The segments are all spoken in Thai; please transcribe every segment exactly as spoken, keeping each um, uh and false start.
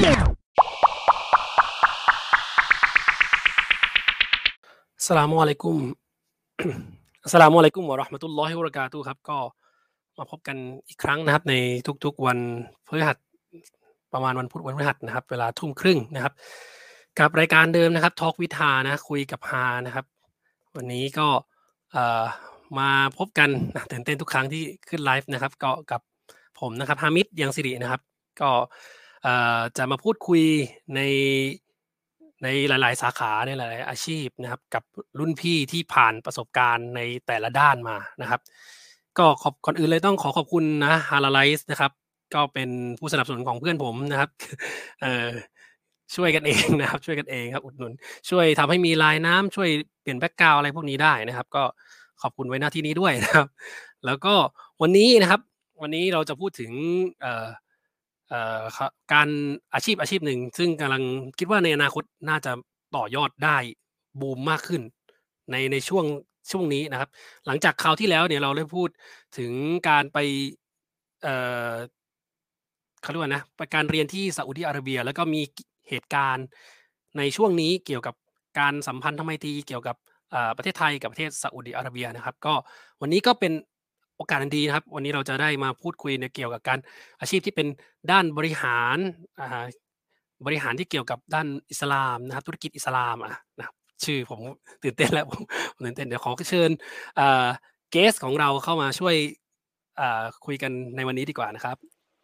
อัสสลามุอะลัยกุม อัสสลามุอะลัยกุมวะเราะห์มะตุลลอฮิวะบะเราะกาตุฮ์ครับก็มาพบกันอีกครั้งนะครับในทุกๆวันพฤหัสประมาณวันพุธวันพฤหัสนะครับเวลาทุ่มครึ่งนะครับกับรายการเดิมนะครับ Talk with ฮานะคุยกับฮานะครับวันนี้ก็เอ่อมาพบกันนะตื่นเต้นทุกครั้งที่ขึ้นไลฟ์นะครับก็กับผมนะครับฮามิดยังสิรินะครับก็เอ่อจะมาพูดคุยในในหลายๆสาขาในหลายๆอาชีพนะครับกับรุ่นพี่ที่ผ่านประสบการณ์ในแต่ละด้านมานะครับก็ขอบก่อนอื่นเลยต้องขอขอบคุณนะ Halalize นะครับก็เป็นผู้สนับสนุนของเพื่อนผมนะครับ เอ่อช่วยกันเองนะครับช่วยกันเองครับอุดหนุนช่วยทำให้มีลายน้ำช่วยเปลี่ยนแบ็กกราวด์อะไรพวกนี้ได้นะครับก็ขอบคุณไว้หน้าที่นี้ด้วยนะครับแล้วก็วันนี้นะครับวันนี้เราจะพูดถึงเอ่อเอ่อครับการอาชีพอาชีพหนึ่งซึ่งกำลังคิดว่าในอนาคตน่าจะต่อยอดได้บูมมากขึ้นในในช่วงช่วงนี้นะครับหลังจากคราวที่แล้วเนี่ยเราได้พูดถึงการไปเอ่อเขาเรียกว่านะไปการเรียนที่ซาอุดิอาระเบียแล้วก็มีเหตุการณ์ในช่วงนี้เกี่ยวกับการสัมพันธไมตรีเกี่ยวกับอ่าประเทศไทยกับประเทศซาอุดิอาระเบียนะครับก็วันนี้ก็เป็นโอกาสอันดีนะครับวันนี้เราจะได้มาพูดคุยในเกี่ยวกับการอาชีพที่เป็นด้านบริหารอ่าบริหารที่เกี่ยวกับด้านอิสลามนะครับธุรกิจอิสลามอะนะครับชื่อผมตื่นเต้นแล้วผมผมตื่นเต้นเดี๋ยวขอเชิญอ่าเกสต์ของเราเข้ามาช่วยอ่าคุยกันในวันนี้ดีกว่านะครับ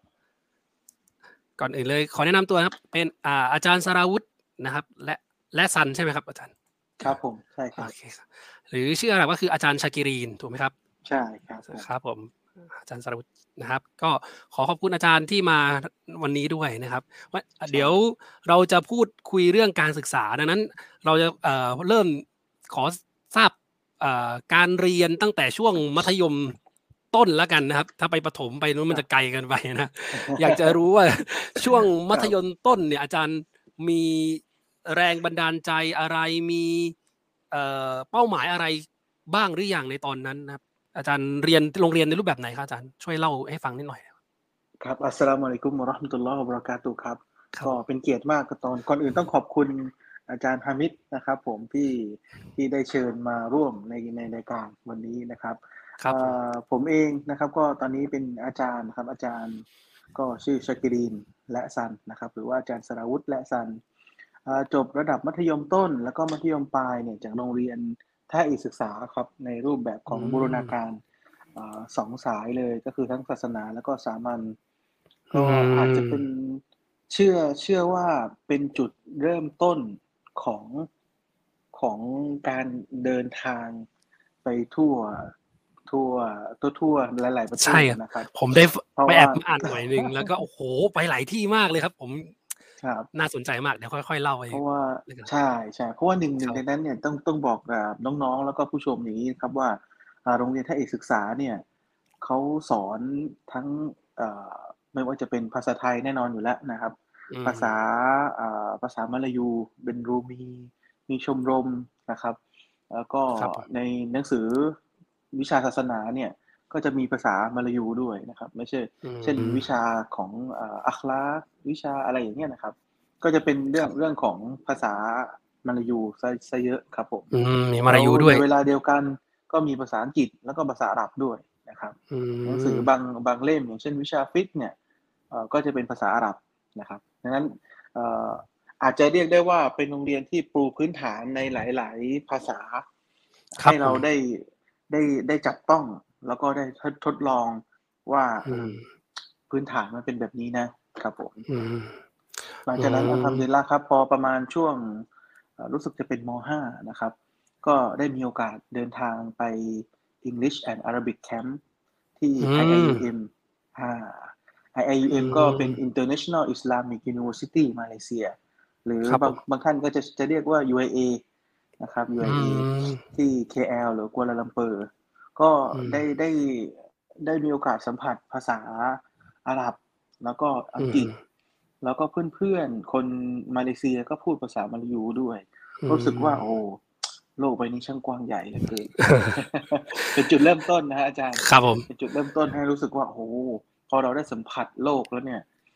ก่อนอื่นเลยขอแนะนำตัวนะครับเป็นอ่าอาจารย์สราวุธนะครับและและซันใช่ไหมครับอาจารย์ครับผมใช่ครัโอบ เคครับหรือชื่ออะไรก็คืออาจารย์ชากิรีนถูกไหมครับใช่ครับผมครับผมอาจารย์สราวุธนะครับก็ขอขอบคุณอาจารย์ที่มาวันนี้ด้วยนะครับว่าเดี๋ยวเราจะพูดคุยเรื่องการศึกษาดังนั้นเราจะเอ่อเริ่มขอทราบเอ่อการเรียนตั้งแต่ช่วงมัธยมต้นแล้วกันนะครับถ้าไปประถมไปนู้นมันจะไกลเกินไปนะอยากจะรู้ว่าช่วงมัธยมต้นเนี่ยอาจารย์มีแรงบันดาลใจอะไรมีเอ่อเป้าหมายอะไรบ้างหรือยังในตอนนั้นนะครับอาจารย์เรียนโรงเรียนในรูปแบบไหนครับอาจารย์ช่วยเล่าให้ฟังนิดหน่อยครับอัสสลามุอะลัยกุมวะเราะห์มะตุลลอฮิวะบะเราะกาตุฮ์ครับครับก็เป็นเกียรติมากก็ตอนก่อนอื่นต้องขอบคุณอาจารย์ฮามิดนะครับผมที่ที่ได้เชิญมาร่วมในในรายการวันนี้นะครับครับผมเอ่อผมเองนะครับก็ตอนนี้เป็นอาจารย์นะครับอาจารย์ก็ชื่อชากิรีนและซันนะครับหรือว่าอาจารย์สราวุธและซันเอ่อจบระดับมัธยมต้นแล้วก็มัธยมปลายเนี่ยจากโรงเรียนแพทย์ศึกษาครับในรูปแบบขอืองบูรณามการ อ่าสองสายเลยก็คือทั้งศาสนาแล้วก็สามัญอืก็อาจจะมเป็นเชื่อเชื่อว่าเป็นจุดเริ่มต้นของของการเดินทางไปทั่วทั่วทั่วทั่วหลาย ๆ ประเทใช่ครับศนะครับผมได้ฟเพราะว่าไปแอบอ่านหน่อยหนึ่งแล้วก็โอ้โฮไปหลายที่มากเลยครับผมครับน่าสนใจมากเดี๋ยวค่อยๆเล่าไปเพราะว่าแล้วกันใช่ๆเพราะว่าหนึ่งหนึ่งในครับนั้นเนี่ยต้องต้องบอกอ่าน้องๆแล้วก็ผู้ชมอย่างงี้ครับว่าอ่าโรงเรียนท่าเอกศึกษาเนี่ยเขาสอนทั้งเอ่อไม่ว่าจะเป็นภาษาไทยแน่นอนอยู่แล้วนะครับอืมภาษาอ่าภาษามลายูเป็นรูมีมีชมรมนะครับแล้วก็ครับผมในหนังสือวิชาศาสนาเนี่ยก็จะมีภาษามลายูด้วยนะครับไม่ใช่อืเช่นมวิชาของอ่าอัคลากวิชาอะไรอย่างเงี้ยนะครับ ก็จะเป็นคเรื่รับองเรื่องของภาษามาลายูซะซะเยอะครับผมอืมมีมาแล้วลายูด้วยในเวลาเดียวกันก็มีภาษาอังกฤษแล้วก็ภาษาอาหรับด้วยนะครับอืหนังสืมอบางบางเล่มอย่างเช่นวิชาฟิกห์เนี่ยเอ่อก็จะเป็นภาษาอาหรับนะครับดังนั้นเอ่ออาจจะเรียกได้ว่าเป็นโรงเรียนที่ปูพื้นฐานในหลายๆภาษาครับผมให้เราได้ได้ได้จับต้องแล้วก็ได้ทดทดลองว่าอืเออมพื้นฐานมันเป็นแบบนี้นะครับผมอืมหลังอืจากนั้นอัลฮัมมดุลิลละห์ครับพอประมาณช่วงเอ่อรู้สึกจะเป็นม .ห้า นะครับก็ได้มีโอกาสเดินทางไป English and Arabic Camp ที่อืมไอ ไอ ยู เอ็ม อ่า ไอ ไอ ยู เอ็ม ก็เป็นอืม International Islamic University Malaysia หรือครับผมบางบางท่านก็จะจะเรียกว่า ยู ไอ เอ นะครับอืยู ไอ เอมที่ เค แอล หรือกัวลาลัมเปอร์ก็อืมได้ได้ได้มีโอกาสสัมผัสภาษาอาหรับแล้วก็อัอืงกฤษมแล้วก็เพื่อนๆคนมาเลเซียก็พูดภาษามลายูด้วยอืรู้สึกว่ามโอ้โลกใบนี้ช่างกว้างใหญ่เหลือเกิน เป็นจุดเริ่มต้นนะฮะอาจารย์ครับผมเป็นจุดเริ่มต้นให้รู้สึกว่าโอ้โหพอเราได้สัมผัสโลกแล้วเนี่ย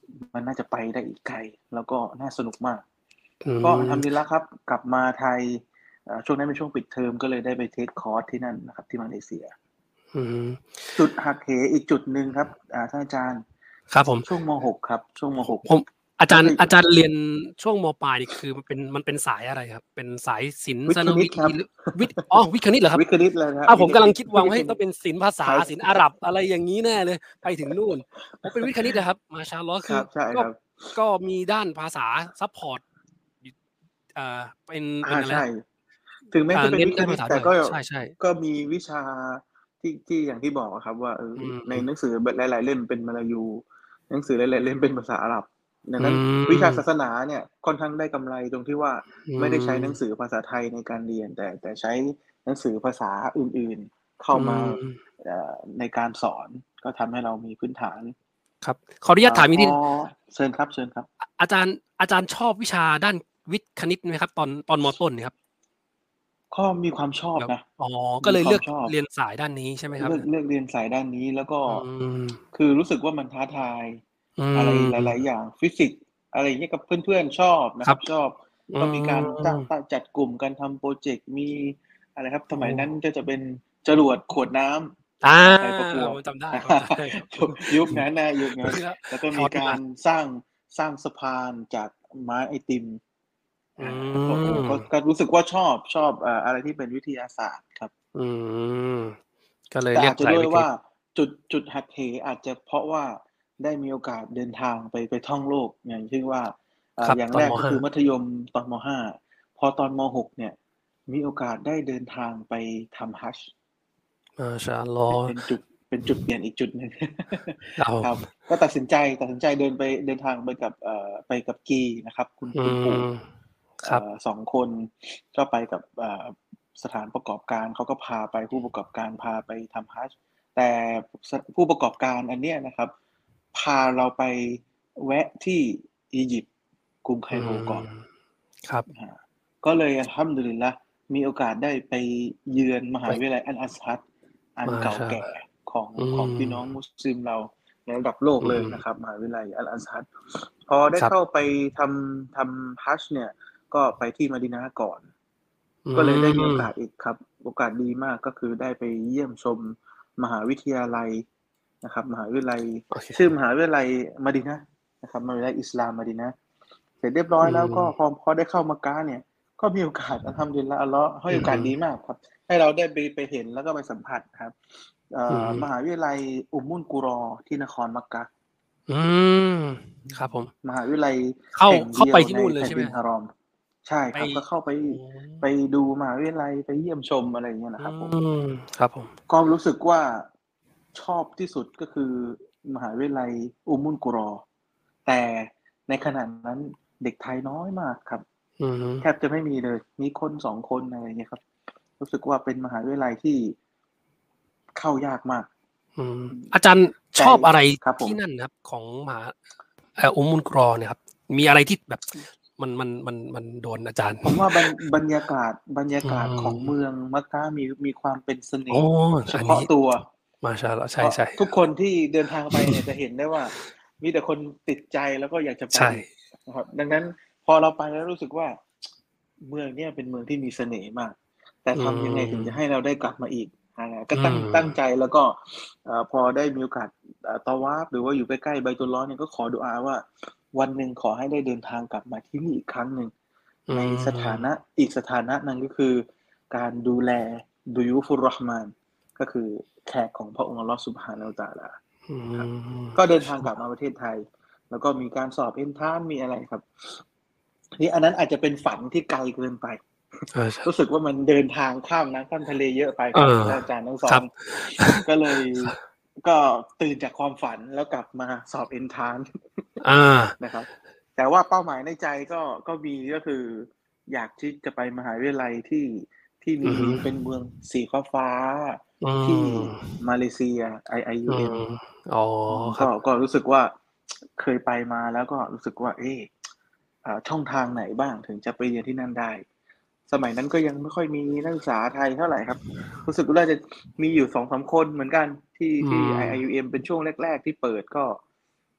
มันน่าจะไปได้อีกไกลแล้วก็น่าสนุกมากอืก็อัลฮัมมดุลิลละห์ครับกลับมาไทยเอ่อช่วงนั้นเป็นช่วงปิดเทอมก็เลยได้ไปเทคคอร์สที่นั่นนะครับที่มาเลเซียอืมจุดหักเหอีกจุดหนึ่งครับอ่าท่านอาจารย์ครับผมช่วงม .หก ครับช่วงม .หกผมอาจารย์มัธยอาจารย์เรียนช่วงมปลายนี่คือมันเป็นมันเป็นสายอะไรครับเป็นสายศิลป์วิทย์คศนณิตครับวิทย์หรือวิทย์อ๋อวิทย์คณิตเหรอครับวิทย์คณิตเลยนะครับอ้าวผมกำลัวิทย์คณิตงคิดว่าวิทย์คณิตเฮ้ยต้องเป็นศิลป์ภาษาใช่ศิลป์อาหรับอะไรอย่างงี้แน่เลยไปถึงนู่นอ๋อเป็นวิทย์คณิตเหรอครับมาชาอัลลอฮ์คือครับใช่ก็ครับก็มีด้านภาษาซัปพอร์ตอยู่อ่าเป็นเป็นอะไรอาใช่นะถึงแม้อ่าจะเป็นวิทย์คเน้นด้านภาษาด้วยณิตแต่ก็ใช่ๆก็มีวิชาที่ที่อย่างที่บอกอะครับว่าเอออืในหนังมสือหลายๆเล่มเป็นมลายูหนังสือหลายๆเล่มเป็นภาษาอาหรับดังอืนั้นวิชามศาสนาเนี่ยค่อนข้างได้กำไรตรงที่ว่าอืไม่ได้ใช้หนังสืมอภาษาไทยในการเรียนแต่แต่ใช้หนังสือภาษาอื่นๆเข้าอืมามเอ่อในการสอนก็ทำให้เรามีพื้นฐานครับขออนุญาอ่าพอตถามอีกนิดเชิญครับเชิญครับออาจารย์อาจารย์ชอบวิชาด้านวิทย์คณิตไหมครับตอนตอนมต้นเนี่ยครับก็มีความชอบแบบนะอ๋อก็มีเลยเลือกความชอบเรียนสายด้านนี้ใช่ไหมครับเลือกเนี่ยเลือกเรียนสายด้านนี้แล้วก็อืมคือรู้สึกว่ามันท้าทายอือะไรหลายๆอมย่างฟิสิกส์อะไรอย่างเงี้ยกับเพื่อนๆชอบนะครับครับชอบอืก็มีการจ้างมตั้งจัดกลุ่มกันทำพรอเจกต์มีอะไรครับสโอ้มัยนั้นก็จะเป็นจรวดขวดน้อาำอ่าไปประกวดผมจำได้ผมจำได้ครับยุคนั้นนะยุคนั้นครับแล้วก็ฮอตมากมีการสร้างสร้างสะพานจากไม้ไอติมอือาก็โอ้มก็ก็รู้สึกว่าชอบชอบอ่าอะไรที่เป็นวิทยาศาสตร์ครับอืมก็เลยเลือกแต่อาจจะด้วยว่าสายวิทย์คณิตจุดจุดหักเหอาจจะเพราะว่าได้มีโอกาสเดินทางไปไปท่องโลกอย่างเช่นว่าอ่าอย่างครับตอนมห้าแรกก็คือมัธยมตอนมห้าพอตอนมหกเนี่ยมีโอกาสได้เดินทางไปทำฮัจญ์มาชาอัลลอฮ์เป็นจุดเป็นจุดเปลี่ยนอีกจุดหนึ่งครับผครับมก็ตัดสินใจตัดสินใจเดินไปเดินทางไปกับเอ่อไปกับกีนะครับคุณอืคุณปู่มคเอ่รับอสองคนก็ไปกับเอ่อสถานประกอบการเขาก็พาไปผู้ประกอบการพาไปทำฮัจญ์ แต่ผู้ประกอบการอันเนี้ยนะครับพาเราไปแวะที่อียิปต์กรุงไคอืโรก่อนมครับอาก็เลยอัลฮัมดุลิลละห์มีโอกาสได้ไปเยือนมหาไปวิทยาลัยอัลอัซฮัดอันมาเก่าแก่ชาอัลลอฮ์ของอืของมพี่น้องมุสลิมเราในระดับโลกอืเลยมนะครับมหาวิทยาลัยอัลอัซฮัดพอได้ครับเข้าไปทำทำฮัจญ์เนี่ยก็ไปที่มะดีนะห์ก่อนอืก็เลยได้มีโอมกาสอีกครับโอกาสดีมากก็คือได้ไปเยี่ยมชมมหาวิทยาลัยนะครับมหาวิทยาลัยโอเคชื่อมหาวิทยาลัยมะดีนะห์นะครับมหาวิทยาลัยอิสลามมะดีนะห์เสร็จเรียบร้อยอืแล้วก็พอมพอได้เข้ามักกะฮ์เนี่ยก็มีโอกาสอัลฮัมดุลิลละห์อัลเลาะห์ให้อืโอกาสดีมมากครับให้เราได้ไปไปเห็นแล้วก็ไปสัมผัสครับเอ่อือมหามวิทยาลัยอุมมุลกุรอที่นครมักกะฮ์อืมครับผมมหาวิทยาลัยเข้าแห่งเข้าเดียวในไปที่นู่นเลยแผ่นใช่ไหมดินฮารอมใช่ไปครับก็เข้าไปอ๋อไปดูมหาวิทยาลัยไปเยี่ยมชมอะไรอย่างเงี้ยอืนะครับผมมครับผมก็รู้สึกว่าชอบที่สุดก็คือมหาวิทยาลัยอุมมุลกุรอแต่ในขณะนั้นเด็กไทยน้อยมากครับอือฮึแทบจะไม่มีเลยมีคนสองคนอะไรเงี้ยครับรู้สึกว่าเป็นมหาวิทยาลัยที่เข้ายากมากอืมอาจารย์ชแต่อบอะไรครับผมที่นั่นครับของมหาเอ่ออุมมุลกุรอเนี่ยครับมีอะไรที่แบบมันมันมันมันโดนอาจารย์ผมว่าบรรบรรยากาศบรรยาอืกาศของมเมืองมักกะมีมีความเป็นเสอ๋อน่ห์เฉอันนี้พาะตัวมาชาอัลลอฮ์ใเพราะช่ทุกคนที่เดินทางไปเนี่ยจะเห็นได้ว่ามีแต่คนติดใจแล้วก็อยากจะไปๆใช่อีกนะครับดังนั้นพอเราไปแล้วรู้สึกว่าเมืองเนี่ยเป็นเมืองที่มีเสน่ห์มากแต่อืทำยังไงถึงจะให้มเราได้กลับมาอีกอาก็อืตั้งตั้งใจมแล้วก็เอ่อพอได้มีโอกาสเอ่อตาวาฟหรือว่าอยู่ใกล้ๆไบตุลลอฮ์เนี่ยก็ขอดุอาว่าวันหนึ่งขอให้ได้เดินทางกลับมาที่นี่อีกครั้งหนึ่งอืในสถานะมอีกสถานะหนึ่งก็คือการดูแลดุยูฟุรเราะห์มาน ก็คือแขกของพระองค์อัลเลาะห์ซุบฮานะฮูวะตะอาลาอืครับมก็เดินทางกลับมาประเทศไทย แล้วก็มีการสอบเอนทรานซ์มีอะไรครับนี่อันนั้นอาจจะเป็นฝันที่ไกลเกินไปอาใช่รู้สึกว่ามันเดินทางข้ามน้ำข้ามทะเลเยอะไปเอครับอท่านอาจารย์ทั้งสองครับก็เลยก็ตื่นจากความฝันแล้วกลับมาสอบเอนทรานซ์อานะครับแต่ว่าเป้าหมายในใจก็ก็มีก็คืออยากที่จะไปมหาวิทยาลัยที่ที่มีอือฮึเป็นเมืองสีฟ้าอืๆที่มมาเลเซียอืไอ ไอ ยู เอ็มมอ๋ออืมก็ครับก็รู้สึกว่าเคยไปมาแล้วก็รู้สึกว่าเอ๊ะอ่าช่องทางไหนบ้างถึงจะไปเรียนที่นั่นได้สมัยนั้นก็ยังไม่ค่อยมีนักศึกษาไทยเท่าไรครับรู้สึกว่าจะมีอยู่ สองสาม คนเหมือนกันที่อืที่มไอ ไอ ยู เอ็ม เป็นช่วงแรกๆที่เปิดก็จ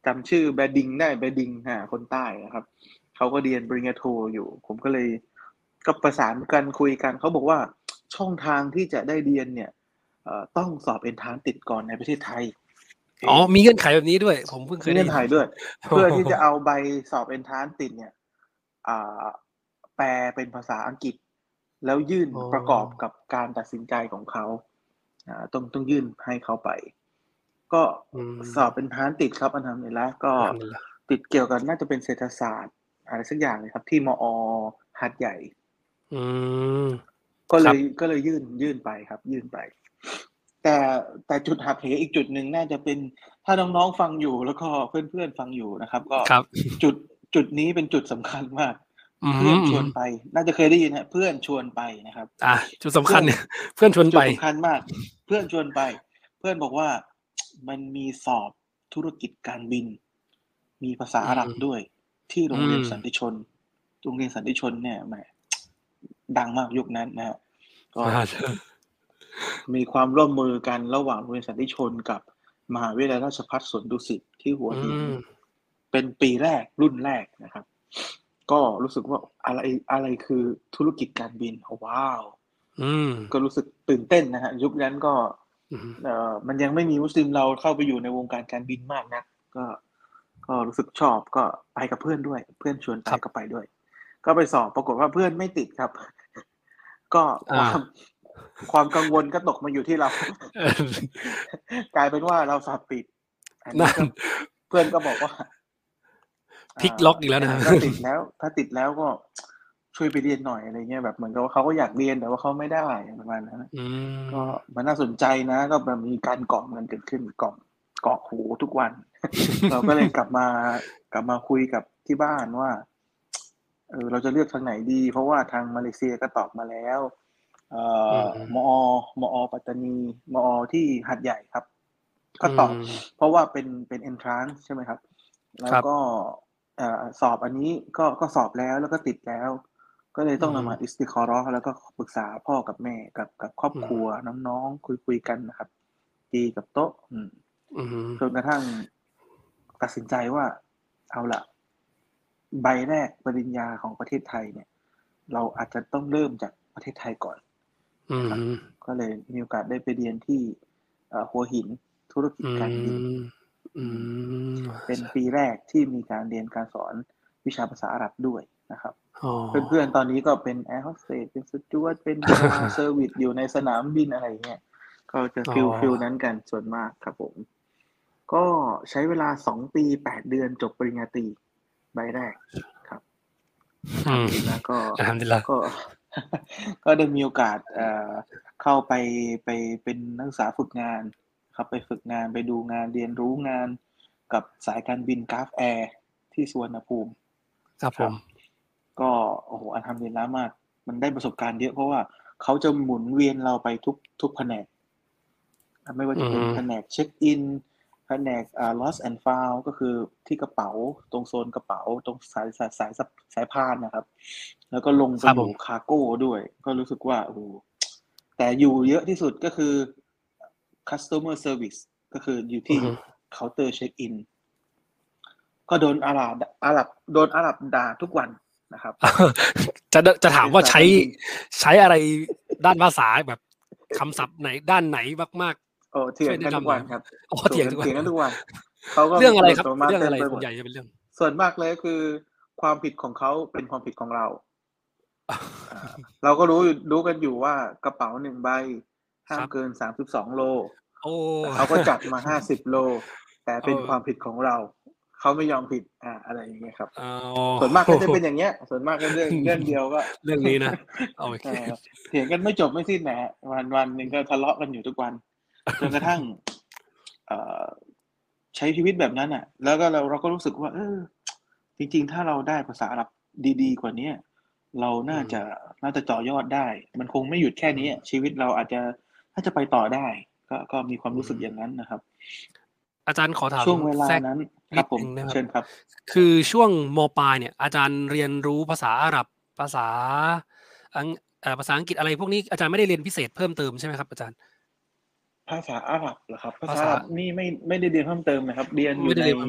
จำชื่อแบดิงได้แบดิงฮะคนใต้นะครับเขาก็เรียนปริญญาโทอยู่ผมก็เลยก็ประสานกันคุยกันเขาบอกว่าช่องทางที่จะได้เรียนเนี่ยต้องสอบเอนทรานซ์ติดก่อนในประเทศไทยอ๋อมีเงื่อนไขแบบนี้ด้วยผมเพิ่งเคยได้เงื่อนไขด้วย เพื่อที่จะเอาใบสอบเอนทรานซ์ติดเนี่ยแปลเป็นภาษาอังกฤษแล้วยื่นประกอบกับการตัดสินใจของเขาต้องต้องยื่นให้เขาไปก็สอบเป็นพาร์ทติดครับอันนั้นแล้วก็ติดเกี่ยวกับน่าจะเป็นเศรษฐศาสตร์อะไรสักอย่างเลยครับที่มอหาดใหญ่ก็เลยก็เลยยื่นยื่นไปครับยื่นไปแต่แต่จุดหักเหอีกจุดหนึ่งน่าจะเป็นถ้าน้องๆฟังอยู่แล้วก็เพื่อนๆฟังอยู่นะครับก็จุดจุดนี้เป็นจุดสำคัญมากเพื่อนชวนไปน่าจะเคยได้ยินฮะเพื่อนชวนไปนะครับอ่ะจุดสำคัญเนี่ยเพื่อนชวนไปจุดสำคัญมากเพื่อนชวนไปเพื่อนบอกว่ามันมีสอบธุรกิจการบินมีภาษาอาหรับด้วยที่โรงเรียนสันติชนโรงเรียนสันติชนเนี่ยแหมดังมากยุคนั้นนะฮะก็มีความร่วมมือกันระหว่างโรงเรียนสันติชนกับมหาวิทยาลัยราชภัฏสวนดุสิตที่หัวหินเป็นปีแรกรุ่นแรกนะครับก็รู้สึกว่าอะไรอะไรคือธุรกิจการบินว้าวก็รู้สึกตื่นเต้นนะฮะยุคนั้นก็เอ่อมันยังไม่มีมุสลิมเราเข้าไปอยู่ในวงการการบินมากนักก็ก็รู้สึกชอบก็ไปกับเพื่อนด้วยเพื่อนชวนไปก็ไปด้วยก็ไปสอบปรากฏว่าเพื่อนไม่ติดครับก็ความความกังวลก็ตกมาอยู่ที่เรากลายเป็นว่าเราสอบติดอันนี้เพื่อนก็บอกว่าพลิกล็อกอีกแล้วนะถ้าติดแล้วถ้าติดแล้วก็ช่วยไปเรียนหน่อยอะไรเงี้ยแบบเหมือนกับว่าเขาก็อยากเรียนแต่ว่าเขาไม่ได้ประมาณนั้นก็มันน่าสนใจนะก็แบบมีการเกาะเงินเกิดขึ้นเกาะเกาะหูทุกวัน เราก็เลยกลับมากลับมาคุยกับที่บ้านว่าเออเราจะเลือกทางไหนดีเพราะว่าทางมาเลเซียก็ตอบมาแล้วเอ่อมอมอปัตตานีมอที่หาดใหญ่ครับก็ตอบเพราะว่าเป็นเป็น entrance ใช่ไหมครับแล้วก็สอบอันนี้ก็ก็สอบแล้วแล้วก็ติดแล้วก็เลยต้องนำมาอิสติคอรอแล้วก็ปรึกษาพ่อกับแม่กับกับครอบครัวน้องๆคุยคุยกันนะครับตีกับโต๊ะจนกระทั่งตัดสินใจว่าเอาล่ะใบแรกปริญญาของประเทศไทยเนี่ยเราอาจจะต้องเริ่มจากประเทศไทยก่อนนะครับก็เลยมีโอกาสได้ไปเรียนที่หัวหินธุรกิจการบินเป็นปีแรกที่มีการเรียนการสอนวิชาภาษาอาหรับด้วยนะครับเพื่อนๆตอนนี้ก็เป็นแอร์โฮสเตสเป็นสจ๊วตเป็นเซอร์วิสอยู่ในสนามบินอะไรเงี้ยก็จะฟิลฟิลนั้นกันส่วนมากครับผมก็ใช้เวลาสองปีแปดเดือนจบปริญญาตรีใบแรกครับแล้วก็ก็ก็ได้มีโอกาสเอ่อเข้าไปไปเป็นนักศึกษาฝึกงานครับไปฝึกงานไปดูงานเรียนรู้งานกับสายการบินกราฟแอร์ที่สุวรรณภูมิครับผมก็โอ้โหอันทำดีแล้วมากมันได้ประสบการณ์เยอะเพราะว่าเขาจะหมุนเวียนเราไปทุกทุกแผนกไม่ว่าจะเป็นแผนกเช็คอินแผนกอ่า lost and found ก็คือที่กระเป๋าตรงโซนกระเป๋าตรงสายสายสายสายพานนะครับแล้วก็ลงไปอยู่คาร์โก้ด้วยก็รู้สึกว่าโอ้โหแต่อยู่เยอะที่สุดก็คือ customer service ก็คืออยู่ที่เคาน์เตอร์เช็คอินก็โดนอาหรับอาหรับโดนอาหรับด่าทุกวันนะครับจะจะถามว่าใช้ใช้อะไรด้านภาษาแบบคำศัพท์ไหนด้านไหนมากๆโอ้เถียงกันทุกวันครับโอ้เถียงเถียงกันทุกวันเขาก็เรื่องอะไรครับเรื่องอะไรส่วนใหญ่จะเป็นเรื่องส่วนมากเลยคือความผิดของเขาเป็นความผิดของเราเราก็รู้รู้กันอยู่ว่ากระเป๋าหนึ่งใบห้ามเกินสามสิบสองโลเขาก็จัดมาห้าสิบโลแต่เป็นความผิดของเราเขาไม่ยอมผิดอ่าอะไรอย่างเงี้ยครับส่วนมากก็จะเป็นอย่างเงี้ยส่วนมากก็เรื่องเรื่องเดียวก็เรื่องนี้นะโอเคเถียงกันไม่จบไม่สิ้นนะวันวันหนึ่งก็ทะเลาะกันอยู่ทุกวันจนกระทั่งเอ่อใช้ชีวิตแบบนั้นอ่ะแล้วก็เราเราก็รู้สึกว่าเออจริงๆถ้าเราได้ภาษาอาหรับดีๆกว่านี้เราน่าจะน่าจะต่อยอดได้มันคงไม่หยุดแค่นี้ชีวิตเราอาจจะถ้าจะไปต่อได้ก็ก็มีความรู้สึกอย่างนั้นนะครับอาจารย์ขอถามช่วงเวลานั้นครับผมเชิญครับคือช่วงม.ปลายเนี่ยอาจารย์เรียนรู้ภาษาอาหรับภาษาอังภาษาอังกฤษอะไรพวกนี้อาจารย์ไม่ได้เรียนพิเศษเพิ่มเติมใช่ไหมครับอาจารย์ภาษาอาหรับเหรอครับภาษาอาหรับนี่ไม่ไม่ได้เรียนเพิ่มเติมนะครับเรียนอยู่ใน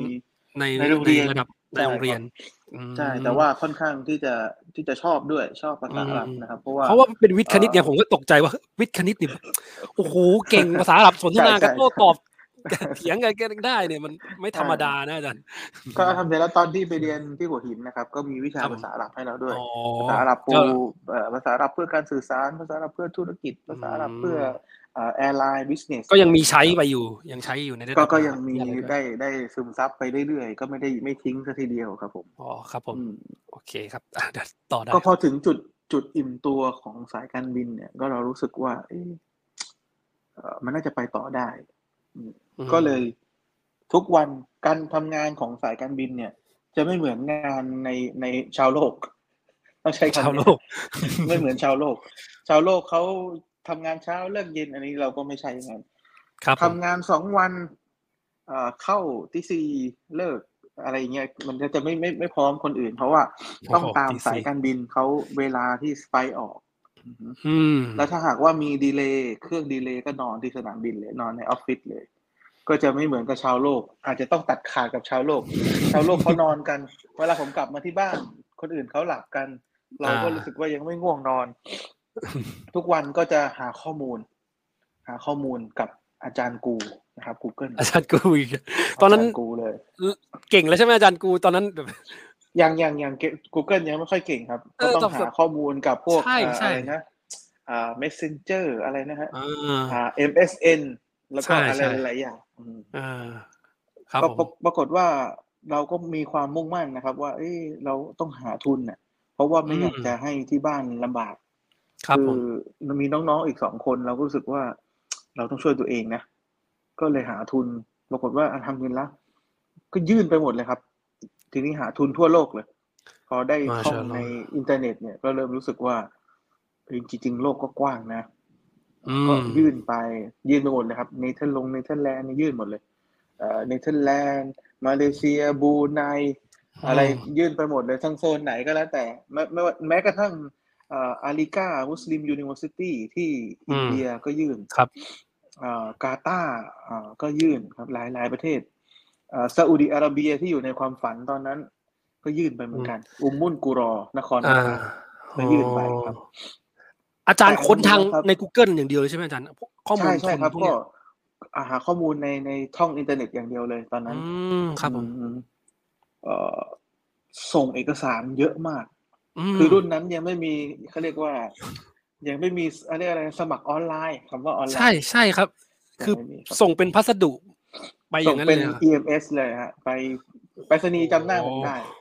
ในในโรงในเรียนระดับในใช่โรงเรียนครับอืใช่ แต่มว่าค่อนข้างที่จะ ที่จะชอบด้วย ชอบภาอืษาอาหรับมนะครับ เพราะวๆ่เพาราะว่ามันเป็นวิทย์เอคณิตไง่อผมก็ตกใจว่า วิทย์คณิตนี่แบบ โอ้โฮ เก่ง ภาษาอาหรับสนทใช่นากันๆโต้ตอบ เถียงกัน กันได้เนี่ย มันไม่ใชธรรม่ดานะอาจารย์ก็อัลฮัมดุลิลลาฮ์ ตอนที่ไปเรียนที่หัวหินนะครับ ก็มีวิชาภาครับผมษาอาหรับให้เราด้วอ๋ยอภาษาอาหรับปูก็เอ่อ ภาษาอาหรับเพื่อการสื่อสาร ภาษาอาหรับเพื่อธุรกิจอืภาษาอาหรับเพื่อมอ่า แอร์ไลน์ บิสเนสก็ยังมีใช้นะครับไปอยู่ ยังใช้อยู่ในระก็ดับมหก็ยาังวิทมียาลัยด้วไดย้ ได้ซึมซับไปเรื่อย ๆ ก็ไม่ได้ ไม่ทิ้งเสียทีเดียวครับผมอ๋อ ครับผมอืมโอเคครับ อา เดี๋ยวต่อได้ก็พครับอถึงจุด จุดอิ่มตัวของสายการบินเนี่ย ก็เรารู้สึกว่า เอ๊ เอ่อ มันน่าจะไปต่อได้ อืมอืก็เลยมทุกวันการทำงานของสายการบินเนี่ย จะไม่เหมือนงานใน ในชาวโลก ต้องใช้คชาวำเนโีล้ยกไม่เหมือนชาวโลก ชาวโลกเขาทำงานเช้าเลิกเย็น อันนี้เราก็ไม่ใช่อย่างงั้น ทครับผมำงาน สอง วัน อ่า เข้าตี สี่ เลิก อะไรอย่างเงี้ย มันก็จะไม่ ไม่ ไม่พร้อมคนอื่น เพราะว่าโอ้โฮต้องตาตมีสสาีย่การบินเขาเวลาที่ไฟลต์ออก อือฮึอืมแล้วถ้าหากว่ามีดีเลย์ เครื่องดีเลย์ ก็นอนที่สนามบินเลย นอนในออฟฟิศเลย ก็จะไม่เหมือนกับชาวโลก อาจจะต้องตัดขาดกับชาวโลก ชาวโลกเขานอนกัน เวลาผมกลับมาที่บ้าน คนอื่นเขาหลับกัน เรอาาก็รู้สึกว่ายังไม่ง่วงนอน ทุกวันก็จะหาข้อมูล หาข้อมูลกับอาจารย์กูนะครับ กูเกิลอาจารย์กูอีก ตออาจนนั้านรย์กูเลยล เก่งแล้วใช่ไหมอาจารย์กู ตอนนั้นแบบยัง ยัง ยัง เก กูเกิลยังไม่ค่อยเก่งครับเออก็ต้แอตง่หแาบบข้อมูลกับพวใก เอ่อชอะ่ไรๆนะ อ่า Messenger อะไรนะครับเออ่อา เอ็ม เอส เอ็น แล้วใก็อะไรช่หลาย ๆ อย่าง อืมๆ เออ ครับก็ปรากผมปรากฏว่า เราก็มีความมุ่งมั่นนะครับว่า เอ๊ เราต้องหาทุนน่ะ เพราะว่าอืไม่อยากจะมให้ที่บ้านลำบาก คครับือผมมันมีน้อง ๆ อีก สอง คน เราก็รู้สึกว่า เราต้องช่วยตัวเองนะ ก็เลยหาทุน ปรากฏว่า อัลฮัมดุลิลลาฮ์ ก็ยื่นไปหมดเลยครับ ทีนี้หาทุนทั่วโลกเลย พอได้มาชท่อังลลในอฮ์อินเทอร์เน็ตเนี่ย ก็เริ่มรู้สึกว่า เฮ้ย จริง ๆ โลกก็กว้างนะอืก็ยืม่นไป ยื่นไปหมดเลยครับ เนเธอร์ลง เนเธอร์แลนด์นี่ยื่นหมดเลย เอ่อ เนเธอร์แลนด์ มาเลเซีย บรูไนอือะไรมยื่นไปหมดเลย ทั้งโซนไหนก็แล้วแต่ ไม่ ไม่ว่า แม้กระทั่ง เอ่อ Aligarh Muslim University ที่ออืินมเดียก็ยื่นครับเอ่อ กาตาร์ อ่า ก็ยื่นครับ หลาย ๆ ประเทศ เอ่อ ซาอุดิอาระเบียที่อยู่ในความฝันตอนนั้น ก็ยื่นไปเหอมืืมอนกัน อุมมุลกุรอ นครอมัากกะอก๋็อยื่นไปครับอาจแาตร่ย์คอัลฮั้นทมดุลิางลลาฮ์ครับในกูเกิลอย่างเดียวเลยใช่ไหมอาจารย์? พวกข้อใมูลชทุ่ๆ ครับ กนพวกเ็นี้ยอ่า หาข้อมูลใน ในท่องอินเทอร์เน็ตอย่างเดียวเลยตอนอนืั้นม คอรัืบผมม เอ่อ ส่งเอกสารเยอะมากอืคือรุ่นมนั้นยังไม่มี เขาเรียกว่า ยังไม่มี ส เขาเรียกอะไร สมัครออนไลน์ คำว่าออนใชไล่น์ใช่ครับยคัืองไม่มีครับส่งเป็นพัสดุไปสอย่่งางงั้เนป็นเลยเหรอ? อี เอ็ม เอส เลยครับ ไป ไปรษโณอี้ย์จำหน้าผมโได้ฮ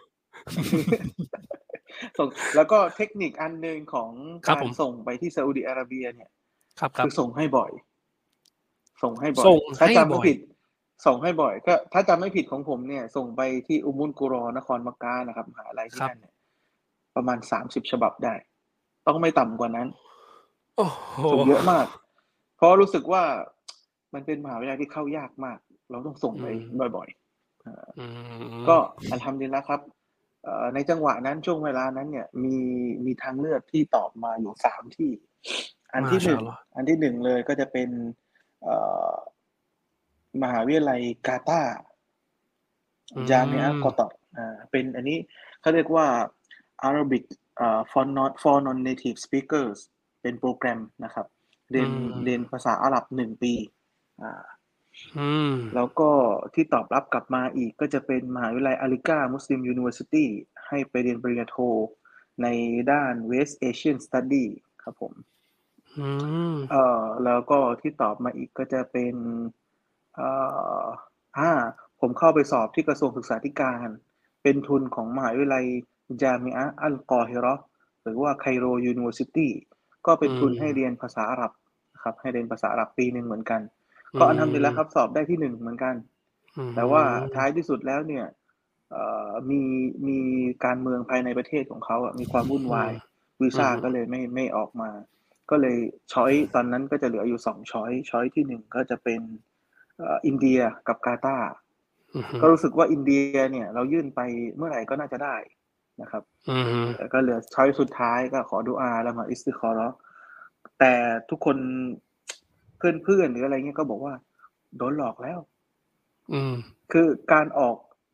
ส่ง แล้วก็เทคนิคอันหนึ่งของกครับาผมรส่งไปที่ซาอุดิอาระเบียเนี่ยครคัืบ ๆอส่งให้บ่อย ส่งให้บ่สอย่งถ้ใาห้บจำไม่่อยผิด ส่งให้บ่อย ก็ถ้าจำไม่ผิดของผมเนี่ย ส่งไปที่อุมมุลกุรอ นครมักกะนะครับ มหาวิทยาลัยทีค่รับนั่นเนี่ย ประมาณ สามสิบ ฉบับได้ ต้องไม่ต่ำกว่านั้นโอ้โฮส่งเยอะมาก เพราะรู้สึกว่า มันเป็นมหาวิทยาลัยที่เข้ายากมาก เราต้องส่งอืไปมบ่อย ๆ อ่าอืก็มอัลฮัมดุลิลลาฮ์ ครับ เอ่อ ในจังหวะนั้น ช่วงเวลานั้นเนี่ย มี มีทางเลือกที่ตอบมาอยู่ สาม ที่ อันมาที่ หนึ่งชาอัลลอฮ์อันที่ หนึ่ง เลยก็จะเป็น เอ่อ มหาวิทยาลัยกาตาร์อื Jami'ah ม Qatar อ่า เป็นอันนี้ เขาเรียกว่า Arabic อ่า for non for non-native speakers เป็นโปรแกรมนะครับ เรอืียน เรียนมภาษาอาหรับ หนึ่ง ปี อ่าอืมแล้วก็ที่ตอบรับกลับมาอีก ก็จะเป็นมหาวิทยาลัย Aligarh Muslim University ให้ไปเรียนปริญญาโทในด้าน West Asian Study ครับผมอืมเอ่อ แล้วก็ที่ตอบมาอีกก็จะเป็น เอ่อ อา ผมเข้าไปสอบที่กระทรวงศึกษาธิการ เป็นทุนของมหาวิทยาลัย Jami'ah Al-Qahirah หรือว่า Cairo University ก็เอปื็นทุนให้เรีมยนภาษาอาหรับนะครับ ให้เรียนภาษาอาหรับปีหนึ่งเหมือนกันอืก็อัลฮัมดุลิลลาฮ์มครับ สอบได้ที่ หนึ่ง เหมือนกันอืแต่ว่าท้ามยที่สุดแล้วเนี่ย เอ่อ มี มีการเมืองภายในประเทศของเขาอะ มีความวุ่นอืมวาย วีซอือาฮึก็เลยไม่ ไม่ออกมา ก็เลย ชอยซ์ ตอนนั้นก็จะเหลืออยู่ สอง ชอยซ์ ชอยซ์ที่ หนึ่ง ก็จะเป็น เอ่อ อินเดียกับกาตาร์อือฮึก็รู้สึกว่า อินเดียเนี่ย เรายื่นไปเมื่อไหร่ก็น่าจะได้นะครับอือฮึแต่ก็เหลือ ชอยซ์ สุดท้าย ก็ขอดุอา ละหมาดอิสติคอเราะห์ แต่ทุกคน เพื่อน ๆ หรืออะไรเงี้ย ก็บอกว่า โดนหลอกแล้วอืมคือการออก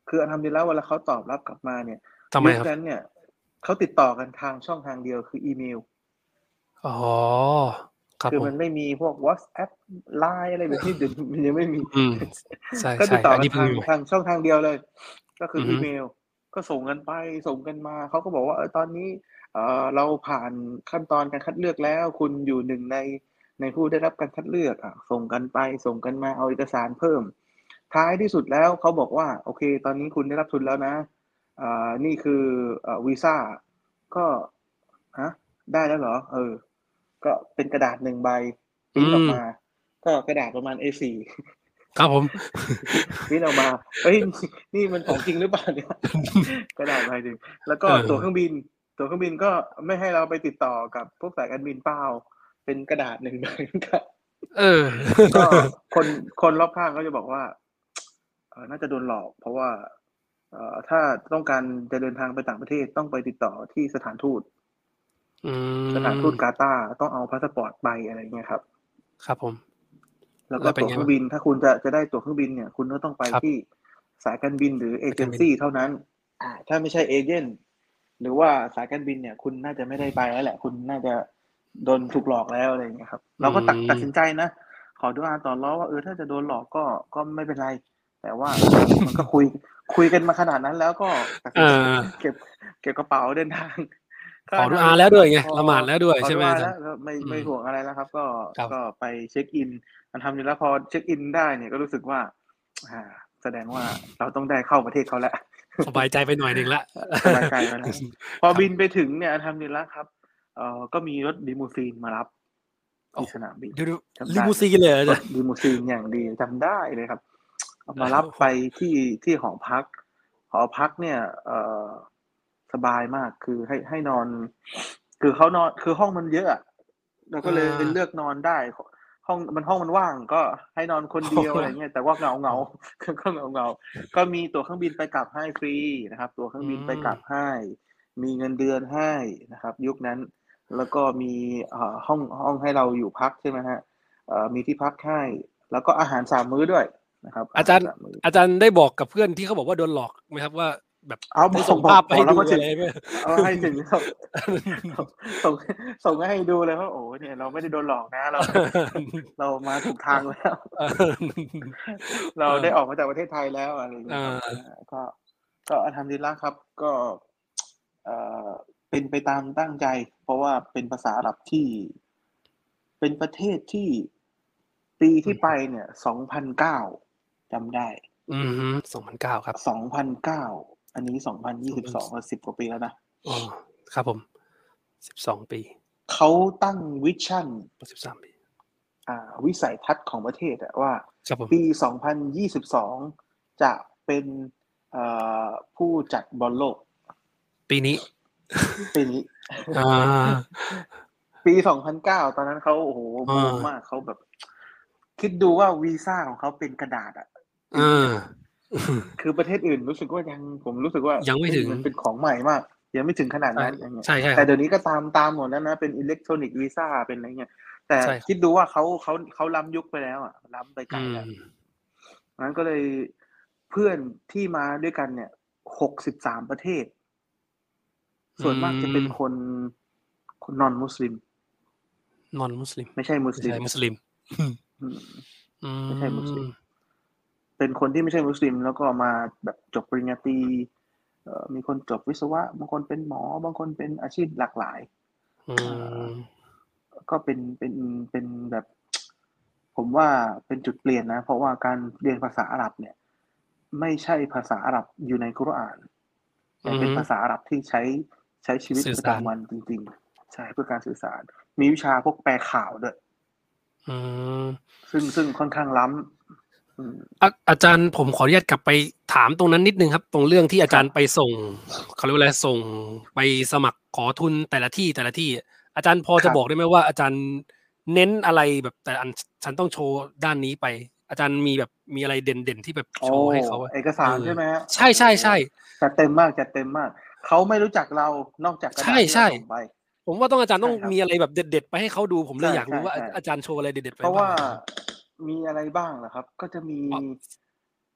คืออัลฮัมดุลิลละห์เวลาเขาตอบรับกลับมาเนี่ยทำไมยุคครับนั้นเนี่ยเขาติดต่อกันทางช่องทางเดียวคืออีเมลอ๋อครับคือผมมันไม่มีพวก WhatsApp ไลน์อะไรแบบนี้เดี๋ยวมันยังไม่มีอืมใช่ก็ติดต่อๆอันกันทางนี้เพิ่งรู้ใหม่ทางช่องทางเดียวเลย ก็คืออือฮึอีเมลก็ส่งกันไปส่งกันมาเขาก็บอกว่าเออตอนนี้เอ่อเราผ่านขั้นตอนการคัดเลือกแล้ว คุณอยู่หนึ่งในในผู้ได้รับการคัดเลือกอ่ะส่งกันไปส่งกันมาเอาเอกสารเพิ่ม ท้ายที่สุดแล้วเขาบอกว่าโอเคตอนนี้คุณได้รับทุนแล้วนะอ่านี่คือเอ่อวีซ่าก็ฮะได้แล้วเหรอเออก็เป็นกระดาษหนึ่งใบปริ้อืมนออกมา ก็กระดาษประมาณ เอ โฟร์ครับผมปริ้นออกมาเฮ้ยนี่มันของจริงหรือเปล่าเนี่ยกระดาษใบหนึ่งแล้วก็เออตั๋วเครื่องบินตั๋วเครื่องบินก็ไม่ให้เราไปติดต่อกับพวกสายการบินเปล่าเป็นกระดาษหนึ่งใบเหมือนกันเออก็คนคนรอบข้างก็จะบอกว่าเอ่อน่าจะโดนหลอก เพราะว่าเอ่อถ้าต้องการจะเดินทางไปต่างประเทศต้องไปติดต่อที่สถานทูตอืสถานทูมตกาตาร์ต้องเอาพาสปอร์ตไปอะไรเงี้ยครับครับผมแล้วก็แล้วเป็นไงบ้างตั๋วเครื่องบินถ้าคุณจะจะได้ตั๋วเครื่องบินเนี่ยคุณก็ต้องไปครับที่สายการบินหรือเอเจสายการบินนซี่เท่านั้นอ่าถ้าไม่ใช่เอเจนต์หรือว่าสายการบินเนี่ยคุณน่าจะไม่ได้ไปแล้วแหละ คุณน่าจะโดนถูกหลอกแล้วอะไรอย่างเงี้ยครับอืเราก็ตัดตัดสินใจมนะขอดุอาต่ออัลเลาะห์ว่าเออถ้าจะโดนหลอกก็ก็ไม่เป็นไร แต่ว่ามันก็คุยคุยกันมาขนาดนั้นแล้วก็ตัดเอสินใจอเก็บเก็บกระเป๋าเดินทางขก็อดุอาทำดีแล้วด้วยไงแล้วครับพอละหมาดแล้วด้วยขอใช่ไหมอาจารย์ดุอาแล้วก็ไม่อืมไม่ห่วงอะไรแล้วครับก็ก็ครับไปเช็คอินอันทำดีแล้วพอเช็คอินได้เนี่ยก็รู้สึกว่าอ่าแสดงว่าเราต้องได้เข้าประเทศเขาแล้วสบายใจไปหน่อยหนึ่งละสบายใจมาแล้วพอครับบินไปถึงเนี่ยอันทำดีแล้วครับเอ่อก็มีรถลิมูซีนมารับโอ้โหที่สนามบินเดี๋ยวจำๆลิได้มูซีนเลยเหรออารถจารย์ลิมูซีนอย่างดีจำได้เลยครับเอามารับไปที่ที่หอพักหอพักเนี่ยเอ่อสบายมากคือให้ให้นอน คือเขานอนคือห้องมันเยอะอะเราเอก็เลยอเลือกนอนได้ห้องมันห้องมันว่างก็ให้นอนคนเดียวอะไรเงี้ยแต่ว่าเหงาเหงาอ๋อก็เหงาเหงาก็มีตั๋วเครื่องบินไปกลับให้ฟรีนะครับตั๋วเครื่ออืงบินไปมกลับให้มีเงินเดือนให้นะครับยุคนั้นแล้วก็มีเอ่อห้องห้องให้เราอยู่พักใช่ไหมฮะเอ่อมีที่พักให้แล้วก็อาหารสามมื้อด้วยนะครับอาหารอาจารย์สามมื้ออาจารย์ได้บอกกับเพื่อนที่เขาบอกว่าโดนหลอกไหมครับว่าแบบเอาบได้ส่งภาอกบอกบอกพไปให้ดูแล้วก็ถึงอะไรไหมเอาให้ถึงส่งส่งส่งให้ดูเลยว่าโอ้เนี่ยเราไม่ได้โดนหลอกนะเราเรามาถูกทางแล้วเออเราเออได้ออกมาจากประเทศไทยแล้วอะไรอย่างเอเงี้ยครับออ่าก็ก็อัลฮัมดุลิลละห์ครับก็เอ่อเป็นไปตามตั้งใจ เพราะว่าเป็นภาษาอาหรับที่เป็นประเทศที่ปีที่ไปเนี่ยสองพันเก้าจำได้อือฮึสองพันเก้าครับสองพันเก้าอันนี้สองพันยี่สิบสองสองพันก็สิบกว่าปีแล้วนะอ๋อครับผมสิบสองปีเขาตั้งวิชั่นสิบสามปีอ่าวิสัยทัศน์ของประเทศอะว่าครับผมปีสองพันยี่สิบสองจะเป็นเอ่อผู้จัดบอลโลกปีนี้ปีนี้อาปีสองพันเก้าตอนนั้นเขาโอ้โหอบูมามากเขาแบบ คิดดูว่าวีซ่าของเขาเป็นกระดาษอะเออคือประเทศอื่นรู้สึกว่ายังผมรู้สึกว่ายังไม่ถึงเฮ้ยมันเป็นของใหม่มาก ยังไม่ถึงขนาดใช่นั้นอย่างเงี้ยใช่ๆครับแต่เดี๋ยวนี้ก็ตามตามหมดแล้วนะเป็นอิเล็กทรอนิกส์วีซ่าเป็นอะไรเงี้ยแต่ใช่ครับคิดดูว่าเขาเขาเขาล้ำยุคไปแล้วอะล้ำไปไกลอืมแล้วนั้นก็เลยเพื่อนที่มาด้วยกันเนี่ยหกสิบสามประเทศอืส่วนมากจะเป็นมคนคนนอนมุสลิม non Muslim ไม่ใช่มุสไม่ลิมใช่มุสลิมอืมอืไม่ใช่มุสลิมม เป็นคนที่ไม่ใช่มุสลิมแล้วก็มาแบบจบปริญญาตรีเอ่อมีคนจบวิศวะบางคนเป็นหมอบางคนเป็นอาชีพหลากหลายอือ่ามก็เป็นเป็นเป็นแบบ ผมว่าเป็นจุดเปลี่ยนนะ เพราะว่าการเรียนภาษาอาหรับเนี่ย ไม่ใช่ภาษาอาหรับอยู่ในกุรอาน แต่อือฮึเป็นภาษาอาหรับที่ใช้ใช้ชีวิตสื่อสารประจำวันจริงๆใช่เพื่อการสื่อสาร มีวิชาพวกแปลข่าวด้วยอืมซึ่งซึ่งค่อนข้างล้ำอืมอาอาจารย์ผมขออนุญาตกลับไปถามตรงนั้นนิดนึงครับตรงเรื่องที่อาครับจารย์ไปส่งเขาเรียกว่าอะไรส่งไปสมัครขอทุนแต่ละที่แต่ละที่อาจารย์พอครับจะบอกได้ไหมว่าอาจารย์เน้นอะไรแบบแต่อันฉันต้องโชว์ด้านนี้ไปอาจารย์มีแบบมีอะไรเด่นๆที่แบบโอ้โชว์ให้เขาอะเอกเอสารอใช่ไหมฮะใโอ้โหช่ๆๆจัดเต็มมากจัดเต็มมากเขาไม่รู้จักเรานอกจากกใระดาษที่เราช่ส่งไปๆผมว่าต้องอาจารย์ต้องใช่ครับมีอะไรแบบเด็ดๆไปให้เขาดูผมเลใช่ยอยากรู้ว่าอาใช่ใช่อาจารย์โชว์อะไรเด็ดๆไปเพราะว่าบ้างอะมีอะไรบ้างเหรอครับก็จะมีอ๋อ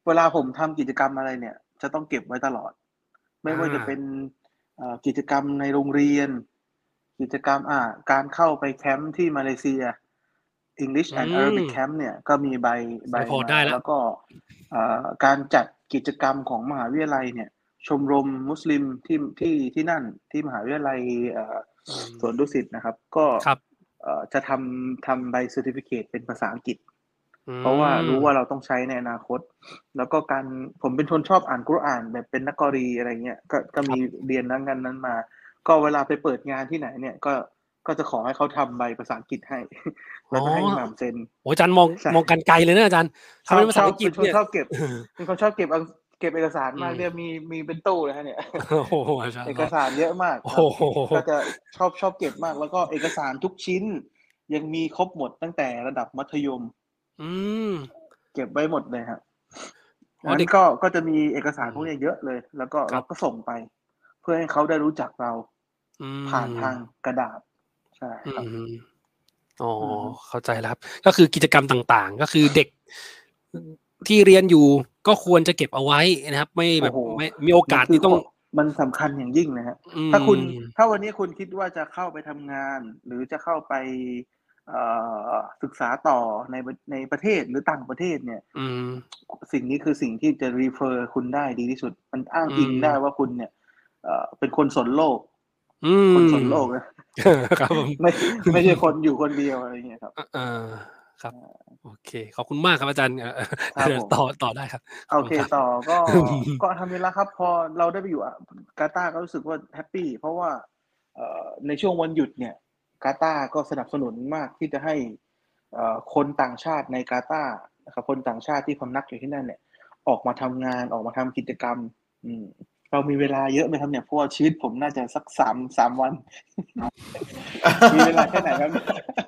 เวลาผมทำกิจกรรมอะไรเนี่ยจะต้องเก็บไว้ตลอดไม่ว่าจะเป็นกิจกรรมในโรงเรียนกิจกรรมอ่าการเข้าไปแคมป์ที่มาเลเซีย English and Arabic Camp เนี่ยก็มีใบใบมาแล้วก็การจัดกิจกรรมของมหาวิทยาลัยเนี่ยชมรมมุสลิมที่ที่ที่นั่นที่มหาวิทยาลัยสวนดุสิตนะครับก็จะทำทำใบ certificate เป็นภาษาอังกฤษเพราะว่ารู้ว่าเราต้องใช้ในอนาคตแล้วก็การผมเป็นคนชอบอ่านกุรอานแบบเป็นนักกอรีอะไรเงี้ยก็ก็มีเรียนนั้นกันนั้นมาก็เวลาไปเปิดงานที่ไหนเนี่ยก็ก็จะขอให้เขาทำใบภาษาอังกฤษให้แล้วก็ให้อิหม่ามเซ็นโอ้อาจารย์มองมองกันไกลเลยนะอาจารย์ทำเป็นภาษาอังกฤษเนี่ยชอบเก็บเป็นคนชอบเก็บเก็บเอกสารมากเนี่ยมีมีเป็นตู้เลยฮะเนี่ยเอกสารเยอะมากก็จะชอบชอบเก็บมากแล้วก็เอกสารทุกชิ้นยังมีครบหมดตั้งแต่ระดับมัธยมอืมเก็บไว้หมดเลยครับอันนี้ก็ก็จะมีเอกสารพวกนี้เยอะเลยแล้วก็เราก็ส่งไปเพื่อให้เขาได้รู้จักเราผ่านทางกระดาษใช่ครับอ๋อเข้าใจแล้วครับก็คือกิจกรรมต่างๆก็คือเด็กที่เรียนอยู่ก็ควรจะเก็บเอาไว้นะครับไม่แบบไม่มีโอกาสที่ต้องมันสำคัญอย่างยิ่งนะฮะถ้าคุณถ้าวันนี้คุณคิดว่าจะเข้าไปทำงานหรือจะเข้าไปศึกษาต่อในในประเทศหรือต่างประเทศเนี่ยสิ่งนี้คือสิ่งที่จะรีเฟอร์คุณได้ดีที่สุดมันอ้างอิงได้ว่าคุณเนี่ยเป็นคนสนโลกคนสนโลกนะครับไม่ไม่ใช่คนอยู่คนเดียวอะไรเงี้ยครับอ่าครับโอเคขอบคุณมากครับอาจารย์ต่อต่อได้ครับโอเคต่อก็ก็ทำเวลาครับพอเราได้ไปอยู่กาตาร์ก็รู้สึกว่าแฮปปี้เพราะว่าในช่วงวันหยุดเนี่ยกาตาร์ก็สนับสนุนมากที่จะให้คนต่างชาติในกาตาร์นะครับคนต่างชาติที่พำนักอยู่ที่นั่นเนี่ยออกมาทำงานออกมาทำกิจกรรมเรามีเวลาเยอะไหมครับเนี่ยเพราะว่าชีวิตผมน่าจะสักสามสามวันมีเวลาแค่ไหนครับ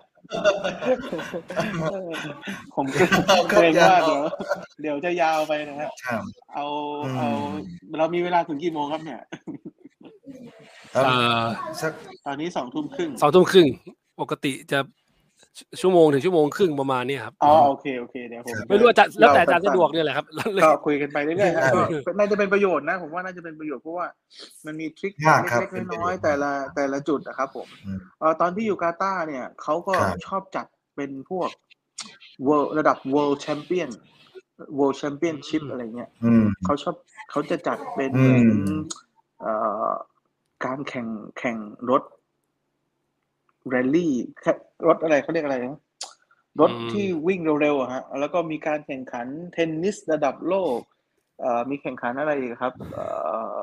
ผมเกรงว่าเดี๋ยวเดี๋ยวจะยาวไปนะฮะเอาเอาเรามีเวลาถึงกี่โมงครับเนี่ยตอนนี้สองทุ่มครึ่งสองทุ่มครึ่งปกติจะชั่วโมงถึงชั่วโมงครึ่งประมาณนี้ครับอ๋อโอเคโอเคเดี๋ยวผมไม่รู้อาจารย์แล้วแต่อาจารย์สะดวกเนี่ยแหละครับก็คุยกันไปเรื่อยๆครับก็น่าจะเป็นประโยชน์นะผมว่าน่าจะเป็นประโยชน์เพราะว่ามันมีทริคเล็กๆน้อยๆแต่ละแต่ละจุดนะครับผมเอ่อตอนที่อยู่กาตาร์เนี่ยเขาก็ชอบจัดเป็นพวก world ระดับ world champion world championship อะไรเงี้ยเขาชอบเขาจะจัดเป็นเหมือนเอ่อการแข่งแข่งรถแรลลี่รถอะไรเขาเรียกอะไรนะรถที่วิ่งเร็วๆอะฮะแล้วก็มีการแข่งขันเทนนิสระดับโลกเอ่อมีแข่งขันอะไรอีกครับเอ่อ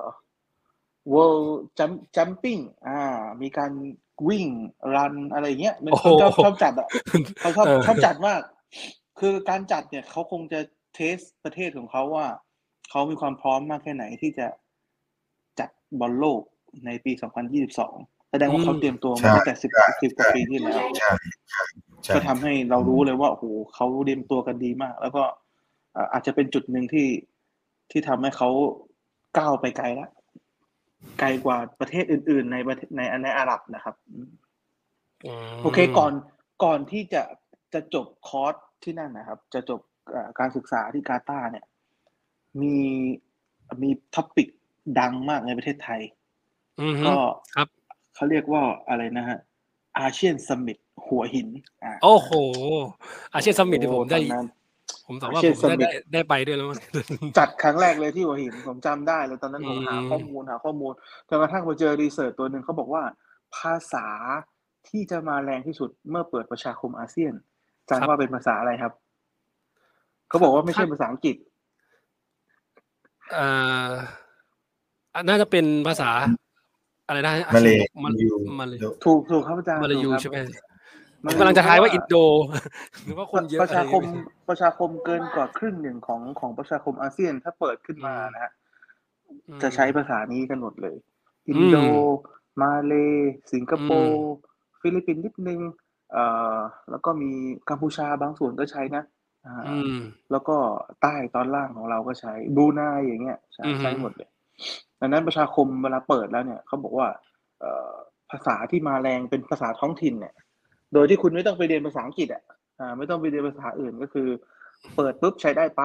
World Jump Jumping อ่ามีการวิ่งรันอะไรเงี้ยมันเขาชอบชอบจัดอ่ะเขาชอบชอบจัดมากคือการจัดเนี่ยเขาคงจะเทสประเทศของเขาว่าเขามีความพร้อมมากแค่ไหนที่จะจัดบอลโลกในปีสองพันยี่สิบสองแสดงว่าเขาเตรียมตัวมาตั้งแต่สิบ สิบกว่าปีที่แล้วก็ทำให้เรารู้เลยว่าโอ้โหเขาเตรียมตัวกันดีมากแล้วก็อาจจะเป็นจุดหนึ่งที่ที่ทำให้เขาก้าวไปไกลแล้วไกลกว่าประเทศอื่นๆในประเทศในในอาหรับนะครับโอเคก่อนก่อนที่จะจะจบคอร์สที่นั่นนะครับจะจบการศึกษาที่กาตาร์เนี่ยมีมีท็อปิกดังมากในประเทศไทยก็ครับเขาเรียกว่าอะไรนะฮะอาเซียนซัมมิตหัวหินอ่าโอ้โหอาเซียนซัมมิตที่ผมได้ผมตอบว่าผมได้ได้ไปด้วยแล้วจัดครั้งแรกเลยที่หัวหินผมจำได้เลยตอนนั้นผมหาข้อมูลหาข้อมูลจนกระทั่งไปเจอรีเสิร์ชตัวหนึ่งเขาบอกว่าภาษาที่จะมาแรงที่สุดเมื่อเปิดประชาคมอาเซียนจำว่าเป็นภาษาอะไรครับเขาบอกว่าไม่ใช่ภาษาอังกฤษเอ่อน่าจะเป็นภาษาอะไรนะมาเลยมาเลยถูกถูกครับอาจารย์มาเลยใช่ไหมผมกำลังจะทายว่าอินโดหรือว่าคนเยอะประชาคมประชาคมเกินกว่าครึ่งหนึ่งของของประชาคมอาเซียนถ้าเปิดขึ้นมานะฮะจะใช้ภาษานี้กันหมดเลยอินโดมาเลสิงคโปร์ฟิลิปปินส์นิดนึงเอ่อแล้วก็มีกัมพูชาบางส่วนก็ใช้นะอ่าแล้วก็ใต้ตอนล่างของเราก็ใช้บรูไนอย่างเงี้ยใช้ใช้หมดเลยดังนั้นประชาคมเวลาเปิดแล้วเนี่ยเขาบอกว่าเอ่อภาษาที่มาแรงเป็นภาษาท้องถิ่นเนี่ยโดยที่คุณไม่ต้องไปเรียนภาษาอังกฤษอ่ะอ่าไม่ต้องไปเรียนภาษาอื่นก็คือเปิดปุ๊บใช้ได้ปั๊บ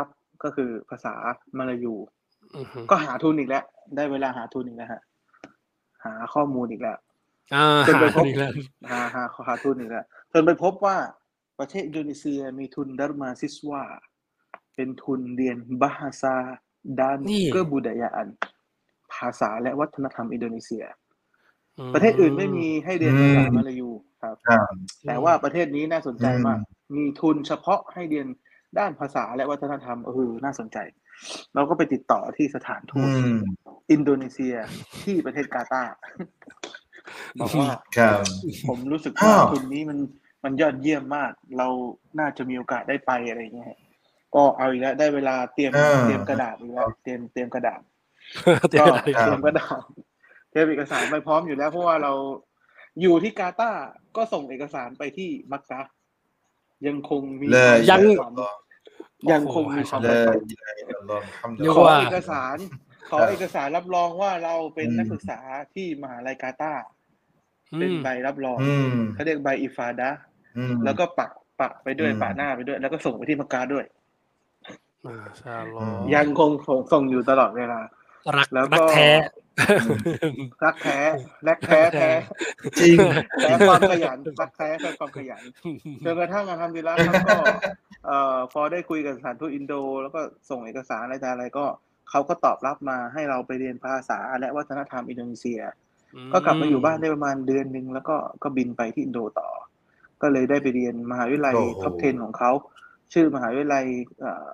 ก็คือภาษามลายูอือฮึก็หาทุนอีกแล้วได้เวลาหาทุนอีกแล้วฮะหาข้อมูลอีกแล้วอาจนหาไปพบอีกแล้วหาหาหาทุนอีกแล้วจนไปพบว่าประเทศอินโดนีเซียมีทุน Dharma Siswa เป็นทุนเรียน Bahasa dan นี่ Kebudayaan ภาษาและวัฒนธรรมอินโดนีเซียอืประเทศอื่นไม่มีให้เรียนอืภาม ษามลายูครับครับแต่ว่าประเทศนี้น่าสนใจอืมมาก มีทุนเฉพาะให้เรียนด้านภาษาและวัฒนธรรมเออน่าสนใจ เราก็ไปติดต่อที่สถานทูอืตมอินโดนีเซียที่ประเทศกาตาร์ บอกว่าครับผมรู้สึกอ้าว่าว ทุนนี้มันมันยอดเยี่ยมมาก เราน่าจะมีโอกาสได้ไปอะไรอย่างเงี้ยฮะก็เอาอีกแล้วได้เวลาเตรียมเออเตรียมกระดาษอีกแล้วเตรียมเตรียมกระดาษเตรียมก็กระดาษอีกเตแล้รีวยมกระดาษเตรียมเอกสารไปพร้อมอยู่แล้วเพราะว่าเราอยู่ที่กาตาร์ก็ส่งเอกสารไปที่มักกะฮ์ยังคงมี لا ยัง إله ค إلا วาม الله ยังคงมีความ لا ฝัน إله إلا الله الحمد เรียกขอว่าเอกสาร ขอครับเอกสารรับรองว่าเราเป็นอืมนักศึกษาที่มหาลัยกาตาร์อืเป็นมใบรับรองอืมเขาเรียกใบอิฟาดะห์อืมแล้วก็ปักปักไปด้วยอืมปะหน้าไปด้วย แล้วก็ส่งไปที่มักกะฮ์ด้วยมาชาอัลลออืฮ์มยังคงส่งส่งอยู่ตลอดเวลารักแล้วรัก็กแท้รักแท้ รักแท้แท้จริงแท้ความขยัน รักแท้แท้ความขยัน จนกระทั่งอัลฮัมดุลิลละห์ครับ ก็เอ่อพอได้คุยกับสถานทูตอินโด แล้วก็ส่งเอกสารอะไรต่ออะไรก็เขาก็ตอบรับมาให้เราไปเรียนภาษาและวัฒนธรรมอินโดนีเซีย ก็กลับมาอยู่บ้านได้ประมาณเดือนหนึ่งแล้วก็ก็บินไปที่อินโดต่อ ก็เลยได้ไปเรียนมหาวิทยาลัยโอ้โหท็อป สิบ ของเขา ชื่อมหาวิทยาลัยเอ่อ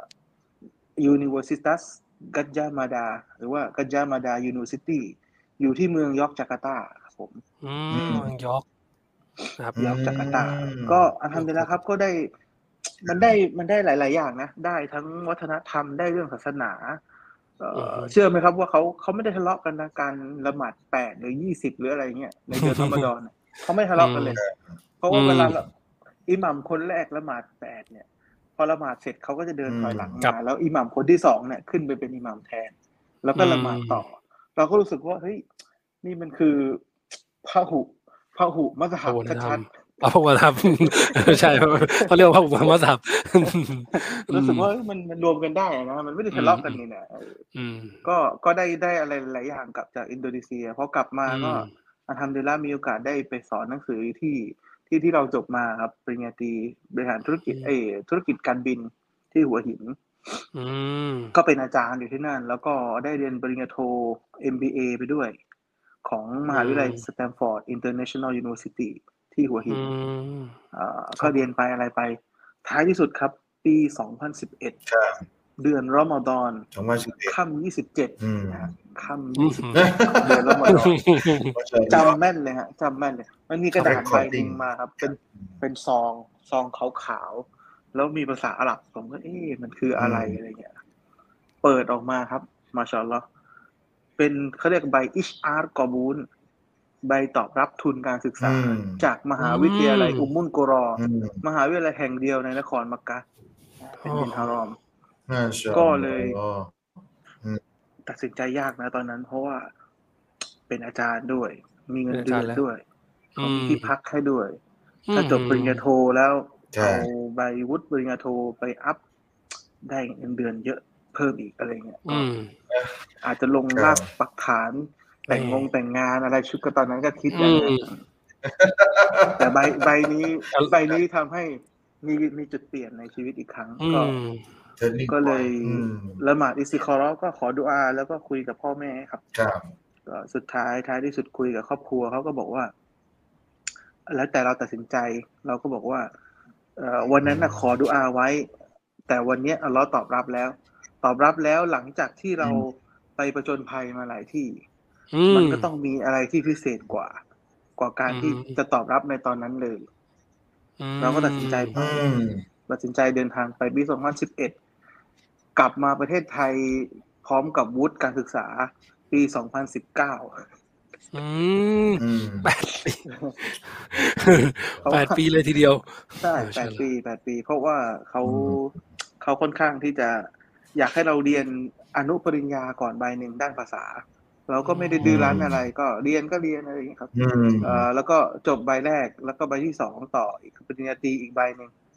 Universitas Gadjah Mada หรือว่า Gadjah Mada University อยู่ที่เมืองยอร์กจาการ์ตาครับผมอือืมมยอร์กนะครับยอร์กจาการ์ตาอืมก็อัลฮัมดุลิลละห์ครับก็ได้มันได้มันได้หลาย ๆ อย่างนะ ได้ทั้งวัฒนธรรมได้เรื่องศาสนาเอ่อืออฮึเชื่อไหมครับว่าเขาเขาไม่ได้ทะเลาะกันนะการละหมาดแปดหรือยี่สิบหรืออะไรเงี้ยในเดือนรอมฎอนน่ะเขาไม่ทะเลาะกันเลย เพราะว่าอืมเวลาละอิหมัมคนแรกละหมาดแปดเนี่ย พอละหมาดเสร็จเขาก็จะเดินถอยหลังครัมาบแล้วอิหมัมคนที่สองเนี่ยขึ้นไปเป็นอิหมัมแทน แล้วก็ละหมาดต่อ เราก็รู้สึกว่าเฮ้ยนี่มันคือพหุพหุมัซฮับพหุธรรชัมดพระมัซฮับ ใช่เขาเรียกว่าพระมัซฮับๆ รู้สึกว่าเฮ้ยมันมันรวมกันได้อะนะ มันไม่ได้ทะเลาะกันนี่นะเอออืมก็ก็ได้ได้อะไรหลายอย่างกลับจากอินโดนีเซียพอกลับมาอืมก็อัลฮัมดุลิลละห์มีโอกาสได้ไปสอนหนังสือที่ที่ที่เราจบมาครับปริญญาตรีบริหารธุรกิจเอยธุรกิจการบินที่หัวหินอืมก็เป็นอาจารย์อยู่ที่นั่น แล้วก็ได้เรียนปริญญาโท เอ็ม บี เอ ไปด้วย ของมหาวิทยาลัยอืมสแตมฟอร์ด International University ที่หัวหิอืนมเอ่อครัก็บเรียนไปอะไรไป ท้ายที่สุดครับ ปี สองพันสิบเอ็ดครับเดือนรอมฎอนสองพันสิบเอ็ดค่ำยี่สิบเจ็ดอืมนะฮะค่ำอืยี่มสิบเจ็ด เดือนรอมฎอนมาชาอัลลอฮ์จำแม่นเลยฮะจำแม่นเลย มันมีกระดาษใบหนึ่งมาครับ เป็นเป็นซองซองขาวๆแล้วมีภาษาอาหรับผมก็เอ๊ะมันคืออะไรอืมอะไรเงี้ย เปิดออกมาครับมาชาอัลลอฮ์เป็นเขาเรียกใบอิชอาร์กอบูนใบตอบรับทุนการศึกษาอืมจากมหาวิทยาลัยอืมอุมมุลกุรออืมมหาวิทยาลัยแห่งเดียวในนครมักกะฮ์เป็นดินฮารอมมาชาก็อัลเลยลอฮ์ตัดสินใจยากนะตอนนั้น เพราะว่าเป็นอาจารย์ด้วย มีเงินเป็นอาเดืจารอนย์แล้วด้วยอืเขามมีที่พักให้ด้วยอืมถ้าจบปริญญาโทแล้วใช่เอาใบวุฒิปริญญาโทไปอัพได้เงินเดือนเยอะเพิ่มอีกอะไรเงี้ยก็อืมอาจจะลงครับรากปักฐาน แต่งงงแต่งงานอะไรชุดก็ตอนนั้นก็คิดอืกันมนะแต่ใบใบนี้ครับใบนี้ทำให้มีมีจุดเปลี่ยนในชีวิตอีกครั้งอืก็ม Turning ก็เลย point อืมละหมาดอิสติคอเราะห์ก็ขอดุอา แล้วก็คุยกับพ่อแม่ครับครับก็สุดท้ายท้ายที่สุดคุยกับครอบครัวเขาก็บอกว่า แล้วแต่เราตัดสินใจ เราก็บอกว่าเอ่อวันนั้นน่ะขอดุอาไว้ แต่วันเนี้ยอัลเลาะห์ตอบรับแล้ว ตอบรับแล้วหลังจากที่เราอืมไปผจญภัยมาหลายที่อืมมันก็ต้องมีอะไรที่พิเศษกว่า กว่าการอืมที่จะตอบรับในตอนนั้นเลยอืมเราก็ตัดสินใจไปอืมตัดสินใจเดินทางไปปี สองพันสิบเอ็ด กลับมาประเทศไทยพร้อมกับวุฒิการศึกษาปี สองพันสิบเก้าอืมอืมแปดปีเพราะแปว่าดปีเลยทีเดียวใช่เออแปใช่ดแล้วปีแปดปี เพราะว่าเขาอืมเขาค่อนข้างที่จะอยากให้เราเรียนอนุปริญญาก่อนใบหนึ่งด้านภาษา เราก็ไม่ได้ดื้อรั้นอะไร ก็เรียนก็เรียนอะไรอย่างเงี้ยครับอืมเอ่อแล้วก็จบใบแรกแล้วก็ใบที่สองต่ออีกปริญญาตรีอีกใบหนึ่ง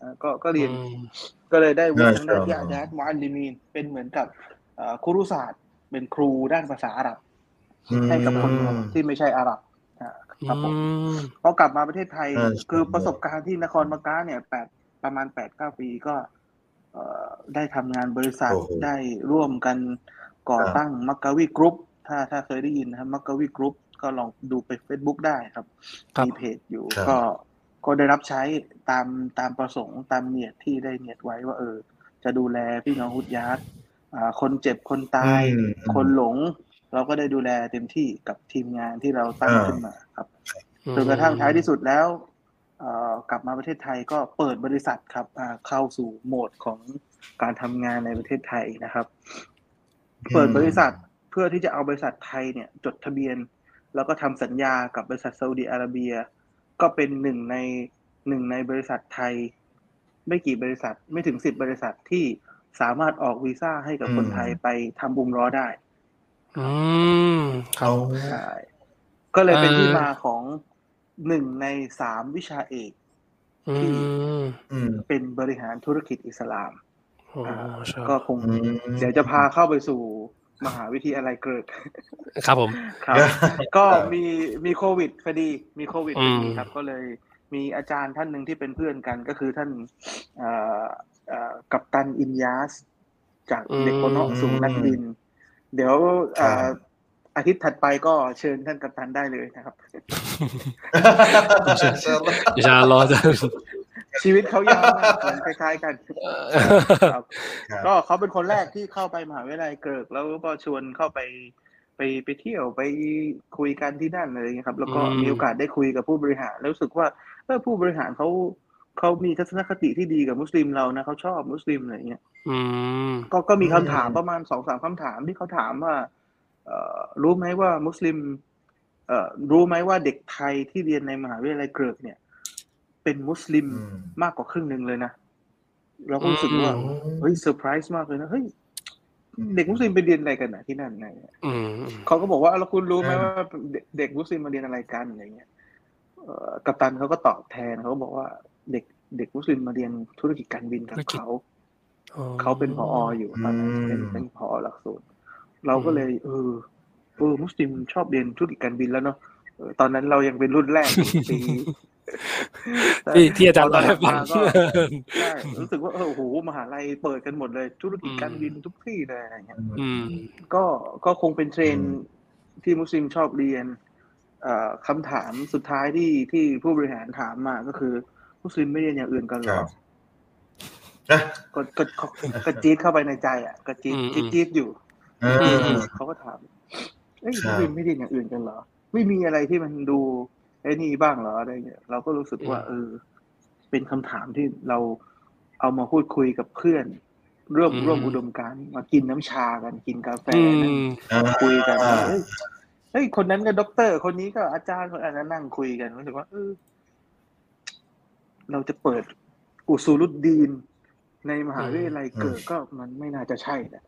อ่าก็ก็เรียนอืมก็เลยได้วุฒิทางด้านมาชายะอัลลอฮ์ดาตมุอัลลิมีนเป็นเหมือนกับเอ่อครุศาสตร์เป็นครูด้านภาษาอาหรับอืให้กับคนมที่ไม่ใช่อาหรับอ่าครับผมอืมพอกลับมาประเทศไทยมาชาคือประสอัลบลอฮ์การณ์ที่นครมักกะฮ์เนี่ยแปดประมาณ แปดเก้า ปีก็เอ่อได้ทำงานบริษัทโอ้โฮได้ร่วมกันก่อครับตั้งมักกะวีกรุ๊ปถ้าถ้าเคยได้ยินนะครับมักกะวีกรุ๊ปก็ลองดูไป Facebook ได้ครับครับมีเพจอยู่ครับก็ก็ได้รับใช้ตามตามประสงค์ตามเนียดที่ได้เนียดไว้ว่าเออจะดูแลพี่น้องฮุดยาตอ่าคนเจ็บคนตายอืมคนหลง เราก็ได้ดูแลเต็มที่กับทีมงานที่เราตั้งอาขึ้นมาครับจนกระทั่งท้ายที่สุดแล้วเอ่อกลับมาประเทศไทยก็เปิดบริษัทครับอ่าเข้าสู่โหมดของการทำงานในประเทศไทยนะครับ เปิดบริษัทเพื่อที่จะเอาบริษัทไทยเนี่ยจดทะเบียน แล้วก็ทำสัญญากับบริษัทซาอุดิอาระเบีย ก็เป็นหนึ่งในหนึ่งในบริษัทไทย ไม่กี่บริษัทไม่ถึงสิบบริษัทที่สามารถออกวีซ่าให้กับอืมคนไทยไปทำอุมเราะห์ได้อืมครับเอาใช่ก็เลยเป็นเอ่อที่มาของหนึ่งในสามวิชาเอกอืที่มอืมเป็นบริหารธุรกิจอิสลามโอ้อ่ามาชาอัลก็ลอฮ์คงอืมเดี๋ยวจะพาเข้าไปสู่มหาวิทยาลัยเกิดครับผมครับได้ก็ครับมีมีโควิดพอดี มีโควิดอืพอมดีครับ ก็เลยมีอาจารย์ท่านหนึ่งที่เป็นเพื่อนกัน ก็คือท่านเอ่อเอ่อกัปตันอินยาส จากอืเด็กโปโนะมสู่นักบิน เดี๋ยวครัอ่าบอาทิตย์ถัดไปก็เชิญท่านกัปตันได้เลยนะครับอินชาอัลลอฮ์อินชาอัลลอฮ์ อาจารย์ชีวิตเขายาวมาก เหมือนคล้าย ๆ กัน ครับครับก็เขาเป็นคนแรกที่เข้าไปมหาวิทยาลัยเกิด แล้วก็ชวนเข้าไปไปไปเที่ยวไปคุยกันที่นั่นอะไรอย่างเงี้ยครับ แล้วก็อืมมีโอกาสได้คุยกับผู้บริหาร แล้วรู้สึกว่าเออผู้บริหารเขาเขามีทัศนคติที่ดีกับมุสลิมเรานะเขาชอบมุสลิมอะไรอย่างเงี้ยอืมก็ก็มีอืคำถามมประมาณ สองสาม คำถามที่เขาถามว่าเอ่อรู้ไหมว่ามุสลิมเอ่อรู้ไหมว่าเด็กไทยที่เรียนในมหาวิทยาลัยเกิดเนี่ย เป็นมุสลิมอืมมากกว่าครึ่งหนึ่งเลยนะ เราก็อืรู้สึกว่ามเฮ้ยเซอร์ไพรส์มากเลยนะ เฮ้ย เด็กมุสลิมไปเรียนอะไรกันน่ะที่นั่นอะไรเงี้ยอืมเขาก็บอกว่า แล้วคุณรู้ไหมอาว่าเด็กเด็กมุสลิมมาเรียนอะไรกันอะไรเงี้ย เอ่อกัปตันเขาก็ตอบแทน เขาก็บอกว่าเด็กเด็กมุสลิมมาเรียนธุรกิจการบินกัธุบรกิจเขาอ๋อเขาเป็นผอ. อยู่อืตอนนั้น เป็นมเป็นผอ. หลักสูตร เราก็เลย เออ เออ มุสลิมชอบเรียนธุรกิจการบินแล้วเนาะ เออ ตอนนั้นเรายังเป็นรุ่นแรกอยู่ ปีที่ ที่อาจารย์พเล่าหให้ลังฟัๆงมาก็ ใช่ รู้สึกว่า เออ โอ้โฮ มหาลัยเปิดกันหมดเลย ธุรกิจการบินทุกที่เลยอะไรเงี้ยอืมก็ ก็คงเป็นอื trend มที่มุสลิมชอบเรียน เอ่อ คำถามสุดท้ายที่ ที่ผู้บริหารถามมาก็คือ มุสลิมไม่เรียนอย่างอื่นกันเหครรัอ? บ อะก็ ก็ ก็ ก็จี๊ดเข้าไปในใจอะ ก็จี๊อืดมจี๊ด ๆ อยู่อืจี๊ด ๆ อมยู่ เขาก็ถาม เฮ้ยคมุรัสลิบมไม่เรียนอย่างอื่นกันเหรอ? ไม่มีอะไรที่มันดูไอ้นี่บ้างเหรอ? อะไรเงี้ย เราก็รู้สึกอืว่ามเออ เป็นคำถามที่เราเอามาพูดคุยกับเพื่อน ร่วมอืร่วมอุดมการณ์ มากินน้ำชากัน กินกาแฟอืนั่งมอาคุยกันว่า เฮ้ย เฮ้ย คนนั้นก็ด็อกเตอร์ คนนี้ก็อาจารย์ คนนั้นก็นั่งคุยกัน รู้สึกว่า เออ เราจะเปิดอุซูลุดดีนในมหาวิทยาลัยอืเกิมด ก็มันไม่น่าจะใช่แหละ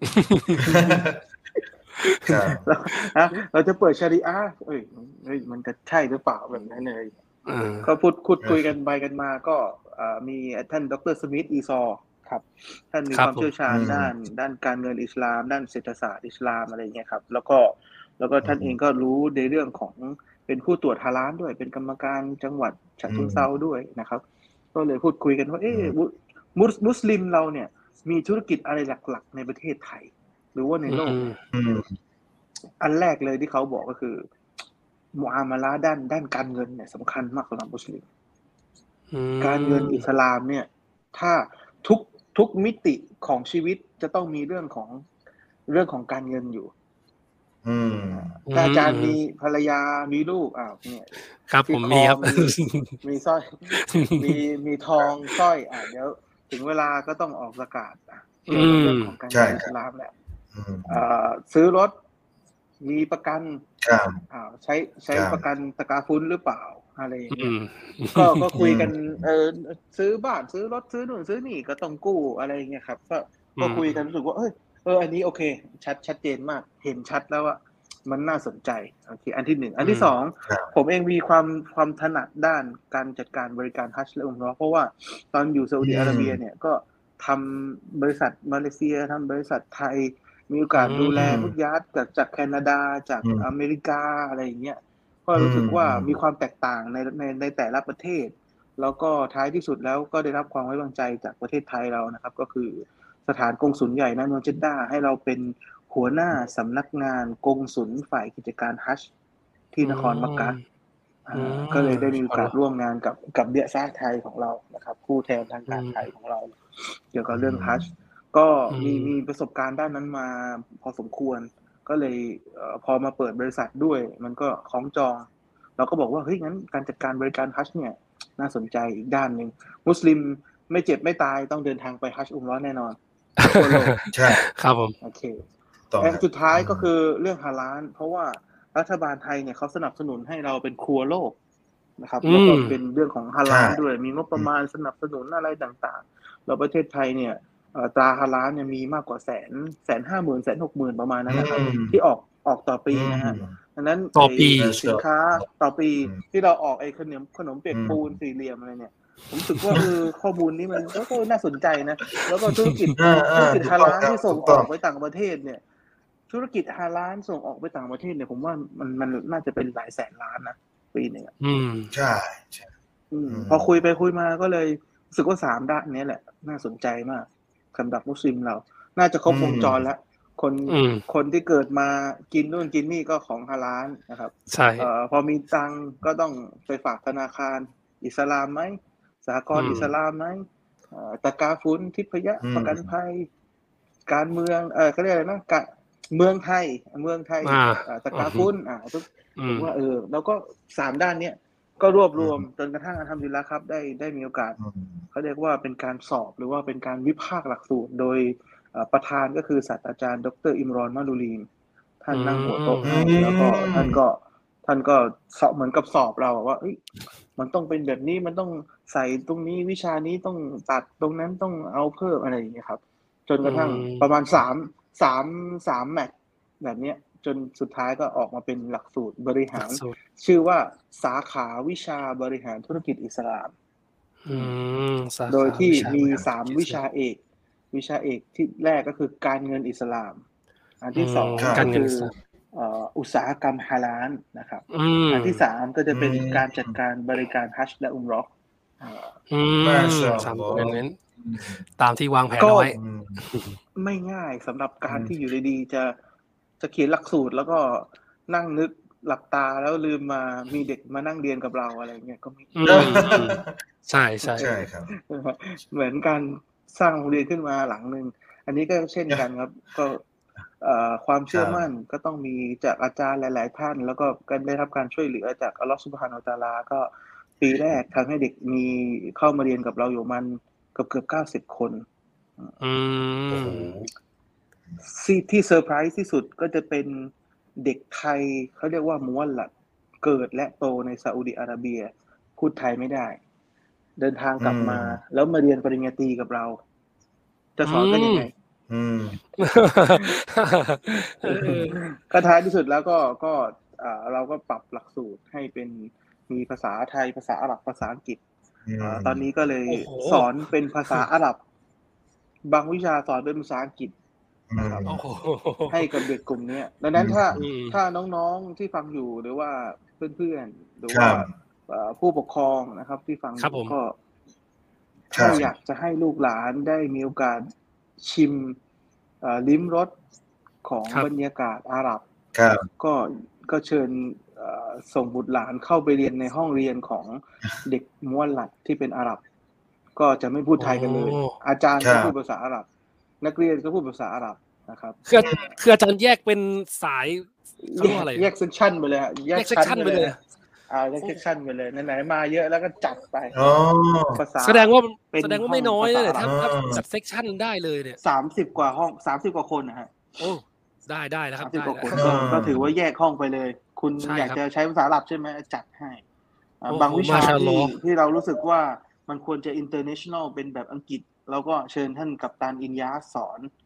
ครับเรา ฮะ เราจะเปิดชะรีอะห์ เฮ้ย เฮ้ย มันจะใช่หรือเปล่า? แบบนั้นเลยเออก็พูด พูดเออคุยกันไปกันมา ก็ อ่า มีท่านดอกเตอรสมิธ อีซอ ครับ ท่านมีครัคบวามผเชี่ยวชาอืญ ด้านมด้านการเงินอิสลาม ด้านเศรษฐศาสตร์อิสลาม อะไรอย่างเงี้ยครับ แล้วก็ แล้วก็อืท่านเองก็รู้ในเรื่องของ เป็นผู้ตรวจฮาลาลด้วย เป็นกรรมการจังหวัดฉะอืเชิงมเทราด้วยนะครับ ก็เลยพูดคุยกันว่า เอ๊อืมมุ มุส มุสลิมเราเนี่ยมีธุรกิจอะไรหลัก ๆ ในประเทศไทย หรือว่าในอืโลกมเนี่ยอืมอันแรกเลยที่เขาบอกก็คือ มุอามาละห์ ด้าน ด้านการเงินเนี่ยสำคัญมากสำหรับมุสลิมอืการเงินอิมสลามเนี่ย ถ้าทุก ทุกมิติของชีวิตจะต้องมีเรื่องของ เรื่องของการเงินอยู่อืมอ่าอืถ้าอาจารย์อมีภรรยา มีลูก อ้าว เนี่ยครับที่ผมคมีอครับมี มีสร้อย มี มีทอง สร้อย อ่า เดี๋ยวถึงเวลาก็ต้องออกซะกาต อ่าอืเกี่ยวกับเรื่องมของการใช่เงินอิครัสบลามแหละอืมอ่า ซื้อรถ มีประกันครับอ่า ใช้ ใช้ครับประกันตะกาฟุนหรือเปล่า? อะไรอย่าอืงเงี้ยมก็ ก็คุยกันอืมเออ อ ซื้อบ้าน ซื้อรถ ซื้อนู่นซื้อนี่ก็ต้องกู้ อะไรอย่างเงี้ยครับ ก็อืก็คุยกันมรู้สึกว่า เฮ้ย เออ อันนี้โอเค ชัด ชัดเจนมาก เห็นชัดแล้วว่ามันน่าสนใจโอเคอันที่หนึ่งอันอืที่มสองครับผมเองมีความความถนัดด้านการจัดการบริการฮัจญ์และอุมเราะห์เพราะว่าตอนอยู่ซาอุดิอาระเบียเนี่ยก็ทำบริษัทมาเลเซียทำบริษัทไทยมีโอกาสอืมดูแลพุทธญาติจากจากแคนาดาจากอืมอเมริกาอะไรอย่างเงี้ยก็รู้สึกว่าอืมมีความแตกต่างในในในแต่ละประเทศ แล้วก็ท้ายที่สุดแล้วก็ได้รับความไว้วางใจจากประเทศไทยเรานะครับ ก็คือสถานกงสุลใหญ่ณเมืองเจดดาห์ให้เราเป็นหัวหน้าสำนักงานกงสุลฝ่ายกิจการฮัจญ์ที่นครมักกะฮ์อือ่าม ก็เลยได้มีโอกาสอัลลอฮ์ร่วมงานกับกับเดียซะห์ไทยของเรานะครับผู้แทนทางการอืมไทยของเรา เกี่ยวกับเรื่องอืมฮัจญ์ก็อืมมีมีประสบการณ์ด้านนั้นมาพอสมควร ก็เลยเอ่อพอมาเปิดบริษัทด้วย มันก็คล้องจอง เราก็บอกว่าเฮ้ยงั้นการจัดการบริการฮัจญ์เนี่ยน่าสนใจอีกด้านหนึ่งมุสลิมไม่เจ็บไม่ตายต้องเดินทางไปฮัจญ์อุมเราะห์แน่นอนทั่วโลกใช่ครับผมโอเคต้องและครับสุดท้ายก็มคือเรื่องฮาลาลเพราะว่ารัฐบาลไทยเนี่ยเขาสนับสนุนให้เราเป็นครัวโลกนะครับอืมแล้วก็เป็นเรื่องของฮาลาลใช่ด้วยมีงบประมาณสนับสนุนอะไรต่างๆแล้วประเทศไทยเนี่ยเอ่อตราฮาลาลเนี่ยมีมากกว่าแสนแสนห้าหมื่นแสนหกหมื่นประมาณนั้นนะครับอืมที่ออกออกต่อปีอืมนะฮะดังนั้นต่อปีไอ้สินค้าต่อปีอืมที่เราออกไอ้ขนมขนมเปียกอืมปูนสี่เหลี่ยมอะไรเนี่ย ผมรู้สึกว่าเออข้อมูลนี้มันก็ก็น่าสนใจนะ แล้วก็ธุรกิจอ่าธุรอ่ากิจถูกฮาต้องลาลครับที่ส่งถูกอต้ออง กไปต่างประเทศเนี่ย ธุรกิจฮาลาลส่งออกไปต่างประเทศเนี่ยผมว่ามันมันน่าจะเป็นหลายแสนล้านนะปีหนึงอะอืมใช่ใช่อืมอืมพอคุยไปคุยมาก็เลยรู้สึกว่าสามด้านนี้แหละ น่าสนใจมากสำหรับมุสลิมเรา น่าจะครบวงจรแล้ว คนอืมคนที่เกิดมากินนู่นกินนี่ก็ของฮาลาลนะครับใช่เอ่อพอมีตังค์ก็ต้องไปฝากธนาคารอิสลามไหมสหกรณ์อืมอิสลามไหมเอ่อตะกาฟุนทิพยะอืมประกันภัย การเมืองเออเขาเรียกอะไรนะกะเมืองไทยเมืองไทยอ่าเอ่อตะกาฟุนอ่าทุกอืผมมว่าเออแล้วก็สามด้านเนี้ยก็รวบรวมจนกระทั่งอัลฮัมดุลิลละห์ครับ ได้ได้มีโอกาสอืมเขาเรียกว่าเป็นการสอบหรือว่าเป็นการวิพากษ์หลักสูตร โดยเอ่อประธานก็คือศาสตราจารย์ดรอิมรอนมาลูลีนท่านนั่งหัวโต๊ะอืให้มแล้วก็ท่านก็ท่านก็สอบเหมือนกับสอบเราอะว่าเอ้ยมันต้องเป็นแบบนี้มันต้องใส่ตรงนี้วิชานี้ต้องตัดตรงนั้นต้องเอาเพิ่มอะไรอย่างเงี้ยครับ จนกระทั่งอืมประมาณสามสามสามแมตช์แบบเนี้ย จนสุดท้ายก็ออกมาเป็นหลักสูตรบริหลัหาก รสูตรชื่อว่าสาขาวิชาบริหารธุรกิจอิสลามอืม สาโดยขาที่วิชามีบริหารสามธุรกิจวิชาเอก วิชาเอกที่แรกก็คือการเงินอิสลาม อันที่อืมสองครับก็การเงิคืนออิสลามเอ่ออุตสาหกรรมฮาลาลนะครับอืมอันที่สามก็จะเป็นอืมการจัดการบริการฮัจญ์และอุมเราะห์อ่าอืมาม ชาอัลสามลอตัวฮ์เน้นอืมๆตามที่วางแผนก็เอาไว้อืมไม่ง่ายสำหรับการอืมที่อยู่ดีๆจะจะเขียนหลักสูตร แล้วก็นั่งนึกหลับตาแล้วลืมมามีเด็กมานั่งเรียนกับเราอะไรเงี้ยก็ไม่อืม อืม ใช่ ใช่ใช่ครับเหมือนการสร้างโรงเรียนขึ้นมาหลังหนึ่ง อันนี้ก็เช่นกันครับ ก็เอ่อความเชื่อมั่นก็ต้องมีจากอาจารย์หลาย ๆ ท่าน แล้วก็การได้รับการช่วยเหลือจากอัลเลาะห์ซุบฮานะฮูวะตะอาลา ก็ปีแรกทำให้เด็กมีเข้ามาเรียนกับเราอยู่ประมันเกือบๆเก้าสิบคนอืโอ้โหมที่ที่เซอร์ไพรส์ที่สุดก็จะเป็นเด็กไทยเขาเรียกว่ามุวัลลัดเกิดและโตในซาอุดิอาระเบีย พูดไทยไม่ได้ เดินทางกลับมาอืมแล้วมาเรียนปริญญาตรีกับเรา จะสอนกันยังไงอืมเออก็ท้ายที่สุดแล้วก็ก็อ่าเราก็ปรับหลักสูตรให้เป็นมีภาษาไทยภาษาอาหรับภาษาอังกฤษอืมอ่าตอนนี้ก็เลยโอ้โหสอนเป็นภาษาอาหรับ บางวิชาสอนเป็นภาษาอังกฤษ นะครับโอ้โหให้กับเด็กกลุ่มเนี้ยดังนั้นถ้าอืมถ้าน้องๆที่ฟังอยู่หรือว่าเพื่อนๆหรือครัว่าบเอ่อผู้ปกครองนะครับที่ฟังอครับผยู่มก็ครัถ้าบอยากจะให้ลูกหลานได้มีโอกาสชิมเอ่อลิ้มรสของครับบรรยากาศอาหรับครับก็ก็เชิญเอ่อส่งบุตรหลานเข้าไปเรียนในห้องเรียนของเด็กมุวัลลัดที่เป็นอาหรับ ก็จะไม่พูดไทยกันเลยโอ้อาจารย์ครัก็บพูดภาษาอาหรับ นักเรียนก็พูดภาษาอาหรับนะครับคือคืออาจารย์แยกเป็นสายเขาแยเรียกกว่าอะไรแยกเซกชันไปเลยฮะแยแยกกเซกชั้นชันไปไปเลเลย ยฮะอ่าแยกเซกชันไปเลยไหนๆมาเยอะแล้วก็จัดไปอ๋อภาษาแสดงว่าเป็นแสดงว่าห้องไม่น้อยภาเลษาย อาหรับถ้าถ้าอ๋อจัดเซกชันได้เลยเนี่ยสามสิบกว่าห้องสามสิบกว่าคนนะฮะโอ้ได้ได้นะคสารัมบสิบได้กว่าแล้คนวก็อ่าก็ถือว่าแยกห้องไปเลย คุณใช่อยากครับจะใช้ภาษาอาหรับใช่ไหมจัดให้อ่าโอ้โหบางวิชามาชาอัลลอที่ฮ์ที่เรารู้สึกว่ามันควรจะ international เป็นแบบอังกฤษ แล้วก็เชิญท่านกัปตันอินยาสสอน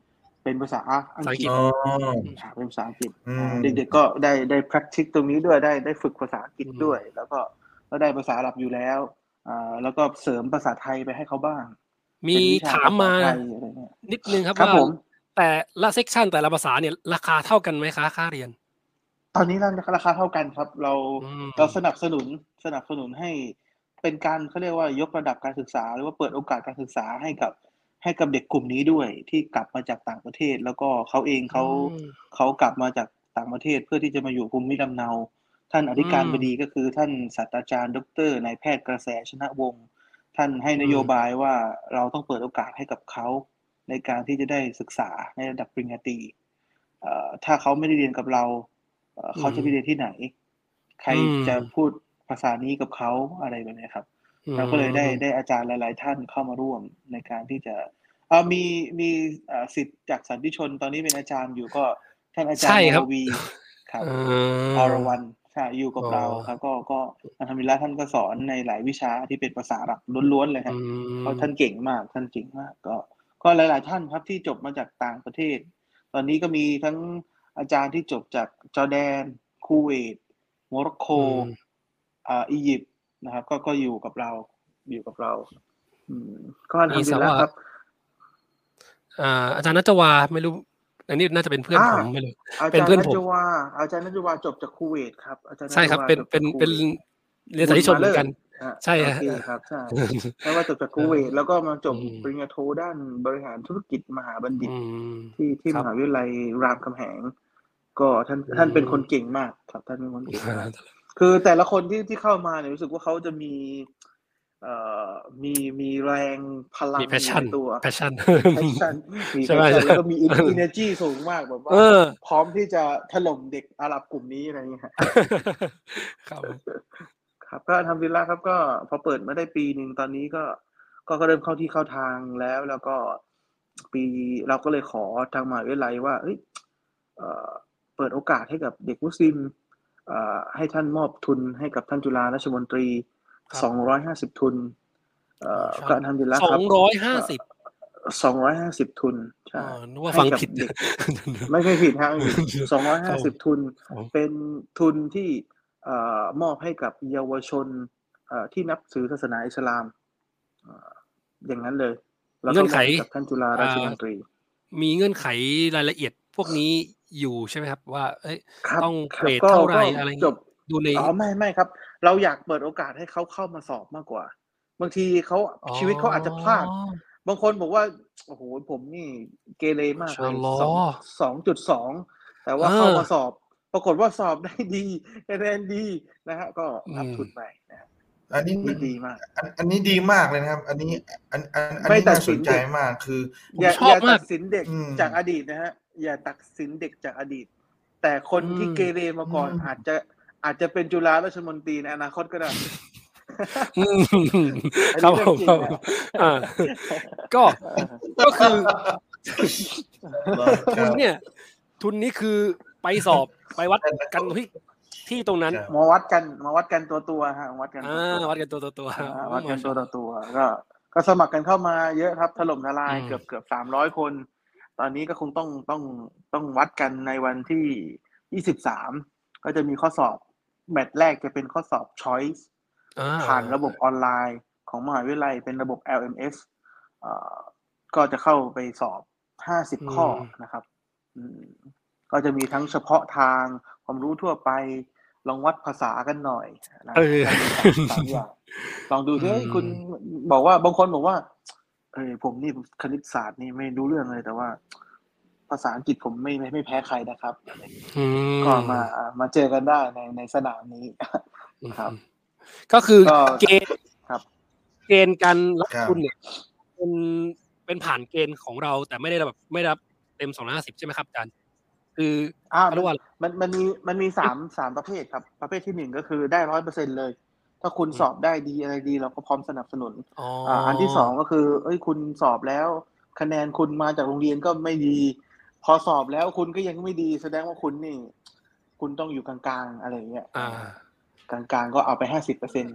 เป็นภาษาอังกฤษอ๋ออ่าเป็นภาษาอังกฤษอือ่าม เด็กๆก็ได้ได้ practice ตรงนี้ด้วยได้ได้ฝึกภาษาอังกฤษอืมด้วย แล้วก็ก็ได้ภาษาอาหรับอยู่แล้วอ่าแล้วก็เสริมภาษาไทยไปให้เขาบ้างมีเป็นวิชาถาภาม ษามาไทยอะไรเงี้ยนิดนึงครับครับว่าผมแต่ละเซกชันแต่ละภาษาเนี่ยราคาเท่ากันไหมคะค่าเรียนตอนนี้ราคาเท่ากันครับ เราอืมเราสนับสนุนสนับสนุนให้เป็นการเขาเรียกว่ายกระดับการศึกษา หรือว่าเปิดโอกาสการศึกษาให้กับให้กับเด็กกลุ่มนี้ด้วยที่กลับมาจากต่างประเทศ แล้วก็เขาเองเขาอืมเขากลับมาจากต่างประเทศเพื่อที่จะมาอยู่ภูมิลำเนา ท่านอธิการบดีก็คือท่านศาสตราจารย์ดอกเตอรนายแพทย์กระแสชนะวงศ์ท่านให้นโยบายว่าเราต้องเปิดโอกาสให้กับเขาในการที่จะได้ศึกษาในระดับปริญญาตรีเอ่อถ้าเขาไม่ได้เรียนกับเราเอ่อเขาจะไปเรียนที่ไหน ใครอืมจะพูดภาษานี้กับเขาอะไรแบบนี้ครับอืมเราก็เลยได้ได้อาจารย์หลาย ๆ ท่านเข้ามาร่วมในการที่จะเอ่อมีมีเอ่อศิษย์จากสันติชนตอนนี้เป็นอาจารย์อยู่ก็ท่านอาจารใช่ย์นครัรบวีครับเอออรวรรณใช่อยู่กับอ๋อเราครับก็ก็อัลฮัมดุลิลละห์ท่านก็สอนในหลายวิชาที่เป็นภาษาอาหรับล้วน ๆ เลยคอืรับมเพราะท่านเก่งมากท่านเก่งมากก็ก็หลาย ๆ ท่านครับที่จบมาจากต่างประเทศ ตอนนี้ก็มีทั้งอาจารย์ที่จบจากจอร์แดน คูเวต โมร็อกโกอืมอ่าอียิปต์นะครับก็ก็อยู่กับเราอยู่กับเรา อืมก็อัลฮัมีมดุลิสาลละวห์ครับอ่าอาจารย์นัจวาไม่รู้ อันนี้น่าจะเป็นเพื่อนอาผมไม่รู้อาเป็นจารเพื่ย์อนนัผจมวา อาจารย์นัจวาจบจากคูเวตครับ อาจารย์นัใช่จครับวาเป็นจบเป็จากนคูเป็นเวตเรียนสันติชนเหมือนกันครับใช่คโอรับเคครับ ใช่ นัจวาจบจากคูเวต แล้วก็มาจบอืมปริญญาโทด้านบริหารธุรกิจมหาบัณฑิตอืมที่ที่ครัมบหาวิทยาลัยรามคำแหง ก็ท่านอืท่านเป็นคนมเก่งมากครับ ท่านเป็นคนเก่งมาก คือแต่ละคนที่ที่เข้ามาเนี่ยรู้สึกว่าเขาจะมี เอ่อ มี มีแรงพลัมีงอยู่ใน passion ตัว passion passion มีใช่ไหม passion แล้วก็มีเออ energy สูงมากแบบว่าเออพร้อมที่จะถล่มเด็กอาหรับกลุ่มนี้อะไรอย่างเงี้ยครับครับผมครับก็อัลฮัมดุลิลละห์ครับก็พอเปิดมาได้ปีหนึ่งตอนนี้ก็ก็ก็เริ่มเข้าที่เข้าทางแล้ว แล้วก็ปีเราก็เลยขอทางมหาวิทยาลัยว่าเฮ้ยเอ่อเปิดโอกาสให้กับเด็กมุสลิมเอ่อให้ท่านมอบทุนให้กับท่านจุฬาราชมนตรีครับสองร้อยห้าสิบ ทุนเอ่อมาชาก็อัลฮัมดุลิลละห์สอครับงร้อยห้าสิบสองร้อยห้าสิบ ทุน ใช่อ๋อ นึกว่าให้ฟังกับผิดเด็ก ไม่ไม่ผิดครับไม่ผิด สองร้อยครัห้าบผสิบมทุนครับผมเป็นทุนที่เอ่อมอบให้กับเยาวชนเอ่อที่นับถือศาสนาอิสลามเอ่ออย่างนั้นเลย แล้วเงื่ก็อนมไขอบให้กับท่านจุฬาราชมนตรีมีเงื่อนไขรายละเอียดพวกนี้อยู่ใช่ไหมครับ ว่า เฮ้ยครับต้องคเกรัรบดก็เท่าไรก็อะไรจงี้บดูในอ๋อ ไม่ ไม่ครับ เราอยากเปิดโอกาสให้เขาเข้ามาสอบมากกว่า บางทีเขาอ๋อชีวิตเขาอาจจะพลาด บางคนบอกว่า โอ้โฮ ผมนี่เกเรมามากชาเลอัยลลอสองฮ์สองจุดสอง แต่ว่าเออเข้ามาสอบ ปรากฏว่าสอบ ได้ ดี คะแนนดีนะครับ ก็อืรับมทุนไปนะครับอันนี้นี่ดีมากอัน อันนี้ดีมากเลยนะครับ อันนี้ อัน อัน อันไม่นี้ตัดน่าสสินนใจเด็กมาก คือผมอย่าชออบย่ามาตักดสินเด็กอืมจากอดีตนะครับ อย่าตัดสินเด็กจากอดีต แต่คนอืที่มเกเรมาก่อนอืมอาจจะ อาจจะเป็นจุฬาราชมนตรีในอนาคตก็ได้อืมอันครันี้บเรื่ผองมจริคงรับนะอา ก็เออก็คือเหรอ คทุรันบเนี่ย ทุนนี้คือไปสอบ ไปวัดกัน เฮ้ย ที่ตรงนั้นครับมาวัดกัน มาวัดกันตัว ๆ ครับ มาวัดกันอาตัววัดกันตัวต่อๆ อาๆ โอ้วัดกัมาน ชาตัวอัลลอฮ์ต่อตัว ก็ ก็สมัครกันเข้ามาเยอะครับ ถล่มทลาอืยมเกือบ เกือบ สามร้อย คน ตอนนี้ก็คงต้อง ต้อง ต้องวัดกันในวันที่ ยี่สิบสาม ก็จะมีข้อสอบ แมตช์แรกจะเป็นข้อสอบ ชอยซ์อาผ่านระบบออนไลน์ของมหาวิทยาลัย เป็นระบบ แอล เอ็ม เอส เอ่อ ก็จะเข้าไปสอบ ห้าสิบอืข้อมนะครับ อืม ก็จะมีทั้งเฉพาะทาง ความรู้ทั่วไป ลองวัดภาษากันหน่อยนะเออก็มี สาม สาม อย่าง ลองดูอืซิ เฮ้ย คุณมบอกว่า บางคนบอกว่า เออ ผมนี่คณิตศาสตร์นี่ไม่รู้เรื่องเลย แต่ว่าภาษาอังกฤษผมไม่ ไม่ ไม่แพ้ใครนะครับ อะไรอย่างงี้อืก็มามอ่า มาเจอกันได้ใน ในสนามนี้อือคฮรับึ ก็คือก็เกณฑ์ครับเกณฑ์การรับครัทุบนเนี่ย เป็น เป็นผ่านเกณฑ์ของเรา แต่ไม่ได้แบบ ไม่ได้รับเต็ม สองร้อยห้าสิบ ใช่ไหมครับอาจารย์? คืออาเขาเรีมันยกว่ามัน มันมี มันมีเอ๊ะสาม สาม ประเภทครับ ประเภทที่ หนึ่ง ก็คือได้ ร้อยเปอร์เซ็นต์ เลย ถ้าคุณอืมสอบได้ดีอะไรดี เราก็พร้อมสนับสนุนอ๋ออ่า อันที่ สอง ก็คือ เฮ้ย คุณสอบแล้ว คะแนนคุณมาจากโรงเรียนก็ไม่ดี พอสอบแล้วคุณก็ยังไม่ดี แสดงว่าคุณนี่ คุณต้องอยู่กลาง ๆ อะไรอย่างเงี้ยอากลาง ๆ ก็เอาไป ห้าสิบเปอร์เซ็นต์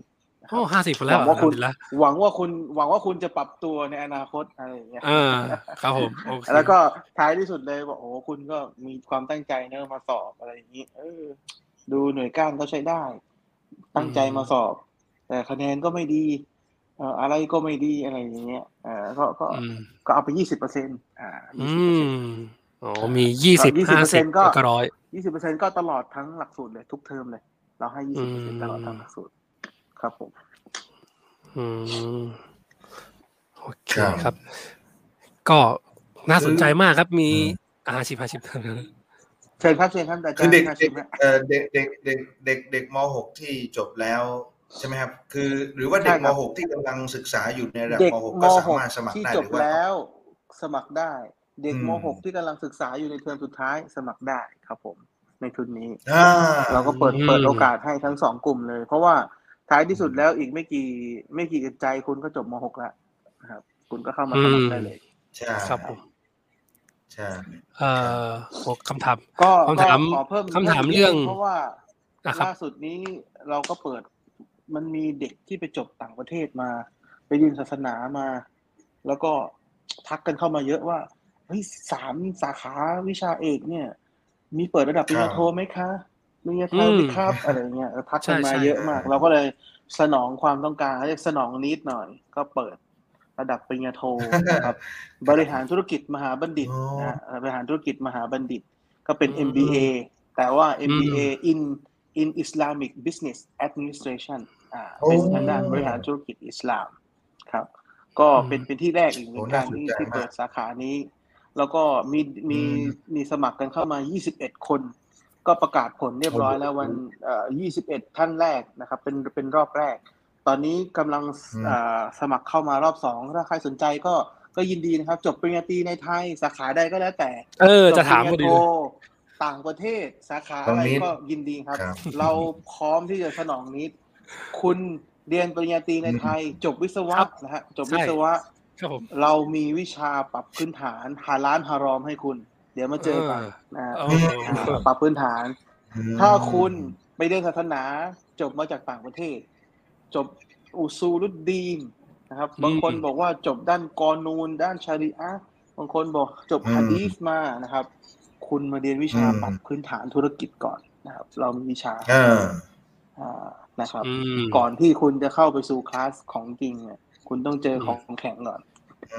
โอ้ห้าสิบคนหแล้วัวงว่าอัลฮัคุมณดุลิลละห์หวังว่าคุณหวังว่าคุณจะปรับตัวในอนาคตอะไรอย่างเงี้ยเออครับผมโอเคแล้วก็ท้ายที่สุดเลยบอกโอ้คุณก็มีความตั้งใจเนอะมาสอบอะไรอย่างนี้เออดูหน่วยก้านก็ใช้ได้ ตั้งใจมาสอบ แต่คะแนนก็ไม่ดีเอ่ออะไรก็ไม่ดีอะไรอย่างเงี้ยเออก็ก็อืมก็เอาไปยี่สิบเปอร์เซ็นต์อ่าอืยี่สิบเปอร์เซ็นต์มอ๋อมียี่สิบยี่สิบห้าเปอร์สิเซ็บนต์ก็แล้วก็ร้อยยี่สิบเปอร์เซ็นต์ก็ตลอดทั้งหลักสูตรเลยทุกเทอมเลย เราให้ยี่อืสิบเปอร์เซ็นต์ตลอดทั้งมหลักสูตรครับผมอืมโอเคครับครับ ก็น่าสนใจมากครับมีอืมอ่าห้าสิบ ห้าสิบเชิญครับเชิญครับอาจารย์คือเด็กห้าเด็สิกบฮะเอ่อเด็กเด็กเด็กเด็กเด็กม หก ที่จบแล้วใช่ไหมครับ คือหรือว่าเด็กใช่คมรับหก ที่กำลังศึกษาอยู่ในระดับเด็กม หกมก็สาหกมารถสมัครที่ได้จหบรือว่าแล้วสมัครได้ เด็กอืมมหก ที่กำลังศึกษาอยู่ในเทอมสุดท้ายสมัครได้ครับผม ในทุนนี้อ่าเราก็เปิดอืมเปิดโอกาสให้ทั้งสองกลุ่มเลย เพราะว่าท้ายที่สุดแล้วอีกไม่กี่ไม่กี่ใจคุณก็จบ ม หก แล้วนะครับ คุณก็เข้ามาอืสมัคมรได้เลยใช่ครับผมใช่เอ่ครับอโอ้คำถามก็คำก็ถามขอเพิ่มคำถามพิ่กนิดเรื่องนึเพราะว่าอ่ะครับล่าสุดนี้เราก็เปิดมันมีเด็กที่ไปจบต่างประเทศมา ไปเรียนศาสนามา แล้วก็ทักกันเข้ามาเยอะว่าเฮ้ยสามสาขาวิชาเอกเนี่ย มีเปิดระดับปริญญาโทไหมคะปริญญาโทอืมไหมครับ อะไรเงี้ยทักกันมาใช่ๆเยอะมาก เราก็เลยสนองความต้องการเรียกสนองนิดหน่อย ก็เปิดระดับปริญญาโทนะครับ บริหารธุรกิจมหาบัณฑิตอ๋อนะฮะบริหารธุรกิจมหาบัณฑิต ก็เป็นอืมเอ็ม บี เอ แต่ว่า เอ็ม บี เออืม in in Islamic Business Administration อ่าโอ้เป็นทางด้านบริหารธุรกิจอิสลามครับ ก็อืมเป็นเป็นที่แรกอีกเหมืโอ้อนกัน่าน สนที่ใจที่มาเปิกดสาขานี้ แล้วก็มีมีอืมมีสมัครกันเข้ามายี่สิบเอ็ดคน ก็ประกาศผลเรียบร้อยแล้ววันเอ่อยี่สิบเอ็ดท่านแรกนะครับเป็นเป็นรอบแรก ตอนนี้กำลังอืมเอ่อสมัครเข้ามารอบสองถ้าใครสนใจก็ก็ยินดีนะครับ จบปริญญาตรีในไทยสาขาใดก็แล้วแต่เออจจะบปถาริมญพญาอดีโทเลยต่างประเทศสาขาตรอะงไรนี้ก็ยินดีครับครับเราพร้อมที่จะสนองนิด คุณเรียนปริญญาตรีในไทย จบวิศวะครับนะฮะจบใช่วิศวะครับผมเรามีวิชาปรับพื้นฐานฮาลาลฮารอมให้คุณ เดี๋ยวมาเจอกันนะฮะโอ้อ่าปรับพื้นฐานอืมถ้าคุณไปเรียนศาสนาจบมาจากต่างประเทศ จบอุซูลุดดีนนะครับ บางคนอืมบอกว่าจบด้านกอนูน ด้านชารีอะห์บางคนบอกจบอืมหะดีษมานะครับ คุณมาเรียนวิชาอืมปรับพื้นฐานธุรกิจก่อนนะครับ เรามีวิชาเอออ่านะครับอืมก่อนที่คุณจะเข้าไปสู่คลาสของจริงเนี่ยคุณต้องเจอของแข็งก่อน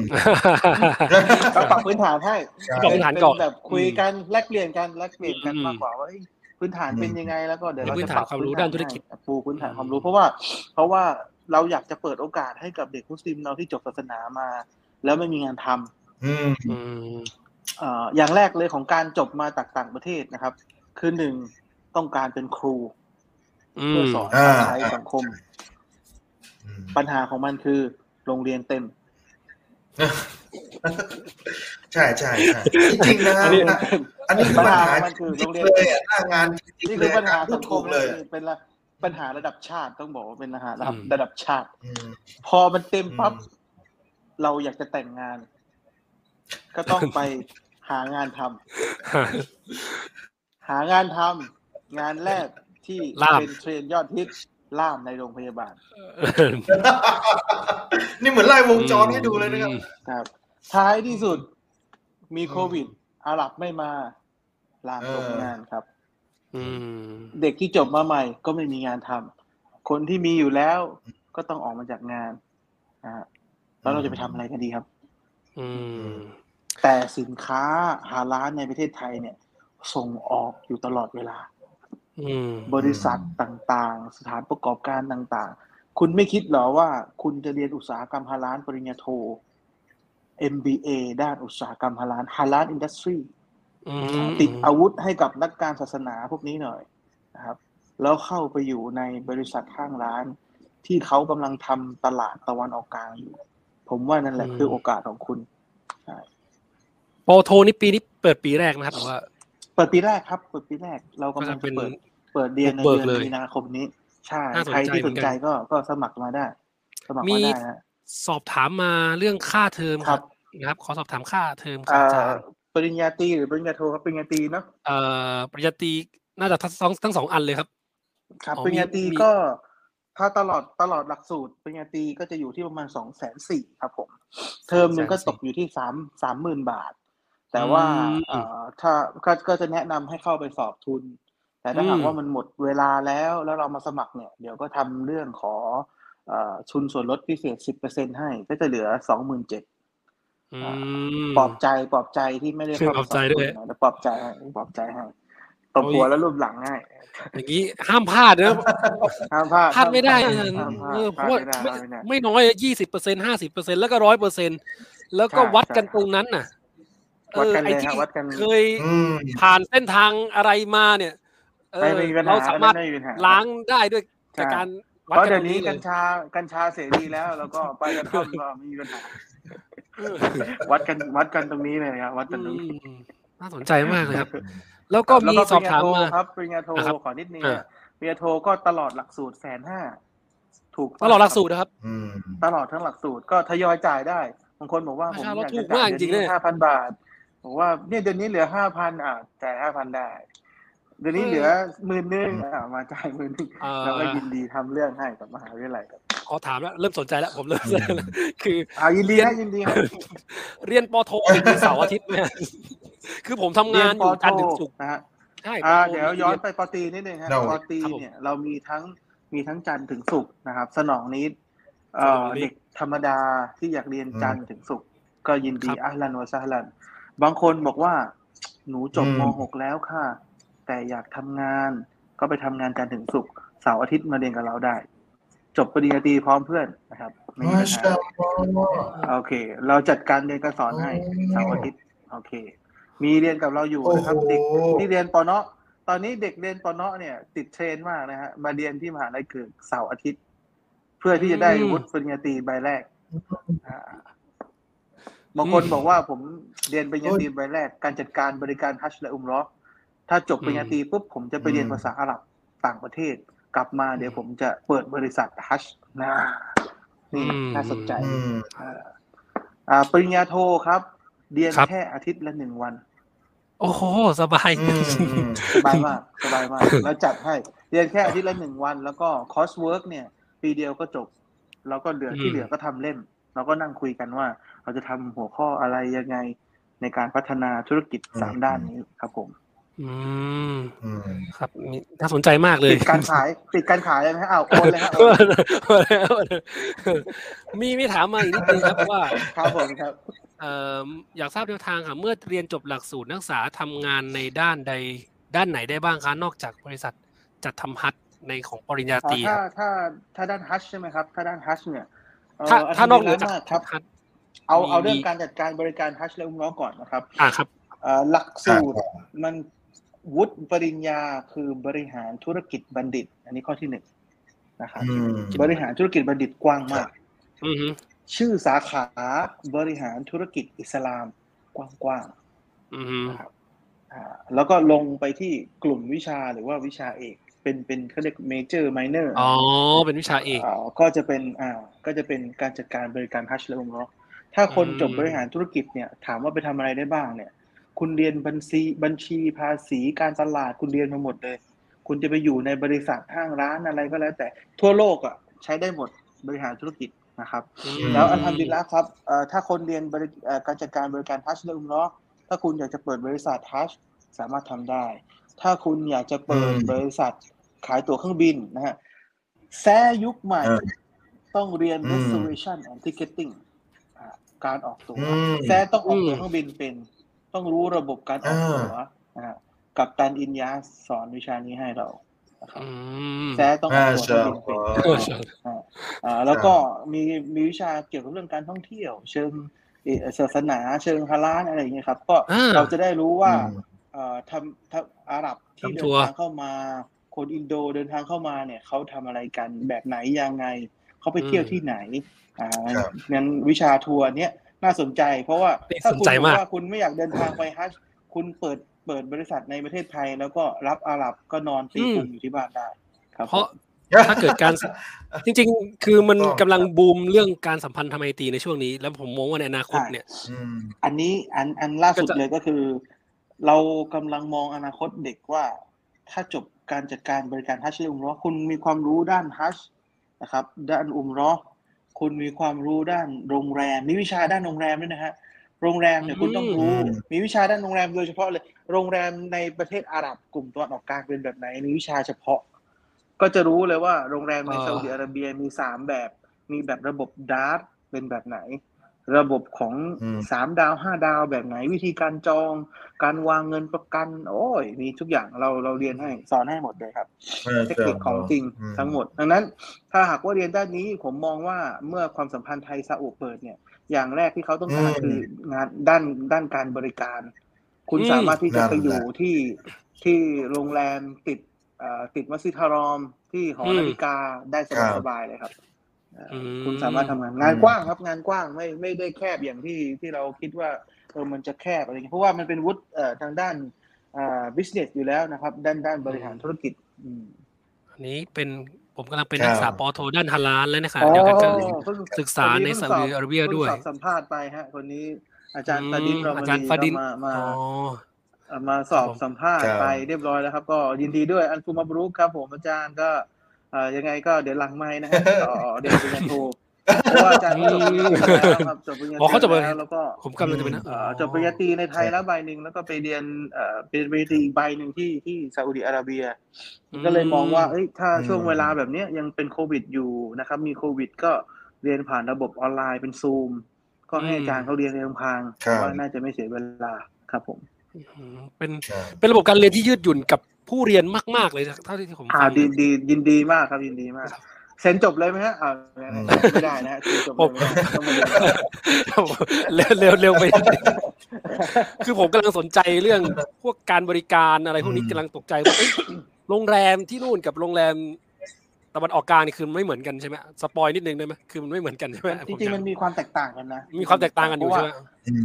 ก็ปรับพื้นฐานให้ใช่ปรับพื้นฐานก่อนเป็แบบคุยกันแลกเปลี่ยนกันแลกเปลี่ยนกันอืมมากกว่าว่าเอ้ยพื้นฐานเป็นยังไงแล้วก็เดี๋ยวเป็นเราพื้จะนฐาปนรับความรู้พื้นฐด้านธุรกิจให้ปูพื้นฐานอืมความรู้ เพราะว่าเพราะว่าเราอยากจะเปิดโอกาสให้กับเด็กมุสลิมเราที่จบศาสนามา แล้วไม่มีงานทำอืมอืมเอ่ออย่างแรกเลยของการจบมาจากต่างประเทศนะครับ คือหนึ่งต้องการเป็นครูอืเพื่อมสอนอ่ารับใช้สังคมอืมปัญหาของมันคือโรงเรียนเต็มใช่ใช่ใช่จริงๆนะฮะอันนี้อันนี้คือปัญปัญหาหาของมันคือโรงเรียนเลยอะหน้างานจริงนี่ๆเลคือย ปัญหาพูสัดงคถูมกเลยนี่เป็นละปัญหาระดับชาติต้องบอกว่าเป็นปัญหาระดับอืมระดับชาติอืมพอมันเต็มปั๊บอืมเราอยากจะแต่งงาน ก็ต้องไปหางานทำ หางานทำงานแรกที่ล่ามเป็นเทรนด์ยอดฮิตล่ามในโรงพยาบาลนี่เหมือนไล่วงจรให้ดูเลยนะครับครับ ท้ายที่สุดมีอืมโควิด อาหรับไม่มาล่ามเออตกงานครับอืมเด็กที่จบมาใหม่ก็ไม่มีงานทำคนที่มีอยู่แล้วก็ต้องออกมาจากงานนะฮะแล้วเราจะไปทำอะไรกันดีครับอืมแต่สินค้าฮาลาลในประเทศไทยเนี่ย ส่งออกอยู่ตลอดเวลาอืมบริษัทต่างๆ สถานประกอบการต่างๆ คุณไม่คิดหรอว่าคุณจะเรียนอุตสาหกรรมฮาลาลปริญญาโท เอ็ม บี เอ ด้านอุตสาหกรรมฮาลาลฮาลาลอินดัสทรีอืมติดอาวุธให้กับนักการศาสนาพวกนี้หน่อยนะครับ แล้วเข้าไปอยู่ในบริษัทห้างร้าน ที่เขากำลังทำตลาดตะวันออกกลางอยู่ ผมว่านั่นแหละคือโอกาสของคุณโปรโทนี่ปีนี้เปิดปีแรกนะครับหรือว่าเปิดปีแรกครับเปิดปีแรกเรากำลังจะเปิดเปิดเดือนในบุกเบิกเดือนเลยมีนาคมนี้ ใช่น่าสนใจใครที่สนใจเหมือนกันก็ก็สมัครมาได้ สมัครมีมาได้นะสอบถามมาเรื่องค่าเทอมคครัรับ บนะครับ ขอสอบถามค่าเทอมคเอ่รับอาอจารย์ปริญญาตรีหรือปริญญาโทครับปริญญาตรีเนาะเอ่อปริญญาตรีน่าจะทั้งสองทั้งสองอันเลยครับครับอ๋อปริญญาตรีมีก็ถ้าตลอดตลอดหลักสูตรปริญญาตรีก็จะอยู่ที่ประมาณ สองแสนสี่หมื่น ครับผมเทอมนึงก็ตกอยู่ที่สาม สามหมื่น บาทแต่ว่าเอ่อถ้าก็ก็จะแนะนำให้เข้าไปสอบทุนแต่ถ้าหากว่ามันหมดเวลาแล้วแล้วเรามาสมัครเนี่ยเดี๋ยวก็ทำเรื่องขอเอ่อทุนส่วนลดพิเศษ สิบเปอร์เซ็นต์ ให้ก็จะเหลือ สองหมื่นเจ็ดพัน อ่าปลอบใจปลอบใจที่ไม่ได้เข้าไปสอบทุนนะปลอบใจให้ปลอบใจให้ตบหัวแล้วรูปหลังให้อย่างนี้ห้ามพลาดนะห้ามพลาดพลาดไม่ได้เออเพราะว่าไม่น้อย ยี่สิบเปอร์เซ็นต์ ห้าสิบเปอร์เซ็นต์ แล้วก็ หนึ่งร้อยเปอร์เซ็นต์ แล้วก็วัดกันตรงนั้นน่ะวัดกันเลยฮะวัดกันเคยผ่านเส้นทางอะไรมาเนี่ยเออเราสามารถล้างได้ด้วยจากการวัดกันตรงนี้เลยเพราะเดี๋ยวนี้กัญชากัญชาเสรีแล้วแล้วก็ไปกันท่อมก็ไม่มีปัญหาวัดกันวัดกันตรงนี้เลยครับวัดกันตรงนี้น่าสนใจมากเลยครับแล้วก็มีสอบถามมาครับปริญญาโทขอนิดนึงปริญญาโทก็ตลอดหลักสูตร หนึ่งแสนห้าหมื่น ถูกตลอดหลักสูตรนะครับตลอดทั้งหลักสูตรก็ทยอยจ่ายได้บางคนบอกว่าผมอยากจะจ่ายเดือนนี้ ห้าพัน บาทบอกว่าเนี่ยเดือนนี้เหลือ ห้าพัน อ่ะจ่าย ห้าพัน ได้เดือนนี้เหลือ หมื่น นึงอ่ะมาจ่าย หมื่น นึงแล้วก็ยินดีทำเรื่องให้กับมหาวิทยาลัยครับขอถามแล้วเริ่มสนใจแล้วผมเริ่มคืออ่ายินดีนะยินดีครับเรียนปโทมีเสาร์อาทิตย์มั้ยคือผมทำงานอยู่จันทร์ถึงศุกร์นะฮะใช่อ่าเดี๋ยวย้อนไปปตรีนิดนึงครับปตรีเนี่ยเรามีทั้งมีทั้งจันทร์ถึงศุกร์นะครับสนองนิดเอ่อเด็กธรรมดาที่อยากเรียนจันทร์ถึงศุกร์ก็ยินดีอะห์ลันวะซะฮ์ลันบางคนบอกว่าหนูจบม.หก แล้วค่ะแต่อยากทำงานก็ไปทำงานจันทร์ถึงศุกร์เสาร์อาทิตย์มาเรียนกับเราได้จบปริญญาตรีพร้อมเพื่อนนะครับไม่มีปัญหาโอเคเราจัดการเรียนการสอนให้เสาร์อาทิตย์โอเคมีเรียนกับเราอยู่นะครับเด็กที่เรียนปน.ตอนนี้เด็กเรียนปน.เนี่ยติดเทรนด์มากนะฮะมาเรียนที่มหาลัยเกิดเสาร์อาทิตย์เพื่อที่จะได้วุฒิปริญญาตรีใบแรกบางคนบอกว่าผมเรียนปริญญาตรีใบแรกการจัดการบริการฮัจญ์และอุมเราะห์ถ้าจบปริญญาตรีปุ๊บผมจะไปเรียนภาษาอาหรับต่างประเทศกลับมาเดี๋ยวผมจะเปิดบริษัทฮัจญ์นะนี่น่าสนใจอ่าปริญญาโทครับเรียนแค่อาทิตย์ละหนึ่งวันโอ้โหสบายสบายมากสบายมากแล้วจัดให้เรียนแค่อาทิตย์ละหนึ่งวันแล้วก็คอร์สเวิร์กเนี่ยปีเดียวก็จบแล้วก็เหลือที่เหลือก็ทำเล่มเราก็นั่งคุยกันว่าเราจะทำหัวข้ออะไรยังไงในการพัฒนาธุรกิจสามด้านนี้ครับผมอืมครับน่าสนใจมากเลยปิดการขายปิดการขายเลยไหมอ้าวโอนเลยครับมีมีถามมาอีกนิดนึงครับว่าครับผมครับเอ่ออยากทราบแนวทางค่ะเมื่อเรียนจบหลักสูตรนักศึกษาทำงานในด้านใดด้านไหนได้บ้างคะนอกจากบริษัทจัดทำฮัจญ์ในของปริญญาตรีถ้าถ้าถ้าด้านฮัจญ์ใช่ไหมครับถ้าด้านฮัจญ์เนี่ยถ้าถ้านอกเหนือจากครับเอาเอาเรื่องการจัดการบริการฮัจญ์และอุมเราะห์ก่อนนะครับอ่าครับหลักสูตรมันวุฒิปริญญาคือบริหารธุรกิจบัณฑิตอันนี้ข้อที่หนึ่งนะครับบริหารธุรกิจบัณฑิตกว้างมากชื่อสาขาบริหารธุรกิจอิสลามกว้างๆนะครับแล้วก็ลงไปที่กลุ่มวิชาหรือว่าวิชาเอกเป็นเป็นเขาเรียกเมเจอร์ไมเนอร์อ๋อเป็นวิชาเอกก็จะเป็นอ่าก็จะเป็นการจัดการบริการฮัจญ์และอุมเราะห์ถ้าคนจบบริหารธุรกิจเนี่ยถามว่าไปทำอะไรได้บ้างเนี่ยคุณเรียนบัญชีบัญชีภาษีการตลาดคุณเรียนมาหมดเลยคุณจะไปอยู่ในบริษัทห้างร้านอะไรก็แล้วแต่ทั่วโลกอ่ะใช้ได้หมดบริหารธุรกิจนะครับแล้วอัลฮัมดุลิลละห์ครับเอ่อถ้าคนเรียนการจัดการบริการฮัจญ์และอุมเราะห์ถ้าคุณอยากจะเปิดบริษัทฮัจญ์สามารถทำได้ถ้าคุณอยากจะเปิดบริษัทขายตั๋วเครื่องบินนะฮะแซยุคใหม่ต้องเรียน reservation and ticketing การออกตั๋วแซต้องออกตั๋วเครื่องบินเป็นต้องรู้ระบบการออกตั๋วนะฮะกับตันอินยาสอนวิชานี้ให้เรานะครับแซต้องออกตั๋วเครื่องบินเป็นอ่าแล้วก็มีมีวิชาเกี่ยวกับเรื่องการท่องเที่ยวเชิงศาสนาเชิงฮาลาลอะไรอย่างเงี้ยครับก็เราจะได้รู้ว่าเอ่อทำทำอาหรับที่เดินทางเข้ามาคนอินโดเดินทางเข้ามาเนี่ยเขาทำอะไรกันแบบไหนยังไงเขาไปเที่ยวที่ไหนอ่างั้นวิชาทัวร์เนี้ยน่าสนใจเพราะว่าถ้าคุณบอกว่าคุณไม่อยากเดินทางไปฮัจญ์คุณเปิดเปิดบริษัทในประเทศไทยแล้วก็รับอาหรับก็นอนตีกุ่มอยู่ที่บ้านได้ครับเพราะถ้าเกิดการจริงๆคือมันกำลังบูมเรื่องการสัมพันธไมตรีในช่วงนี้แล้วผมมองว่าในอนาคตเนี่ยอันนี้อันอันล่าสุดเลยก็คือเรากำลังมองอนาคตเด็กว่าถ้าจบการจัดการบริการฮัจญ์และอุมเราะห์คุณมีความรู้ด้านฮัจญ์นะครับด้านอุมเราะห์คุณมีความรู้ด้านโรงแรมมีวิชาด้านโรงแรมด้วยนะฮะโรงแรมเนี่ยคุณต้องรู้มีวิชาด้านโรงแรมโดยเฉพาะเลยโรงแรมในประเทศอาหรับกลุ่มตะวันออกกลางเป็นแบบไหนมีวิชาเฉพาะก็จะรู้เลยว่าโรงแรมในซาอุดิอาระเบียมีสามแบบมีแบบระบบดาร์ตเป็นแบบไหนระบบของสามดาวห้าดาวแบบไหนวิธีการจองการวางเงินประกันโอ้ยมีทุกอย่างเราเราเรียนให้สอนให้หมดเลยครับเทคนิคของจริงทั้งหมดดังนั้นถ้าหากว่าเรียนด้านนี้ผมมองว่าเมื่อความสัมพันธ์ไทยซาอุเปิดเนี่ยอย่างแรกที่เขาต้องการคืองานด้านด้านการบริการคุณสามารถที่จะไปอยู่ที่ที่โรงแรมติดติดมัสยิดฮารอมที่หอนาฬิกาได้สบายๆเลยครับคุณสามารถทำงานงานกว้างครับงานกว้างไม่ไม่ได้แคบอย่างที่ที่เราคิดว่าเออมันจะแคบอะไรอย่างเงี้ยเพราะว่ามันเป็นวุฒิเอ่อทางด้านอ่า business อยู่แล้วนะครับด้านด้านบริหารธุรกิจอันนี้เป็นผมกำลังเป็นนักศึกษาป.โทด้านฮาลาลแล้วนะคะเดี๋ยวกันก็ศึกษาในซาอุดิอาระเบียด้วยสอบสัมภาษณ์ไปฮะคนนี้อาจารย์ฟาดินรอมาดีมามามาสอบสัมภาษณ์ไปเรียบร้อยแล้วครับก็ยินดีด้วยอันฟุมับรุกครับผมอาจารย์ก็อ่ายังไงก็เดี๋ยวหลังไมค์นะฮะต่อเดี๋ยวปริญญาโทเพราะว่าอาจารย์จบปริญญาตรีแล้วครับจบปริญญาตรีแล้วแล้วก็ผมกำลังจะเป็นจบปริญญาตรีในไทยแล้วใบหนึ่งแล้วก็ไปเรียนเอ่อเป็นปริญญาตรีอีกใบหนึ่งที่ที่ซาอุดิอาระเบียก็เลยมองว่าเอ้ยถ้าช่วงเวลาแบบนี้ยังเป็นโควิดอยู่นะครับมีโควิดก็เรียนผ่านระบบออนไลน์เป็นซูมก็ให้อาจารย์เขาเรียนในลำพังว่าน่าจะไม่เสียเวลาครับผมเป็นเป็นระบบการเรียนที่ยืดหยุ่นกับผู้เรียนมากๆเลยเท่าที่ผมฟังดีดียินดีมากครับยินดีมากเซ็นจบเลยไหมฮะอ่าไม่ได้นะจบเลยต้องมาเร็วเร็วเร็วไปคือผมกำลังสนใจเรื่องพวกการบริการอะไรพวกนี้กำลังตกใจว่าโรงแรมที่นู่นกับโรงแรมตะวันออกกลางนี่คือไม่เหมือนกันใช่ไหมสปอยนิดนึงได้ไหมคือมันไม่เหมือนกันใช่ไหมจริงๆมันมีความแตกต่างกันนะมีความแตกต่างกันอยู่ใช่ไหม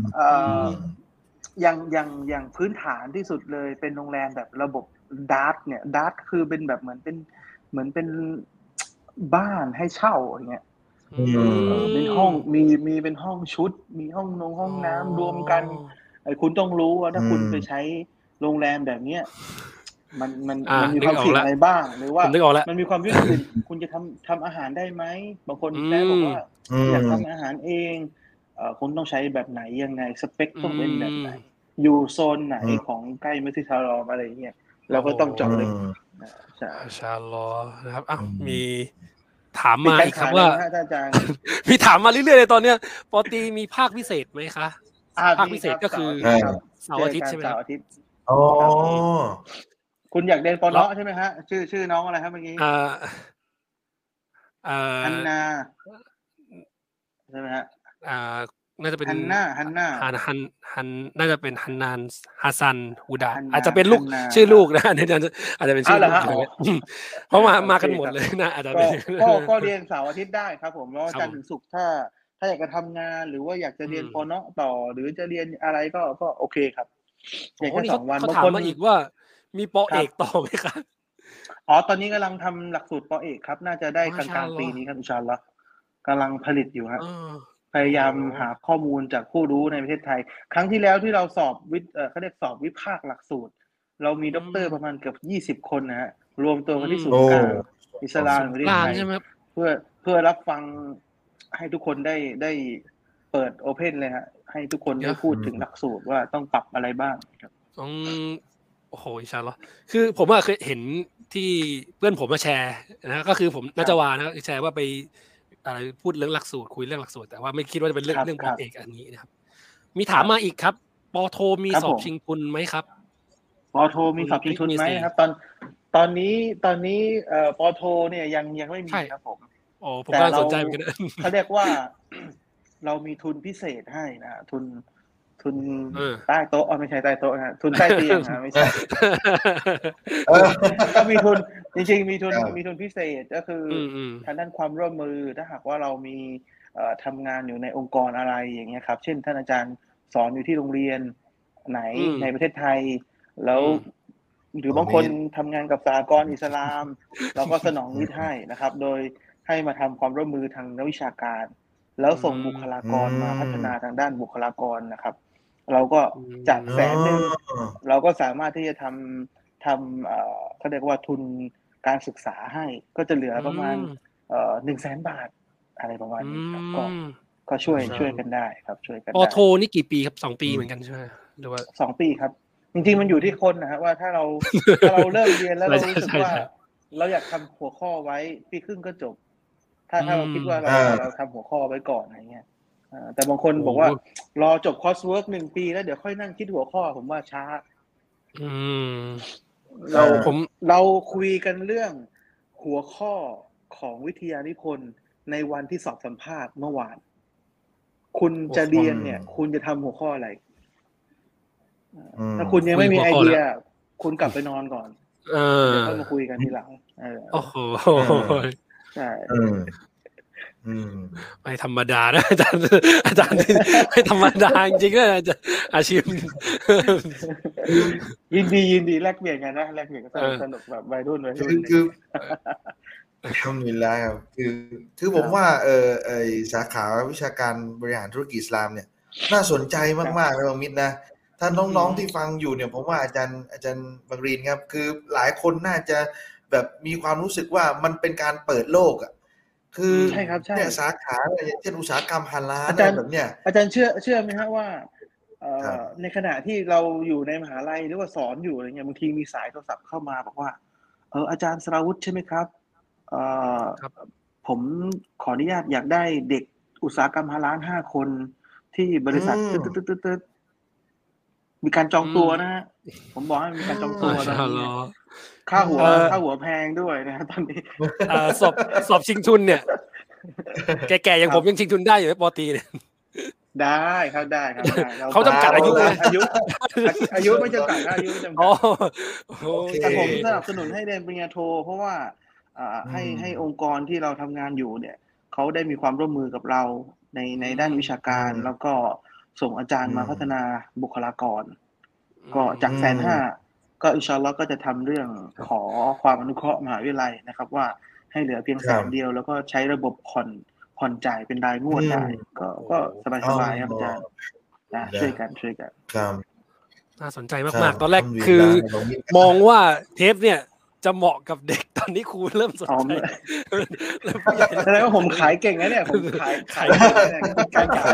อย่างอย่างอย่างพื้นฐานที่สุดเลยเป็นโรงแรมแบบระบบดาร์ตเนี่ยดาร์ตคือเป็นแบบเหมือนเป็นเหมือนเป็นบ้านให้เช่าอย่างเงี้ยเป็นห้องมีมีเป็นห้องชุดมีห้องนงห้องน้ำรวมกันไอ้คุณต้องรู้ว่าถ้าคุณไปใช้โรงแรมแบบเนี้ยมันมันมันมีความเสี่ยงอะไรบ้างหรือว่ามันมีความยืดหยุ่นคุณจะทำทำอาหารได้ไหมบางคนแม่บอกว่าอยากทำอาหารเองเอ่อคุณต้องใช้แบบไหนยังไงสเปคต้องเป็นแบบไหนอยู่โซนไหนของใกล้มัสยิดฮารอมอะไรเงี้ยเราก็ต้องเจาะลึกใช่อินชาอัลลอฮ์นะครับอ้าวมีถามมาอีกครับว่ามีถามมาเรื่อยๆเลยตอนเนี้ยปอตีมีภาคพิเศษไหมคะภาคพิเศษก็คือเสาร์อาทิตย์ใช่ไหมครับอ๋อคุณอยากเรียนปนใช่ไหมฮะชื่อชื่อน้องอะไรครับเมื่อกี้อ่าอ่าฮันนาใช่ไหมฮะอ่าน่าจะเป็นฮันนาฮันนาฮันฮันฮันน่าจะเป็นฮันนานฮัสซันฮูดาอาจจะเป็นลูกชื่อลูกนะอาจจะอาจจะเป็นชื่อลูกเพราะมามากันหมดเลยนะอาจจะเป็นก็ก็เรียนเสาร์อาทิตย์ได้ครับผมแล้วจันทร์ถึงศุกร์ถ้าถ้าอยากจะทำงานหรือว่าอยากจะเรียนปนต่อหรือจะเรียนอะไรก็ก็โอเคครับอย่างแค่สองวันเขาถามมาอีกว่ามีปอเอกต่อไหมครับอ๋อตอนนี้กำลังทำหลักสูตรปอเอกครับน่าจะได้กลางๆปีนี้ครับอินชาอัลลอฮ์กำลังผลิตอยู่ครับพยายามหาข้อมูลจากผู้รู้ในประเทศไทยครั้งที่แล้วที่เราสอบวิทย์เอ่อเขาเรียกสอบวิพากษ์หลักสูตรเรามีด็อกเตอร์ประมาณเกือบยี่สิบคนนะฮะรวมตัวกันที่ศูนย์กลางอิสลามประเทศไทยเพื่อเพื่อรับฟังให้ทุกคนได้ได้เปิดโอเพนเลยฮะให้ทุกคนได้พูดถึงหลักสูตรว่าต้องปรับอะไรบ้างครับอืมโอ้โหอินชาอัลลอฮ์คือผมว่าเคยเห็นที่เพื่อนผมมาแชร์นะก็คือผมน่าจะวานะแชร์ว่าไปอะไรพูดเรื่องหลักสูตรคุยเรื่องหลักสูตรแต่ว่าไม่คิดว่าจะเป็นเรื่องเรื่องปอเอกอันนี้นะครับมีถามมาอีกครับปอโทมีสอบชิงทุนไหมครับปอโทมีสอบชิงทุนไหมครับตอนตอนนี้ตอนนี้เอ่อปอโทเนี่ยยังยังไม่มีครับผมอ๋อผมก็สนใจเหมือนกันเขาเรียกว่าเรามีทุนพิเศษให้นะทุนทุนใต้โต๊ะอ๋อไม่ใช่ใต้โต๊ะฮะทุนใต้เตียงฮะไม่ใช่ก็มีทุนจริงๆมีทุนมีทุนพิเศษก็คือทางด้านความร่วมมือถ้าหากว่าเรามีทำงานอยู่ในองค์กรอะไรอย่างเงี้ยครับเช่นท่านอาจารย์สอนอยู่ที่โรงเรียนไหนในประเทศไทยแล้วหรือบางคนทำงานกับสหกรณ์อิสลามเราก็สนองนิดให้นะครับโดยให้มาทำความร่วมมือทางนักวิชาการแล้วส่งบุคลากรมาพัฒนาทางด้านบุคลากรนะครับเราก็จากแสนหนึ่งเราก็สามารถที่จะทำทำเขาเรียกว่าทุนการศึกษาให้ก็จะเหลือประมาณอ่อ หนึ่งแสน บาทอะไรประมาณอืนี้ครับก็มก็ช่วยครับช่วยกันได้ครับ ช่วยกันปได้โท นี่กี่ปีครับ สอง ปีอืมเหมือนกันใช่ไหม? หรือว่าสอง ปีครับ จริง ๆ มันอยู่ที่คนน่ะครับว่า ถ้าเรา ถ้าเราเริ่มเรียนแล้วเรารู้สึกว่าใช่ ๆเราอยากทำหัวข้อไว้ปีครึ่งก็จบ ถ้าอืถ้าเราคิดว่า เราอาเราทำหัวข้อไว้ก่อน อะไรเงี้ย เออ แต่บางคนโอ้บอกว่า รอจบคอร์สเวิร์ก หนึ่ง ปีแล้วเดี๋ยวค่อยนั่งคิดหัวข้อ ผมว่าช้าอืมเราผมเราคุยกันเรื่องหัวข้อของวิทยานิพนธ์ในวันที่สอบสัมภาษณ์เมื่อวาน คุณจะโอ้โฮเรียนเนี่ย คุณจะทำหัวข้ออะไร? เอออืมถ้าคุณยังคุไม่ยมีหัวไอข้อเดีแล้ยวคุณกลับไปนอนก่อนเอเดี๋ยวอค่อยมาคุยกันทีหลัง เออโอ้โฮเออใช่เออ อืมไม่ธรรมดานะ อาจารย์ อาจารย์นี่ ไม่ธรรมดาจริง ๆ นะอาจารย์ อาชีพยินดี ๆ แลกเปลี่ยนกันนะ แลกเปลี่ยนกันเออสนุก ๆ แบบวัยรุ่น ๆคืออะไรคืองี้อัลฮัมดุลิลลาห์ครับ คือ คือผครัมบว่า เอ่อ ไอ้สาขาวิชาการบริหารธุรกิจอิสลามเนี่ย น่าสนใจครับมาก ๆ นะบางมิตรนะ ถ้าอือฮึน้อง ๆ ที่ฟังอยู่เนี่ย ผมว่าอาจารย์ อาจารย์บังรีนครับ คือหลายคนน่าจะแบบมีความรู้สึกว่า มันเป็นการเปิดโลกอะ คือือมใช่ครับ ใช่เนี่ยสาขาอะไร อย่างเช่น อุตสาหกรรมฮาลาลอาอะจาไรรย์แบบเนี้ยอาจารย์เชื่อ เชื่อไหมครับว่า เอ่ครับอ ในขณะที่เราอยู่ในมหาลัย หรือว่าสอนอยู่ อะไรเงี้ย บางทีมีสายโทรศัพท์เข้ามาบอกว่า "เอ่อ อาจารย์สราวุธใช่ไหมครับ? เอ่อครับผมขออนุญาตอยากได้เด็กอุตสาหกรรมฮาลาล ห้า คนที่บอืริษัท ตึม๊ด ๆ ๆ ๆ มีการจออืงตัวมนะครับ ผมบอกให้มีการจองอืตัวมาตอนนี้ชาอัลลอฮ์ค่าหัวเอ่อค่าหัวแพงด้วยนะครับ ตอนนี้เอ่อ สอบ สอบชิงทุนเนี่ย แก่ ๆ อย่างครผับมยังชิงทุนได้อยู่ไหม ป.ตรี เนี่ย? ได้ครับ ได้ครับ ได้ เราเขาจำกัดอายุไหม? อายุ อายุไม่จำกัดครับ อายุไม่จำอ๋กัอดโอโอเคเคแต่ผมสนับสนุนให้เรียนปริญญาโท เพราะว่า อ่าอืให้ ให้มองค์กรที่เราทำงานอยู่เนี่ย เขาได้มีความร่วมมือกับเราในอืในด้านวิมชาการอืมแล้วก็ส่งอาจารอืย์มาพัฒมนาบุคลากรอืก็จากอืแสนห้ามก็ อินชาอัลลอฮ์ ก็จะทำเรื่องขอความอนุเคราะห์มหาวิทยาลัยนะครับว่า ให้เหลือเพียงครัแสนบเดียว แล้วก็ใช้ระบบผ่อน ผ่อนจ่ายเป็นรายงอืวดได้มก็โอ้ก็อัสบาย ๆ ครับลลอฮอาจารย์ อา์ช่วยกัน ช่วยกันครับน่าสนใจครมัาบก ๆ ตอนแรกอัลฮัมดุลิคืลอลาห์ น้องมิ้นมองว่าเทปเนี่ยจะเหมาะกับเด็ก ตอนนี้ครูเริ่มสนอ๋อใจไม่เริ่มผู้ใหญ่แสดงว่าผมขายเก่งนะเนี่ย ผมขายขาขายยเก่งนะเนี่ย ปิดการขาย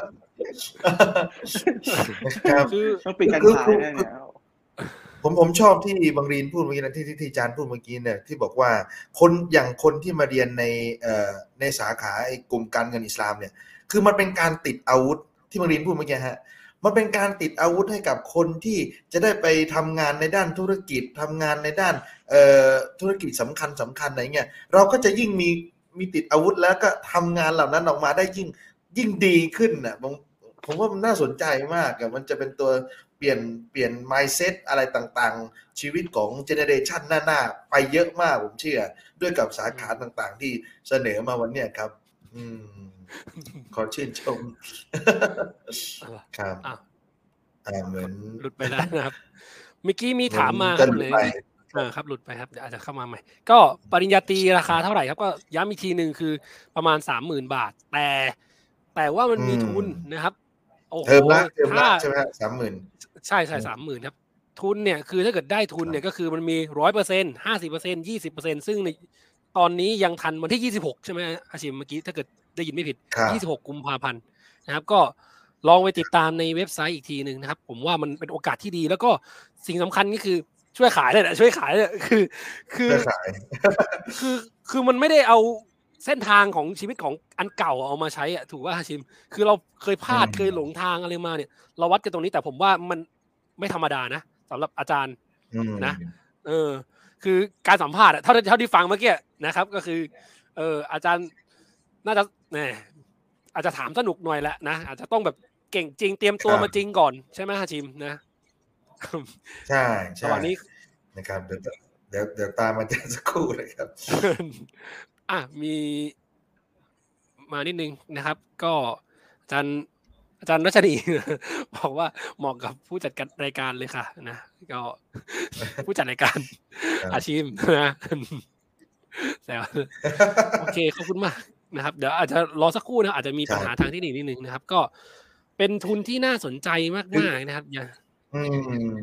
ครับคือต้องปิดการคือขายคือแล้วคืเนี่อยผม ผมชอบที่บังรีนพูดเมื่อกี้นะ ที่ ที่ ที่อาจารย์พูดเมื่อกี้เนี่ย ที่บอกว่า คน อย่างคนที่มาเรียนใน เอ่อ ในสาขาไอ้กลุ่มการเงินอิสลามเนี่ย คือมันเป็นการติดอาวุธ ที่บังรีนพูดเมื่อกี้ครับ มันเป็นการติดอาวุธให้กับคนที่จะได้ไปทำงานในด้านธุรกิจ ทำงานในด้าน เอ่อ ธุรกิจสำคัญ ๆ อะไรเงี้ย เราก็จะยิ่งมี มีติดอาวุธ แล้วก็ทำงานเหล่านั้นออกมาได้ยิ่ง ยิ่งดีขึ้นน่ะ ผม ผมว่ามันน่าสนใจมากอะ มันจะเป็นตัวเปลี่ยน เปลี่ยน mindset อะไรต่าง ๆ ชีวิตของเจเนอเรชันหน้า ๆ ไปเยอะมากผมเชื่อ ด้วยกับสาขาต่าง ๆ ที่เสนอมาวันเนี้ยครับ อืม ขอชื่นชมอ้าวครับอ้าวอ่า เหมือนหลุดไปแล้วนะครับ เมื่อกี้มีเหมืถาอนมมาคจะรับหลุไหดนไปเออ ครับ หลุดไปครับ เดี๋ยวอาจจะเข้ามาใหม่ ก็ปริญญาตรีราคาเท่าไรครับ? ก็ย้ำอีกทีหนึ่ง คือประมาณ สามหมื่น บาท แต่ แต่ว่ามันอืมีทุนมนะครับ โอ้โเทฮอมละ เทอมถ้ลาะ ใช่ไหมครับ? สามหมื่นใช่อืมๆ สามหมื่น ครับ ทุนเนี่ย คือถ้าเกิดได้ทุนครเนัี่บย ก็คือมันมี ร้อยเปอร์เซ็นต์ ห้าสิบเปอร์เซ็นต์ ยี่สิบเปอร์เซ็นต์ ซึ่งใน ตอนนี้ยังทันวันที่ ยี่สิบหก ใช่ไหมฮาชิม เมื่อกี้ถ้าเกิดได้ยินไม่ผิดครับยี่สิบหก กุมภาพันธ์ นะครับ ก็ลองไปติดตามในเว็บไซต์อีกทีหนึ่งนะครับ ผมว่ามันเป็นโอกาสที่ดี แล้วก็สิ่งสำคัญก็คือช่วยขายเนี่ยแหละ ช่วยขายเนี่ย คือ คืชอ่วยขายคือ คือมันไม่ได้เอาเส้นทางของชีวิตของอันเก่าเอามาใช้อะ ถูกเปล่าฮาชิม? คือเราเคยพอืลาด เคยหลมงทางอะไรมาเนี่ย เราวัดกันตรงนี้ แต่ผมว่ามันไม่ธรรมดานะสำหรับอาจารย์อืมนะ เออ คือการสัมภาษณ์อะ เท่าที่ เท่าที่ฟังเมื่อกี้นะครับ ก็คือ เอ่อ อาจารย์น่าจะ แหม อาจจะถามสนุกหน่อยแหละนะ อาจจะต้องแบบเก่งจริง เตรียมครตัวัมาบจริงก่อน ใช่ไหมฮาชิม? นะใช่ระหว่างนี้ๆ นะครับ เดี๋ยว ต เดี๋ยว เดี๋ยวตามอาจารย์สักครู่นะครับอา มี มานิดหนึ่งนะครับ ก็อาจารย์ อาจารย์รัชนี บอกว่าเหมาะกับผู้จัดการรายการเลยค่ะนะ ก็ ผู้จัดรายการครับอาชีพ นะ แซว โอเค ขอบคุณมากนะครับ เดี๋ยวอาจจะรอสักครู่นะ อาจจะมีครปัญหาบทางเทคนิคนิดหนึ่งนะครับ ก็เป็นทุนที่น่าสนใจคือมาก ๆ นะครับ อย่าอืม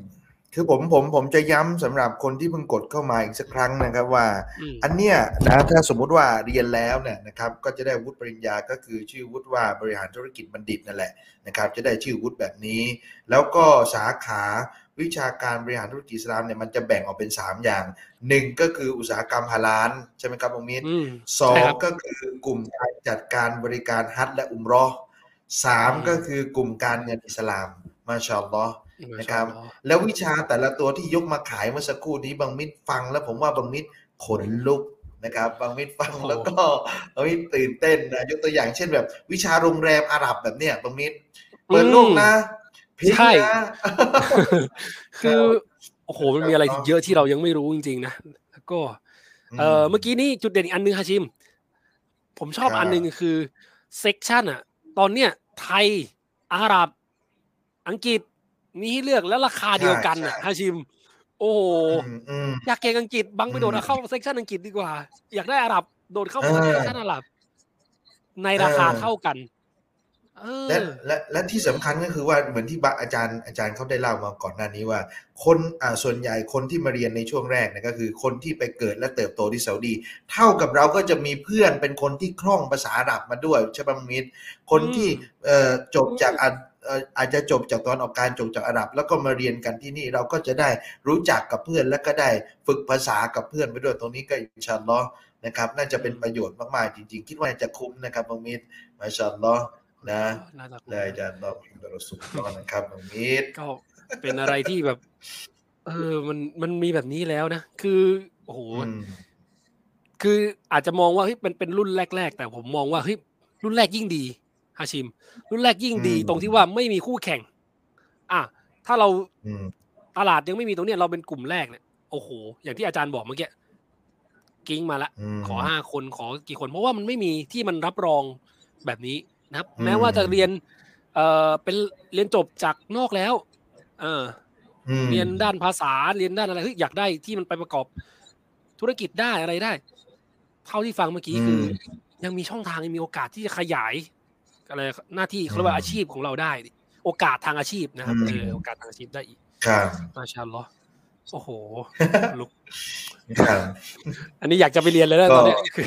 คือผมผมผมจะย้ำสำหรับคนที่เพิ่งกดเข้ามาอีกสักครั้งนะครับว่าอืมอันเนี้ยนะถ้าสมมุติว่าเรียนแล้วเนี่ยนะครับก็จะได้วุฒิปริญญาก็คือชื่อวุฒิว่าบริหารธุรกิจบัณฑิตนั่นแหละนะครับจะได้ชื่อวุฒิแบบนี้ แล้วก็สาขาวิชาการบริหารธุรกิจอิสลามเนี่ยมันจะแบ่งออกเป็นสามอย่างหนึ่งก็คืออุตสาหกรรมฮาลาลใช่ไหมครับองมิตรอืมสอใช่งครับก็คือกลุ่มการจัดการบริการฮัจญ์และอุมเราะห์สามอืมก็คือกลุ่มการเงินอิสลามมาชาอัลลอฮ์มานะชาครัอับลลอฮ์แล้ววิชาแต่ละตัวที่ยกมาขายเมื่อสักครู่นี้บางมิตรฟังแล้วผมว่าบางมิตรขนลุกนะครับบางมิตรฟังโอ้โหแล้วก็บางมิตรตื่นเต้นนะยกตัวอย่างเช่นแบบวิชาโรงแรมอาหรับแบบเนี้ยบางมิตรเปิดโลกนะพิงใช่นะคือโอ้โหมันมีอะไรที่เยอะที่เรายังไม่รู้จริงๆนะแล้วก็เออเมื่อกี้นี่จุดเด่นอีกอันนึงฮาชิมผมชอบครับอันนึงคือเซกชันอะตอนเนี้ยไทยอาหรับอังกฤษมีให้เลือกแล้วราคาเดียวกันอะใช่ฮาชิม โอ้โหอืมอืมอยากเก่งอังกฤษบังไปโดดอืมเข้าเซกชันอังกฤษดีกว่า อยากได้อาหรับโดดเข้าเออเซกชันอาหรับ ในราคาเออเท่ากัน เอและอและและที่สำคัญก็คือว่าเหมือนที่บะอาจารย์อาจารย์เขาได้เล่ามาก่อนหน้านี้ว่า คนอ่าส่วนใหญ่คนที่มาเรียนในช่วงแรกเนี่ยก็คือคนที่ไปเกิดและเติบโตที่ซาอุดี เท่ากับเราก็จะมีเพื่อนเป็นคนที่คล่องภาษาอาหรับมาด้วยใช่ป่ะมิตรคนที่อืมเอ่อจบจากอาเอ่ออาจจะจบจากตอนออกการจบจากอาหรับ แล้วก็มาเรียนกันที่นี่เราก็จะได้รู้จักกับเพื่อนและก็ได้ฝึกภาษากับเพื่อนไปด้วยตรงนี้ก็อินชาอัลลอฮ์นะครับน่าจะเป็นประโยชน์มากๆจริงๆ คิดว่าจะคุ้มนะครับบางมิตรมาชาอัลลอฮ์นะน่าจะคุ้มได้อาจารย์เราอัลลอฮ์สุบฮานะนะครับบางมิตรก็เป็นอะไรที่แบบ เออมันมันมีแบบนี้แล้วนะ คือโอ้โหอืมคืออาจจะมองว่าเฮ้ยมันเป็นรุ่นแรกๆแต่ผมมองว่าเฮ้ยรุ่นแรกยิ่งดีฮาชิม รุ่นแรกยิ่งดีอืมตรงที่ว่าไม่มีคู่แข่ง อ่ะถ้าเราอืมตลาดยังไม่มีตรงเนี้ยเราเป็นกลุ่มแรกเนี่ยโอ้โห อย่างที่อาจารย์บอกเมื่อกี้กิ้งมาละอืมขอห้าคนขอกี่คน เพราะว่ามันไม่มีที่มันรับรองแบบนี้นะครับอืมแม้ว่าจะเรียน เอ่อเป็นเรียนจบจากนอกแล้ว เอออืมเรียนด้านภาษาเรียนด้านอะไรเฮ้ยอยากได้ที่มันไปประกอบธุรกิจได้อะไรได้ เท่าที่ฟังเมื่อกี้คือ ยังมีช่องทางยังมีโอกาสที่จะขยายอะไรหน้าที่เขาเรียกว่าอาชีพของเราได้ โอกาสทางอาชีพนะครับเออโอกาสทางอาชีพได้อีกครับมาชาอัลลอฮ์โอ้โหลุกครับอันนี้อยากจะไปเรียนเลยนะก็ตอนเนี้ยคือ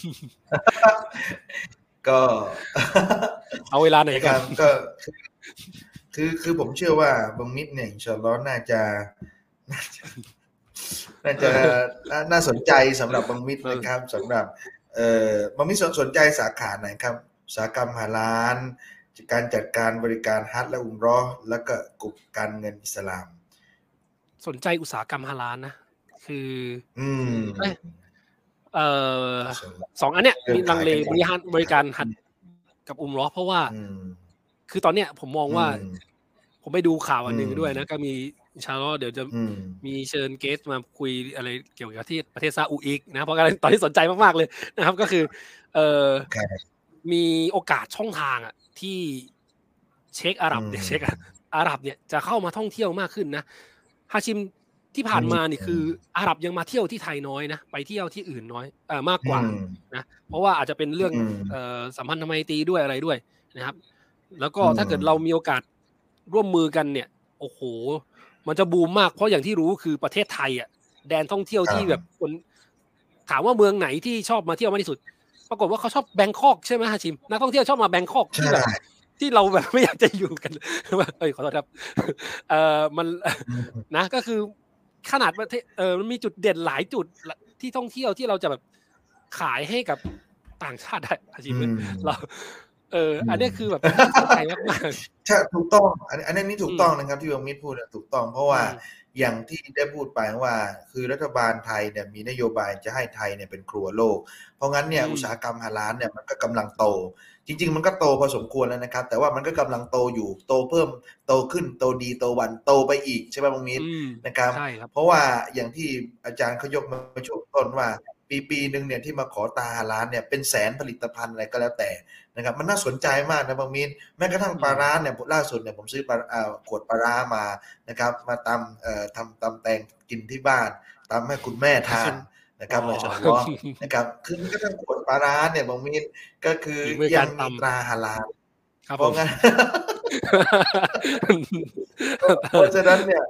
ก็เอาเวลาไหนนะกัคน รับก็คือคือผมเชื่อว่าบางมิตรเนี่ยอินชาอัลลอฮ์น่าจะน่าจะน่าจะน่าน่าสนใจสำหรับบางมิตรนะครับสำหรับเอ่อบางมิตรสนสนใจสาขาไหนครับอุตสาหกรรมฮาลาลการจัดการบริการฮัจญ์และอุมเราะห์แล้วก็กลุ่มการเงินอิสลามสนใจอุตสาหกรรมฮาลาลนะ คืออืมเอ้ย เอ่อสองอันเนี้ยมีลังเลบริหารบริการฮัจญ์กับอุมเราะห์เพราะว่าอืมคือตอนเนี้ยผมมองว่าอืมผมไปดูข่าวอันหนึ่งอืมด้วยนะ ก็มีอินชาอัลลอฮ์เดี๋ยวจะอืมมีเชิญเกสมาคุยอะไรเกี่ยวกับที่ประเทศซาอุอีกนะเพราะอะไรตอนที่สนใจมากๆเลยนะครับ ก็คือ เอ่อครับมีโอกาสช่องทางอ่ะที่เช็คอาหรับเนี่ยอืมเช็คอาหรับเนี่ยจะเข้ามาท่องเที่ยวมากขึ้นนะฮาชิมที่ผ่านมานี่คืออาหรับยังมาเที่ยวที่ไทยน้อยนะไปเที่ยวที่อื่นน้อยเอ่อมากกว่าอืมนะเพราะว่าอาจจะเป็นเรื่องอืมเอ่อสัมพันธไมตรีด้วยอะไรด้วยนะครับ แล้วก็อืมถ้าเกิดเรามีโอกาสร่วมมือกันเนี่ยโอ้โห มันจะบูมมากเพราะอย่างที่รู้คือประเทศไทยอ่ะแดนท่องเที่ยวที่แบบคนถามว่าเมืองไหนที่ชอบมาเที่ยวมากที่สุด ปรากฏว่าเขาชอบแบงคอกใช่ไหมฮะชิมนักท่องเที่ยวชอบมาแบงคอกที่แบบใช่ที่เราแบบไม่อยากจะอยู่กัน เอ้ยขอโทษครับเอ่อมันอืมนะก็คือขนาดประเทศเออมันมีจุดเด่นหลายจุดที่ท่องเที่ยวที่เราจะแบบขายให้กับต่างชาติได้ฮะชิมอืมเราเอออันนี้คือแบบสนใจมากๆใช่ถูกต้องอันอันนี้ถูกต้องนะครับที่บางมิตรพูดนะถูกต้องเพราะว่าอืมอย่างที่ได้พูดไปว่า คือรัฐบาลไทยเนี่ยมีนโยบายจะให้ไทยเนี่ยเป็นครัวโลก เพราะงั้นเนี่ยอืมอุตสาหกรรมฮาลาลเนี่ยมันก็กำลังโต จริง ๆ มันก็โตพอสมควรแล้วนะครับ แต่ว่ามันก็กำลังโตอยู่โตเพิ่มโตขึ้นโตดีโตวันโตไปอีกใช่ไหมบางมิตรอืมนะครับใช่ครับเพราะว่าอย่างที่อาจารย์เขายกมาช่วงต้นว่า ปีปีหนึ่งเนี่ยที่มาขอตาฮาลาลเนี่ยเป็นแสนผลิตภัณฑ์อะไรก็แล้วแต่นะครับมันน่าสนใจมากนะบางมินแม้กระทั่งปลาร้าเนี่ยล่าสุดเนี่ยผมซื้อปลาเอ่อขวดปลาร้ามานะครับมาตำเอ่อทำตำแตงกินที่บ้านตำให้คุณแม่ทานนะครับอ๋อมาชมล้อนะครับคือแม้กระทั่งขวดปลาร้าเนี่ยบางมินก็คือฝีมือยักาง รมีตำตราฮาลาลครับเพผราะมงั้น เพราะฉะนั้นเนี่ย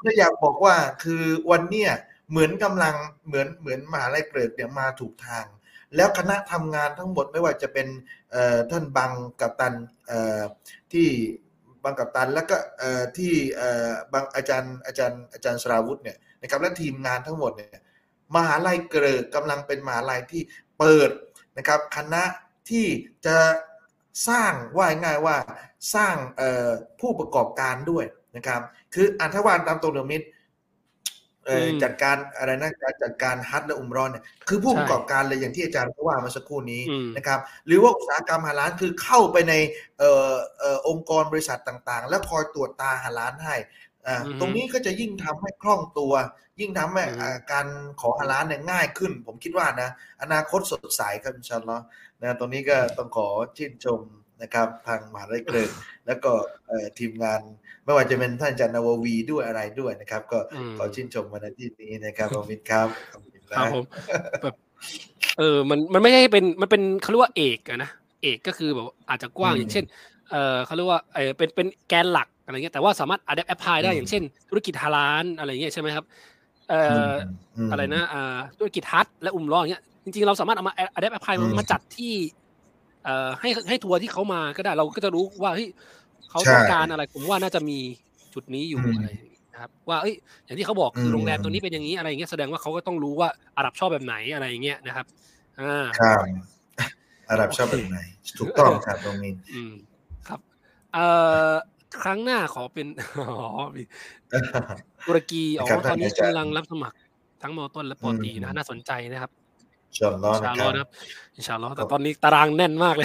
ก็อยากบอกว่าคือวันเนี้ยเหมือนกำลังเหมือนเหมือนมหาลัยเกริกเนี่ยมาถูกทาง แล้วคณะทำงานทั้งหมดไม่ว่าจะเป็นเอ่อท่านบังกัปตันเอ่อที่บังกัปตันแล้วก็เอ่อที่เอ่อบังอาจารย์อาจารย์อาจารย์สราวุธเนี่ยนะครับและทีมงานทั้งหมดเนี่ยมหาลัยเกริกกำลังเป็นมหาลัยที่เปิดนะครับคณะที่จะสร้างว่าง่ายว่าสร้างเอ่อผู้ประกอบการด้วยนะครับคืออันทวารตามตรงเดมิดเอ่อจัดการอะไรนะการจัดการฮัจญ์และอุมเราะห์เนี่ยคือผู้ประกอบการเลยอย่างที่อาจารย์เขาว่ามาสักครู่นี้นะครับหรือว่าอุตสาหกรรมฮาลาลคือเข้าไปในเอ่อเอ่อองค์กรบริษัทต่างๆ แล้วคอยตรวจตาฮาลาลให้อ่าตรงนี้ก็จะยิ่งทำให้คล่องตัวยิ่งทำให้การขอฮาลาลเนี่ยง่ายขึ้นผมคิดว่านะอนาคตสดใสครับอินชาอัลลอฮ์นะตรงนี้ก็ต้องขอชื่นชมนะครับทางมหาวิทยาลัยเกริกแล้วก็ทีมงานไม่ว่าจะเป็นท่านอาจารย์นาววีด้วยอะไรด้วยนะครับก็ขอชื่นชมมาในที่นี้นะครับขอบคุณครับครับผมแบบเออมันมันไม่ใช่เป็นมันเป็นเขาเรียกว่าเอกอะนะเอกก็คือแบบอาจจะกว้างอย่างเช่นเออเขาเรียกว่าเออเป็นเป็นแกนหลักอะไรเงี้ยแต่ว่าสามารถ adapt apply ได้อย่างเช่นธุรกิจฮาลาลอะไรเงี้ยใช่ไหมครับเอ่ออะไรนะอ่าธุรกิจฮัจญ์และอุมเราะห์อย่างเงี้ยจริงๆเราสามารถเอามา adapt apply มาจัดที่เอ่อให้ให้ทัวร์ที่เขามาก็ได้เราก็จะรู้ว่าเฮ้ยเขาต้องการอะไรผมว่าน่าจะมีจุดนี้อยู่อะไรนะครับว่าเอ้ยอย่างที่เขาบอกคือโรงแรมตัวนี้เป็นอย่างนี้อะไรอย่างเงี้ยแสดงว่าเขาก็ต้องรู้ว่าอาหรับชอบแบบไหนอะไรอย่างเงี้ยนะครับอ่าครับอาหรับชอบแบบไหนถูกต้องครับตรงนี้อืมครับเอ่อครั้งหน้าขอเป็นอ๋อตุรกีอ๋อตอนนี้กำลังรับสมัครทั้งม.ต้นและป.ตรีนะน่าสนใจนะครับอินชาอัลลอฮ์นะครับอินชาอัลลอฮ์แต่ตอนนี้ตารางแน่นมากเลย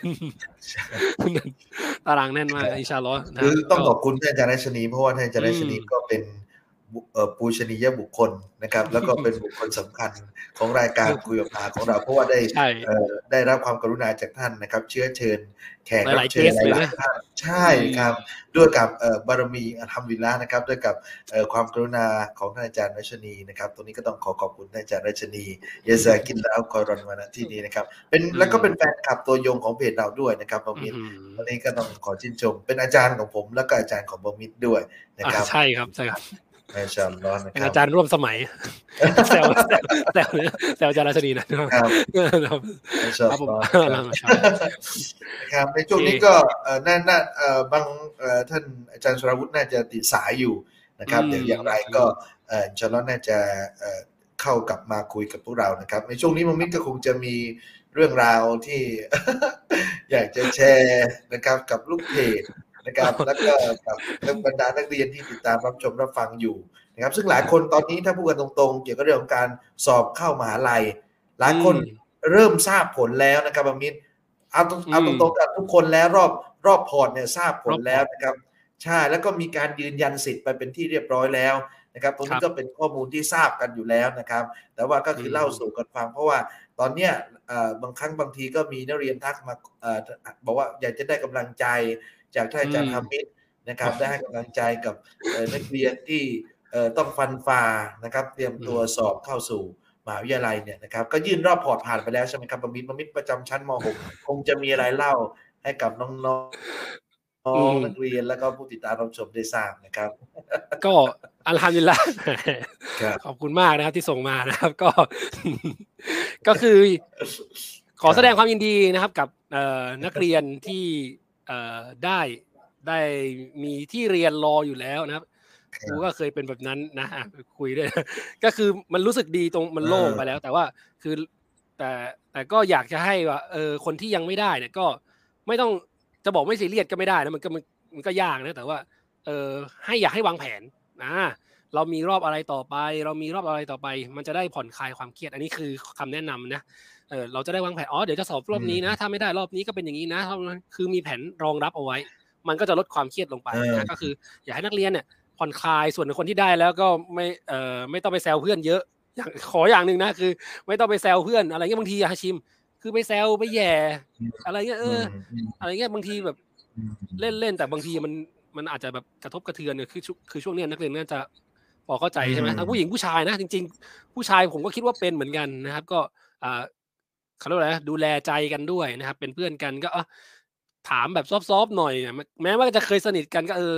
ตารางแน่นมากอินชาอัลลอฮ์คือต้องขอบคุณท่านอาจารย์รัชนีเพราะว่าท่านอาจารย์รัชนีก็เป็นปูชนียบุคคลนะครับแล้วก็เป็นบุคคลสำคัญของรายการคุยกับพาของเราเพราะว่าได้ได้รับความกรุณาจากท่านนะครับเชื้อเชิญแขกรับเชิญหลายๆท่านใช่ครับด้วยกับบารมีอัลฮัมดุลิลละห์นะครับด้วยกับความกรุณาของท่านอาจารย์รัชนีนะครับตรงนี้ก็ต้องขอขอบคุณท่านอาจารย์รัชนียะซากิลลาฮุคอยรอนมาณที่นี้นะครับเป็นแล้วก็เป็นแฟนคลับตัวยงของเพจเราด้วยนะครับบอมิดวันนี้ก็ต้องขอชื่นชมเป็นอาจารย์ของผมแล้วก็อาจารย์ของบอมิดด้วยนะครับใช่ครับใช่ครับไม่ชอบร้อนนะครับเป็นอาจารย์ร่วมสมัยแซวแซวแซวแซวอาจารย์รัชนีนะครับไม่ชอบร้อนครับในช่วงนี้ก็น่าน่าบางท่านอาจารย์สราวุธน่าจะติดสายอยู่นะครับเดี๋ยวอย่างไรก็อินชาอัลลอฮ์น่าจะเข้ากลับมาคุยกับพวกเรานะครับในช่วงนี้มัมมิดก็คงจะมีเรื่องราวที่อยากจะแชร์นะครับกับลูกเพจนะครับแล้วก็กับนักบรรดานักเรียนที่ติดตามรับชมรับฟังอยู่นะครับซึ่งหลายคนตอนนี้ถ้าพูดกันตรงๆเกี่ยวกับเรื่องของการสอบเข้ามหาลัยหลายคนเริ่มทราบผลแล้วนะครับมัมมิดเอาตรงเอาตรงๆกับทุกคนแล้วรอบรอบพอร์ตเนี่ยทราบผลแล้วนะครับใช่แล้วก็มีการยืนยันสิทธิ์ไปเป็นที่เรียบร้อยแล้วนะครับตรงนี้ก็เป็นข้อมูลที่ทราบกันอยู่แล้วนะครับแต่ว่าก็คือเล่าสู่กันฟังเพราะว่าตอนเนี้ยบางครั้งบางทีก็มีนักเรียนทักมาบอกว่าอยากจะได้กำลังใจจากท่านอาจารย์ฮามิดนะครับได้ให้กำลังใจกับนักเรียนที่ต้องฟันฝ่านะครับเตรียมตัวสอบเข้าสู่มหาวิทยาลัยเนี่ยนะครับก็ยื่นรอบพอร์ตผ่านไปแล้วใช่ไหมครับบมิดบมิดประจำชั้นม หก คงจะมีอะไรเล่าให้กับน้องๆน้องนักเรียนแล้วก็ผู้ติดตามรับชมได้ทราบนะครับก็อัลฮัมดุลิลละห์ขอบคุณมากนะครับที่ส่งมานะครับก็ก็คือขอแสดงความยินดีนะครับกับนักเรียนที่ได้ได้มีที่เรียนรออยู่แล้วนะครับกูก็เคยเป็นแบบนั้นนะคุยด้วยก็คือมันรู้สึกดีตรงมันโล่งไปแล้วแต่ว่าคือแต่แต่ก็อยากจะให้ว่าเออคนที่ยังไม่ได้เนี่ยก็ไม่ต้องจะบอกไม่ซีเรียสก็ไม่ได้นะมันก็มันก็ยากนะแต่ว่าเออให้อยากให้วางแผนนะเรามีรอบอะไรต่อไปเรามีรอบอะไรต่อไปมันจะได้ผ่อนคลายความเครียดอันนี้คือคำแนะนำนะเออเราจะได้วางแผนอ๋อเดี๋ยวจะสอบรอบนี้นะถ้าไม่ได้รอบนี้ก็เป็นอย่างนี้นะคือมีแผนรองรับเอาไว้มันก็จะลดความเครียดลงไปนะก็คืออยากให้นักเรียนเนี่ยผ่อนคลายส่วนคนที่ได้แล้วก็ไม่เอ่อไม่ต้องไปแซวเพื่อนเยอะอย่างขออย่างนึงนะคือไม่ต้องไปแซวเพื่อนอะไรเงี้ยบางทีฮาชิมคือไปแซวไปแย่อะไรเงี้ยเอออะไรเงี้ยบางทีแบบเล่นๆแต่บางทีมันมันอาจจะแบบกระทบกระเทือนเนี่ยคือคือช่วงนี้นักเรียนน่าจะพอเข้าใจใช่ไหมทั้งผู้หญิงผู้ชายนะจริงๆผู้ชายผมก็คิดว่าเป็นเหมือนกันนะครับก็อ่าเขาเรียกว่าอะไรดูแลใจกันด้วยนะครับเป็นเพื่อนกันก็ถามแบบซอฟๆหน่อยแม้ว่าจะเคยสนิทกันก็เออ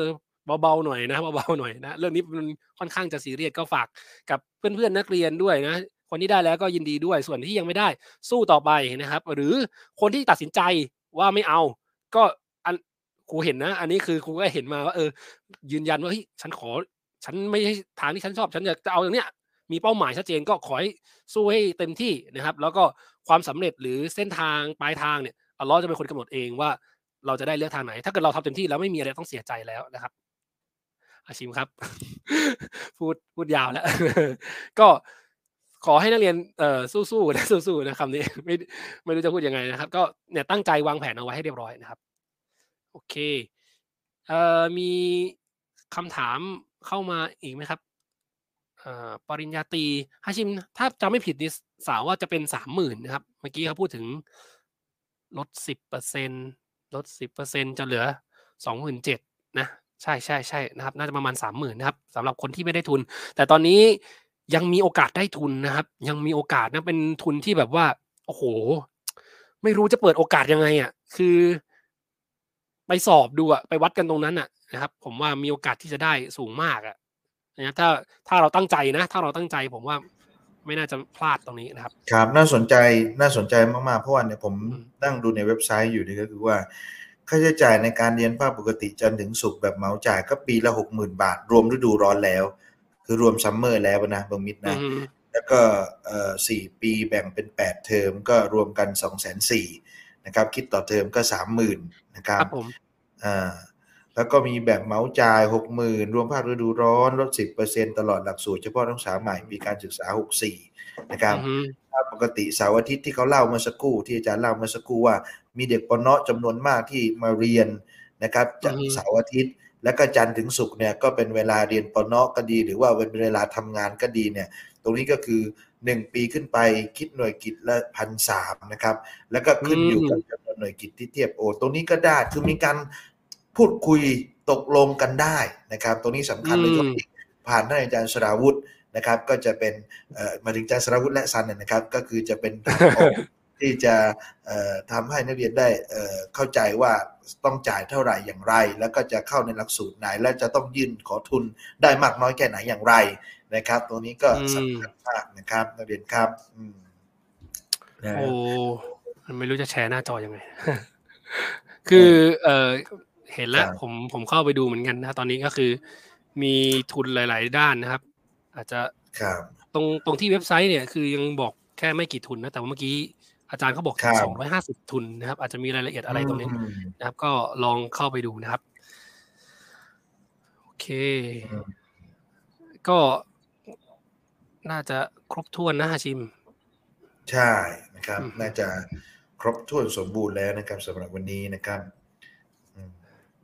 เบาๆหน่อยนะเบาๆหน่อยนะเรื่องนี้มันค่อนข้างจะซีเรียสก็ฝากกับเพื่อนๆนักเรียนด้วยนะคนที่ได้แล้วก็ยินดีด้วยส่วนที่ยังไม่ได้สู้ต่อไปนะครับหรือคนที่ตัดสินใจว่าไม่เอาก็อันครูเห็นนะอันนี้คือครูก็เห็นมาว่าเออยืนยันว่าเฮ้ยฉันขอฉันไม่ใช่ทางที่ฉันชอบฉันอยากจะเอาอย่างเนี้ยมีเป้าหมายชัดเจนก็ขอให้สู้ให้เต็มที่นะครับแล้วก็ความสำเร็จหรือเส้นทางปลายทางเนี่ยอัลเลาะห์จะเป็นคนกำหนดเองว่าเราจะได้เลือกทางไหนถ้าเกิดเราทำเต็มที่แล้วไม่มีอะไรต้องเสียใจแล้วนะครับอาชิมครับ พูดพูดยาวแล้ว ก็ขอให้นักเรียนเอ่อสู้ๆนะสู้ๆนะคำนี้ไม่ไม่รู้จะพูดยังไงนะครับก็เนี่ยตั้งใจวางแผนเอาไว้ให้เรียบร้อยนะครับโอเคเอ่อมีคำถามเข้ามาอีกไหมครับเอ่อปริญญาตรีฮาชิมถ้าจำไม่ผิดนี่สาวว่าจะเป็นสามหมื่นนะครับเมื่อกี้เขาพูดถึงลดสิบเปอร์เซ็นต์ลดสิบเปอร์เซ็นต์จะเหลือสองหมื่นเจ็ดนะใช่ๆๆนะครับน่าจะประมาณสามหมื่นนะครับสำหรับคนที่ไม่ได้ทุนแต่ตอนนี้ยังมีโอกาสได้ทุนนะครับยังมีโอกาสนะเป็นทุนที่แบบว่าโอ้โฮไม่รู้จะเปิดโอกาสยังไงอะคือไปสอบดูอะไปวัดกันตรงนั้นน่ะนะครับผมว่ามีโอกาสที่จะได้สูงมากอะนะถ้าถ้าเราตั้งใจนะถ้าเราตั้งใจผมว่าไม่น่าจะพลาดตรงนี้นะครับครับน่าสนใจน่าสนใจมากๆเพราะว่าเนี่ยผมอืมนั่งดูในเว็บไซต์อยู่นี่ก็คือว่าค่าใช้จ่ายในการเรียนภาคปกติจันทร์ถึงศุกร์แบบเหมาจ่ายก็ปีละ หกหมื่น บาทรวมฤดูร้อนแล้วคือรวมซัมเมอร์แล้วนะบางมิตรอืนะอฮึแล้วก็เอ่อสี่ปีแบ่งเป็นแปดเทอมก็รวมกัน สองแสนสี่หมื่น นะครับคิดต่อเทอมก็ สามหมื่น นะครัครับ บผมอ่าแล้วก็มีแบบเหมาจ่าย หกหมื่น รวมภาคฤดูร้อนลด สิบเปอร์เซ็นต์ ตลอดหลักสูตรเฉพาะนักศึกษาใหม่ปีการศึกษา หกสี่ นะครับอือฮึถ้าปกติเสาร์อาทิตย์ที่เขาเล่าเมื่อสักครู่ที่อาจารย์เล่าเมื่อสักครู่ว่ามีเด็กปนจำนวนมากที่มาเรียนนะครับอืจะอฮึเสาร์อาทิตย์ แล้วก็จันทร์ถึงศุกร์เนี่ยก็เป็นเวลาเรียนปนก็ดี หรือว่าเป็นเวลาทำงานก็ดีเนี่ยตรงนี้ก็คือหนึ่งปีขึ้นไปคิดหน่วยกิตละ หนึ่งพันสามร้อย นะครับแล้วก็อืขึ้นอยู่กับมจำนวนหน่วยกิตที่เทียบโอ้ตรงนี้ก็ได้คือมีการพูดคุยตกลงกันได้นะครับตรงนี้สำอืคัญเลยมที่ผ่านท่านอาจารย์สราวุธนะครับก็จะเป็นเอ่อหมายถึงอาจารย์สราวุธและซันเนี่ยนะครับก็คือจะเป็นทางออก ที่จะเอ่อทำให้นักเรียนได้เอ่อเข้าใจว่าต้องจ่ายเท่าไหร่อย่างไร แล้วก็จะเข้าในหลักสูตรไหน และจะต้องยื่นขอทุนได้มากน้อยแค่ไหนอย่างไรนะครับตรงนี้ก็อืสำมคัญมากนะครับนักเรียนครับอืมนะโอ้มันไม่รู้จะแชร์หน้าจอยังไง คือ เอ่อเห็นคแล้รัวบผมผมเข้าไปดูเหมือนกันนะตอนนี้ก็คือมีทุนหลาย ๆ ด้านนะครับ อาจจะครับตรงตรงที่เว็บไซต์เนี่ยคือยังบอกแค่ไม่กี่ทุนนะแต่ว่าเมื่อกี้อาจารย์เขาบอกคถึรังบสองร้อยห้าสิบ ทุนนะครับ อาจจะมีรายละเอียดอะไรตรงนี้อืมนะครับ ก็ลองเข้าไปดูนะครับ โอเคอืมก็น่าจะครบถ้วนนะฮาชิมใช่นะครับอือฮึน่าจะครบถ้วนสมบูรณ์แล้วนะครับสำหรับวันนี้นะครับอืม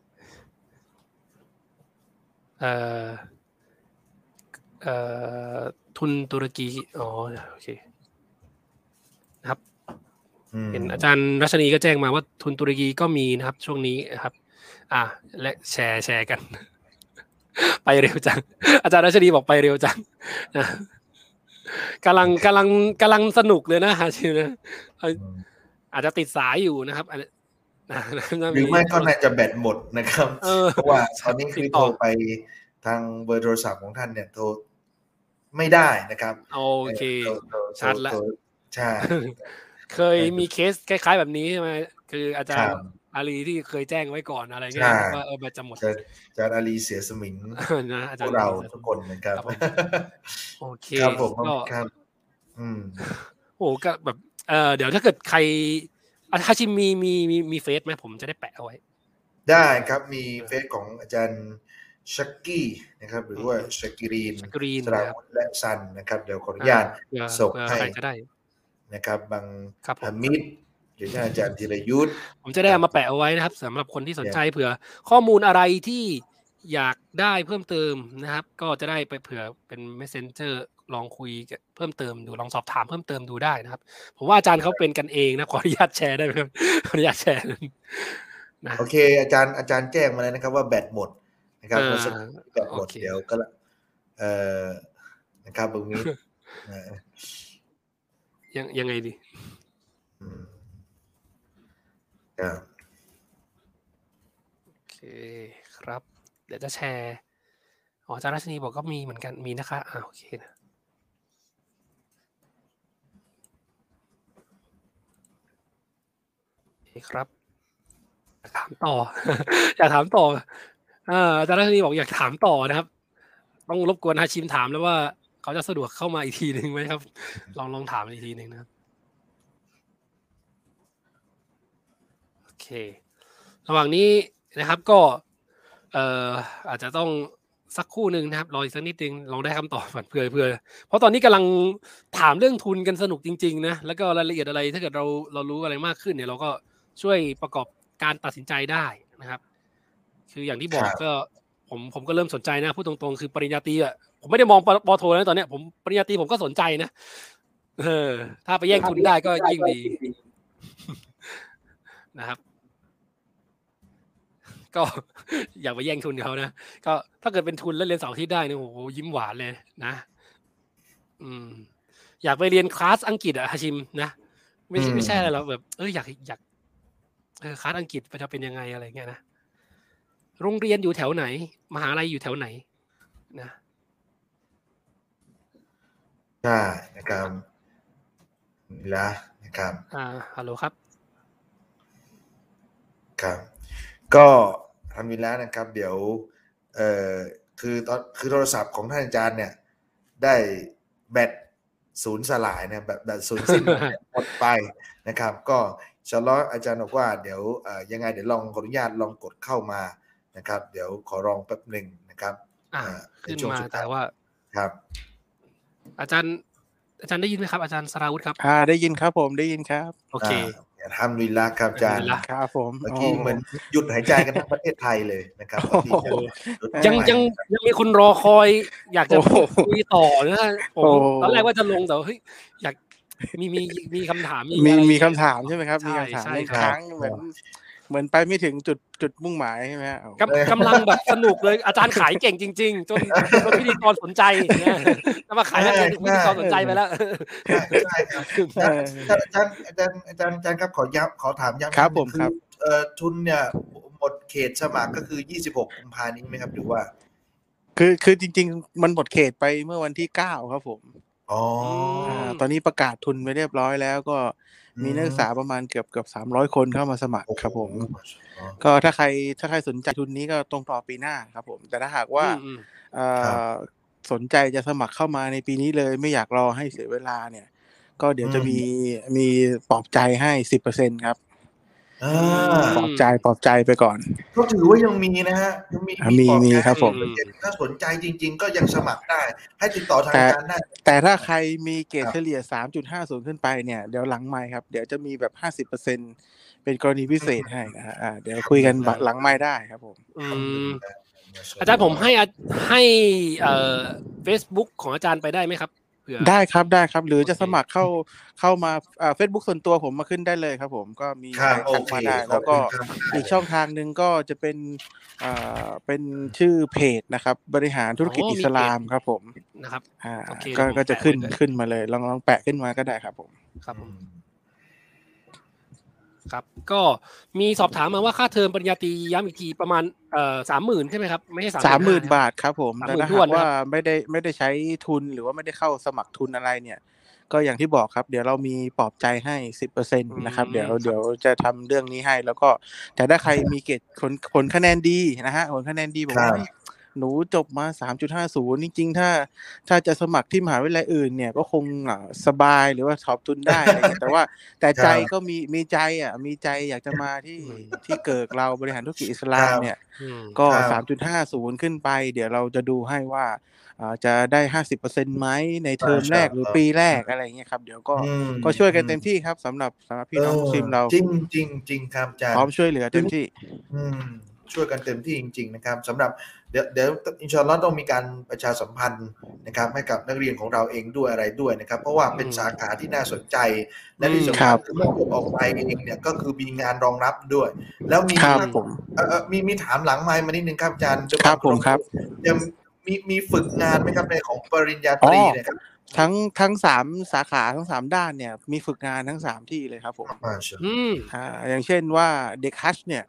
เอ่อ เอ่อ ทุนตุรกี อ๋อ โอเค ครับอืมเห็นอาจารย์รัชนีก็แจ้งมาว่าทุนตุรกีก็มีนะครับช่วงนี้นะครับ อ่า และแชร์ แชร์กัน ไปเร็วจัง อาจารย์รัชนีบอกไปเร็วจัง นะ กำลัง กำลัง กำลังสนุกเลยนะฮาชิมนะ เฮ้ยอืมอาจจะติดสายอยู่นะครับ อาจจะ นะ น่าหรือมีไม่ก็โทรน่าจะแบตหมดนะครับเออเพราะว่าใชตอนนี้ติคือดโทต่รอไปทางเบอร์โทรศัพท์ของท่านเนี่ยโทรไม่ได้นะครับโอเอ่อเคโทร โทรชัดโทรแล้วโทร ใช่เคยมีเคสคล้าย ๆ แบบนี้ใช่ไหม คืออาจาครรัย์บอาลีที่เคยแจ้งไว้ก่อน อะไรใเชงี้ย่ครับว่า เออ แบตจะหมดอาจารย์ อาจารย์อาลีเสียสมิงเออ นะ อาพจาว รย์กเราอาลีเสียสทุกมิงคนนะครับครับผม โอเคครับผมก็ครับ อืมโอ้โฮ ก็แบบ เอ่อ เดี๋ยวถ้าเกิดใคร อะ ฮาชิมมี มี มี มีเฟซไหม? ผมจะได้แปะเอาไว้ได้ครับ มีเออเฟซของอาจารย์ชักกี้นะครับ หรือว่าอือฮึชักกิรีนชักรีนสรานะครับวุธ และซันนะครับ เดี๋ยวขออนุอาญาตเผื่อส่งเผื่อให้ใครจะได้นะครับ บางครับผฮาม มิด หรือท่านอาจารย์ธีรยุทธผมจะได้คเอรัาบมาแปะเอาไว้นะครับ สำหรับคนที่สนใจเนี่ยเผื่อข้อมูลอะไรที่อยากได้เพิ่มเติมนะครับ ก็จะได้ไปเผื่อเป็น Messenger ลองคุย ก เพิ่มเติมดู ลองสอบถามเพิ่มเติมดูได้นะครับ ผมว่าอาจารย์เขาเป็นกันเองนะ ขออนุญาตแชร์ได้ไหมครับ? ขออนุญาตแชร์ นะโอเค อาจารย์ อาจารย์แจ้งมาแล้วนะครับว่าแบตหมดนะครัอบาเมื่อสักครู่นี้แบตหมดโอเคเดี๋ยวก็ เอ่อ นะครับ บางมิตร เออยัง ยังไงดี? อืม ครับโอเค ครับเดี๋ยวจะแชร์อ๋ออาจารย์รัชนีบอกก็มีเหมือนกันมีนะคะอ่าโอเคนะโอเคครับอยากถามต่อ อยากถามต่ออ่าอาจารย์รัชนีบอกอยากถามต่อนะครับต้องรบกวนฮาชิมถามแล้วว่าเขาจะสะดวกเข้ามาอีกทีหนึ่งไหมครับลองลองถามอีกทีหนึ่งนะครับโอเคระหว่างนี้นะครับก็เอ่ออาจจะต้องสักครู่หนึ่งนะครับรออีกสักนิดนึงลองได้คำตอบก่อนเผื่อเผื่อเพราะตอนนี้กำลังถามเรื่องทุนกันสนุกจริงๆนะแล้วก็รายละเอียดอะไรถ้าเกิดเราเรารู้อะไรมากขึ้นเนี่ยเราก็ช่วยประกอบการตัดสินใจได้นะครับคืออย่างที่บอกก็ผมผมก็เริ่มสนใจนะพูดตรงๆคือปริญญาตรีอ่ะผมไม่ได้มองปอโทแล้วตอนเนี้ยผมปริญญาตรีผมก็สนใจนะเออถ้าไปแย่งทุนได้ก็ยิ่งดีนะครับก็ อยากไปแย่งทุนเขานะก็ถ้าเกิดเป็นทุนแล้วเรียนเสาร์อาทิตย์ได้เนี่ยโอ้โหยิ้มหวานเลยนะอืมอยากไปเรียนคลาสอังกฤษอะฮาชิมนะไม่ใช่ไม่ใช่อะไรหรอกแบบเอออยากอยากเออคลาสอังกฤษจะเป็นยังไงอะไรเงี้ยนะโรงเรียนอยู่แถวไหนมหาลัยอยู่แถวไหนนะใช่นะครับแล้วนะครับอ่าฮัลโหลครับครับก็ทำวินแล้วนะครับเดี๋ยวเอ่อคือตอนคือโทรศัพท์ของท่านอาจารย์เนี่ยได้แบตศูนย์สลายนะแบบแบบศูนย์สิ้นหมดไปนะครับก็ชะลออาจารย์บอกว่าเดี๋ยวเอ่อยังไงเดี๋ยวลองขออนุญาตลองกดเข้ามานะครับเดี๋ยวขอลองแป๊บหนึ่งนะครับอ่าขึ้นมาแต่ว่าครับอาจารย์อาจารย์ได้ยินไหมครับอาจารย์สราวุธครับอ่าได้ยินครับผมได้ยินครับโอเคทำวิลาครับอาจารย์ครับผมเมื่อกี้เหมือนหยุดหายใจกันทั้งประเทศไทยเลยนะครับยังยังยังมีคนรอคอยอยากจะคุยต่อนะผมตอนแรกว่าจะลงแต่เฮ้ยอยากมีมีมีคำถามมีมีคำถามใช่ไหมครับมีคำถามในครั้งเหมือนเหมือนไปไม่ถึงจุดจุดมุ่งหมายใช่ไหมฮะกำลังแบบสนุกเลยอาจารย์ขายเก่งจริงๆจนจนพิธีกรสนใจแล้วมาขายแล้วพิธีกรสนใจไปแล้วใช่ครับอาจารย์อาจารย์อาจารย์อาจารย์ครับขอย้ำขอถามย้ำครับผมครับเอ่อทุนเนี่ยหมดเขตสมัครก็คือยี่สิบหกกุมภาพันธ์นี้ไหมครับหรือว่าคือคือจริงๆมันหมดเขตไปเมื่อวันที่เก้าครับผมอ๋อตอนนี้ประกาศทุนไปเรียบร้อยแล้วก็มีนักศึกษาประมาณเกือบเกือบสามร้อยคนเข้ามาสมัครครับผมก็ถ้าใครถ้าใครสนใจทุนนี้ก็ตรงต่อปีหน้าครับผมแต่ถ้าหากว่าสนใจจะสมัครเข้ามาในปีนี้เลยไม่อยากรอให้เสียเวลาเนี่ยก็เดี๋ยวจะมีมีปลอบใจให้ สิบเปอร์เซ็นต์ ครับปลอบใจปลอบใจไปก่อนก็ถือว่ายังมีนะฮะยังมีมีมีครับผมถ้าสนใจจริงๆก็ยังสมัครได้ให้ติดต่อทางการได้แต่ถ้าใครมีเกรดเฉลี่ย สามจุดห้าศูนย์ ขึ้นไปเนี่ยเดี๋ยวหลังไมค์ครับเดี๋ยวจะมีแบบ ห้าสิบเปอร์เซ็นต์ เป็นกรณีพิเศษให้นะฮะเดี๋ยวคุยกันหลังไมค์ได้ครับผมอาจารย์ผมให้ให้เอ่อ Facebook ของอาจารย์ไปได้ไหมครับได้ครับได้ครับหรือจะสมัครเข้าเข้ามาอ่า Facebook ส่วนตัวผมมาขึ้นได้เลยครับผมก็มีใครทักมาได้แล้วก็อีกช่องทางนึงก็จะเป็นอ่าเป็นชื่อเพจนะครับบริหารธุรกิจอิสลามครับผมนะครับอ่าก็ก็จะขึ้นขึ้นมาเลยลองลองแปะขึ้นมาก็ได้ครับผมครับผมครับก็มีสอบถามมาว่าค่าเทอมปริญญาตรีย้ำอีกทีประมาณเอ่อ สามหมื่น ใช่ไหมครับไม่ใช่สามหมื่น บาทครับผมแต่ถ้าหากว่าไม่ได้ไม่ได้ใช้ทุนหรือว่าไม่ได้เข้าสมัครทุนอะไรเนี่ยก็อย่างที่บอกครับเดี๋ยวเรามีปลอบใจให้ สิบเปอร์เซ็นต์ นะครับเดี๋ยวเดี๋ยวจะทำเรื่องนี้ให้แล้วก็แต่ถ้าใครมีเกรดผลผลคะแนนดีนะฮะผลคะแนนดีบอกว่าหนูจบมา สามจุดห้าศูนย์ จริงๆถ้าถ้าจะสมัครที่มหาวิทยาลัยอื่นเนี่ยก็คงสบายหรือว่าสอบทุนได้อะไรอย่างเงี้ยแต่ว่าแต่ใจก็มีมีใจอ่ะมีใจอยากจะมาที่ที่เกิดเราบริหารธุรกิจอิสลามเนี่ยก็ สามจุดห้าศูนย์ ขึ้นไปเดี๋ยวเราจะดูให้ว่าจะได้ ห้าสิบเปอร์เซ็นต์ ไหมในเทอมแรกหรือปีแรกอะไรอย่างเงี้ยครับเดี๋ยวก็ก็ช่วยกันเต็มที่ครับสำหรับสำหรับพี่น้องมุสลิมเราจริงจริงจริงครับอาจารย์พร้อมช่วยเหลือเต็มที่ช่วยกันเต็มที่จริงๆนะครับสำหรับเดี๋ยวเดี๋ยวอินชาอัลลอฮ์ต้องมีการประชาสัมพันธ์นะครับให้กับนักเรียนของเราเองด้วยอะไรด้วยนะครับเพราะว่าเป็นสาขาที่น่าสนใจและที่สำคัญคือเมื่อจบออกไปเองเนี่ยก็คือมีงานรองรับด้วยแล้วมีมีมีถามหลังไมค์มานิดนึงครับอาจารย์ครับผมครับยังมีมีฝึกงานไหมครับในของปริญญาตรีเนี่ยครับทั้งทั้งสามสาขาทั้งสามด้านเนี่ยมีฝึกงานทั้งสามที่เลยครับผมอืมอ่าอย่างเช่นว่าเด็กฮัจญ์เนี่ย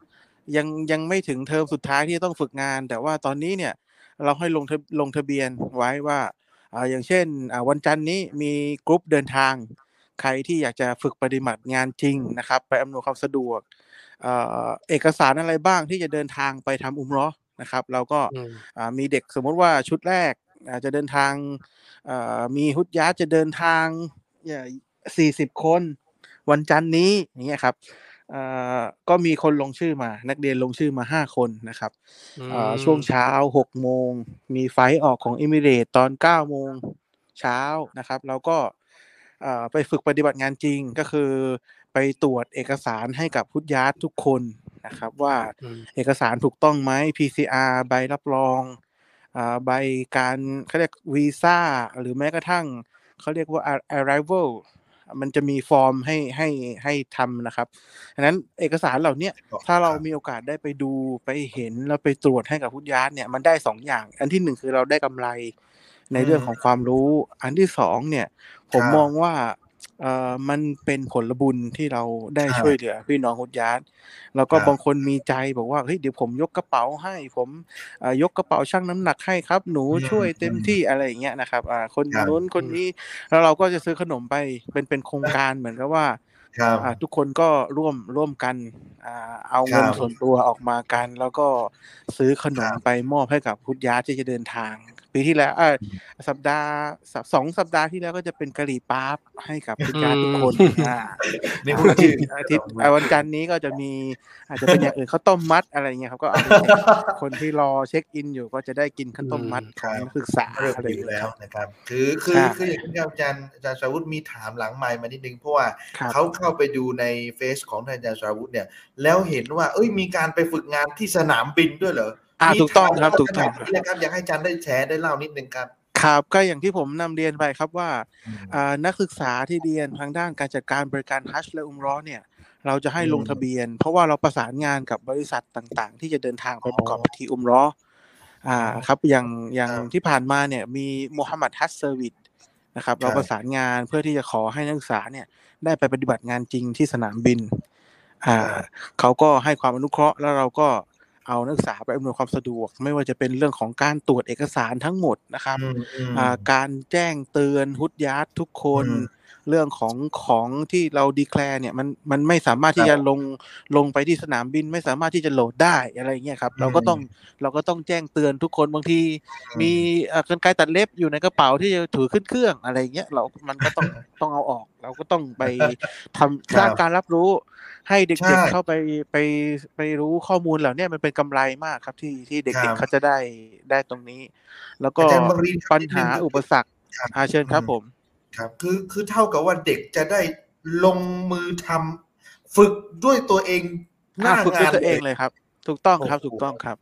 ยังยังไม่ถึงเทอมสุดท้ายที่จะต้องฝึกงานแต่ว่าตอนนี้เนี่ยเราให้ลงลงทะเบียนไว้ว่าอ่าอย่างเช่นอ่าวันจันทร์นี้มีกรุ๊ปเดินทางใครที่อยากจะฝึกปฏิบัติงานจริงนะครับไปอำนวยความสะดวกเอ่อเอกสารอะไรบ้างที่จะเดินทางไปทำอุมเราะห์นะครับเราก็อ่ามีเด็กสมมติว่าชุดแรกอาจจะเดินทางเอ่อมีฮุดยาจะเดินทางสี่สิบคนวันจันทร์นี้อย่างเงี้ยครับเอ่อก็มีคนลงชื่อมานักเรียนลงชื่อมาห้าคนนะครับเอ่อช่วงเช้าหกโมงมีไฟล์ออกของอิมิเรตส์ตอนเก้าโมงเช้านะครับแล้วก็เอ่อไปฝึกปฏิบัติงานจริงก็คือไปตรวจเอกสารให้กับฮุดยาทุกคนนะครับว่าเอกสารถูกต้องไหม พี ซี อาร์ ใบรับรองอ่าใบการเขาเรียกวีซ่าหรือแม้กระทั่งเขาเรียกว่า arrival มันจะมีฟอร์มให้ให้ให้ทำนะครับฉะนั้นเอกสารเหล่านี้ถ้าเรามีโอกาสได้ไปดูไปเห็นแล้วไปตรวจให้กับฮุดยาตเนี่ยมันได้สองอย่างอันที่หนึ่งคือเราได้กำไรในเรื่องของความรู้อันที่สองเนี่ยผมมองว่าเอ่อมันเป็นผลบุญที่เราได้ช่วยเหลือพี่น้องฮุดยาตแล้วก็บางคนมีใจบอกว่าเฮ้ยเดี๋ยวผมยกกระเป๋าให้ผมยกกระเป๋าชั่งน้ำหนักให้ครับหนูช่วยเต็มที่อะไรอย่างเงี้ยนะครับอ่าคนนู้นคนนี้แล้วเราก็จะซื้อขนมไปเป็นเป็นโครงการเหมือนกับว่าทุกคนก็ร่วมร่วมกันเอาเงินส่วนตัวออกมากันแล้วก็ซื้อขนมไปมอบให้กับฮุดยาตที่จะเดินทางปีที่แล้วสัปดาห์สองสัปดาห์ที่แล้วก็จะเป็นกะหรี่ปั๊บให้กับฮุดยาตทุกคนอ่านี่พูดชื่ออาทิตย์วันจันทร์นี้ก็จะมีอาจจะเป็นอย่างอื่นข้าวต้มมัดอะไรเงี้ยครับก็เอาคนที่รอเช็คอินอยู่ก็จะได้กินข้าวต้มมัดของนักศึกษาอะไรอยู่แล้วนะครับคือคือคืออย่างที่อาจารย์อาจารย์ชาวุฒิมีถามหลังไมค์มานิดนึงเพราะว่าเขาเข้าไปดูในเฟซของอาจารย์ชาวุฒิเนี่ยแล้วเห็นว่าเอ้ยมีการไปฝึกงานที่สนามบินด้วยเหรออ่าถูกต้องครับถูกต้องนะครับอยากให้อาจารย์ได้แชร์ได้เล่านิดนึงครับครับก็อย่างที่ผมนำเรียนไปครับว่านักศึกษาที่เรียนทางด้านการจัดการบริการฮัจญ์และอุมเราะห์เนี่ยเราจะให้ลงทะเบียนเพราะว่าเราประสานงานกับบริษัทต่างๆที่จะเดินทางไปประกอบพิธีอุมเราะห์อ่าครับอย่างอย่างที่ผ่านมาเนี่ยมีมูฮัมหมัดฮัจญ์เซอร์วิสนะครับเราประสานงานเพื่อที่จะขอให้นักศึกษาเนี่ยได้ไปปฏิบัติงานจริงที่สนามบินอ่าเขาก็ให้ความอนุเคราะห์แล้วเราก็เอานักศึกษาไปอำนวยความสะดวกไม่ว่าจะเป็นเรื่องของการตรวจเอกสารทั้งหมดนะครับการแจ้งเตือนฮุดยาตทุกคนเรื่องของของที่เราดีแคลร์เนี่ยมันมันไม่สามารถที่จะลงลงไปที่สนามบินไม่สามารถที่จะโหลดได้อะไรเงี้ยครับเราก็ต้องเราก็ต้องแจ้งเตือนทุกคนบางทีมีกรรไกรตัดเล็บอยู่ในกระเป๋าที่จะถือขึ้นเครื่องอะไรเงี้ยเรามันก็ต้องต้องเอาออกเราก็ต้องไปทำสร้างการรับรู้ให้เด็กๆเข้าไปไปไปรู้ข้อมูลเหล่านี้มันเป็นกำไรมากครับที่ที่เด็กๆเขาจะได้ได้ตรงนี้แล้วก็ปัญหาอุปสรรคอาเชิญครับผมครับคือคือเท่ากับว่าเด็กจะได้ลงมือทำฝึกด้วยตัวเองหน้างานฝึกด้วยตัวเองเลยครับถูกต้องครับถูกต้องครับ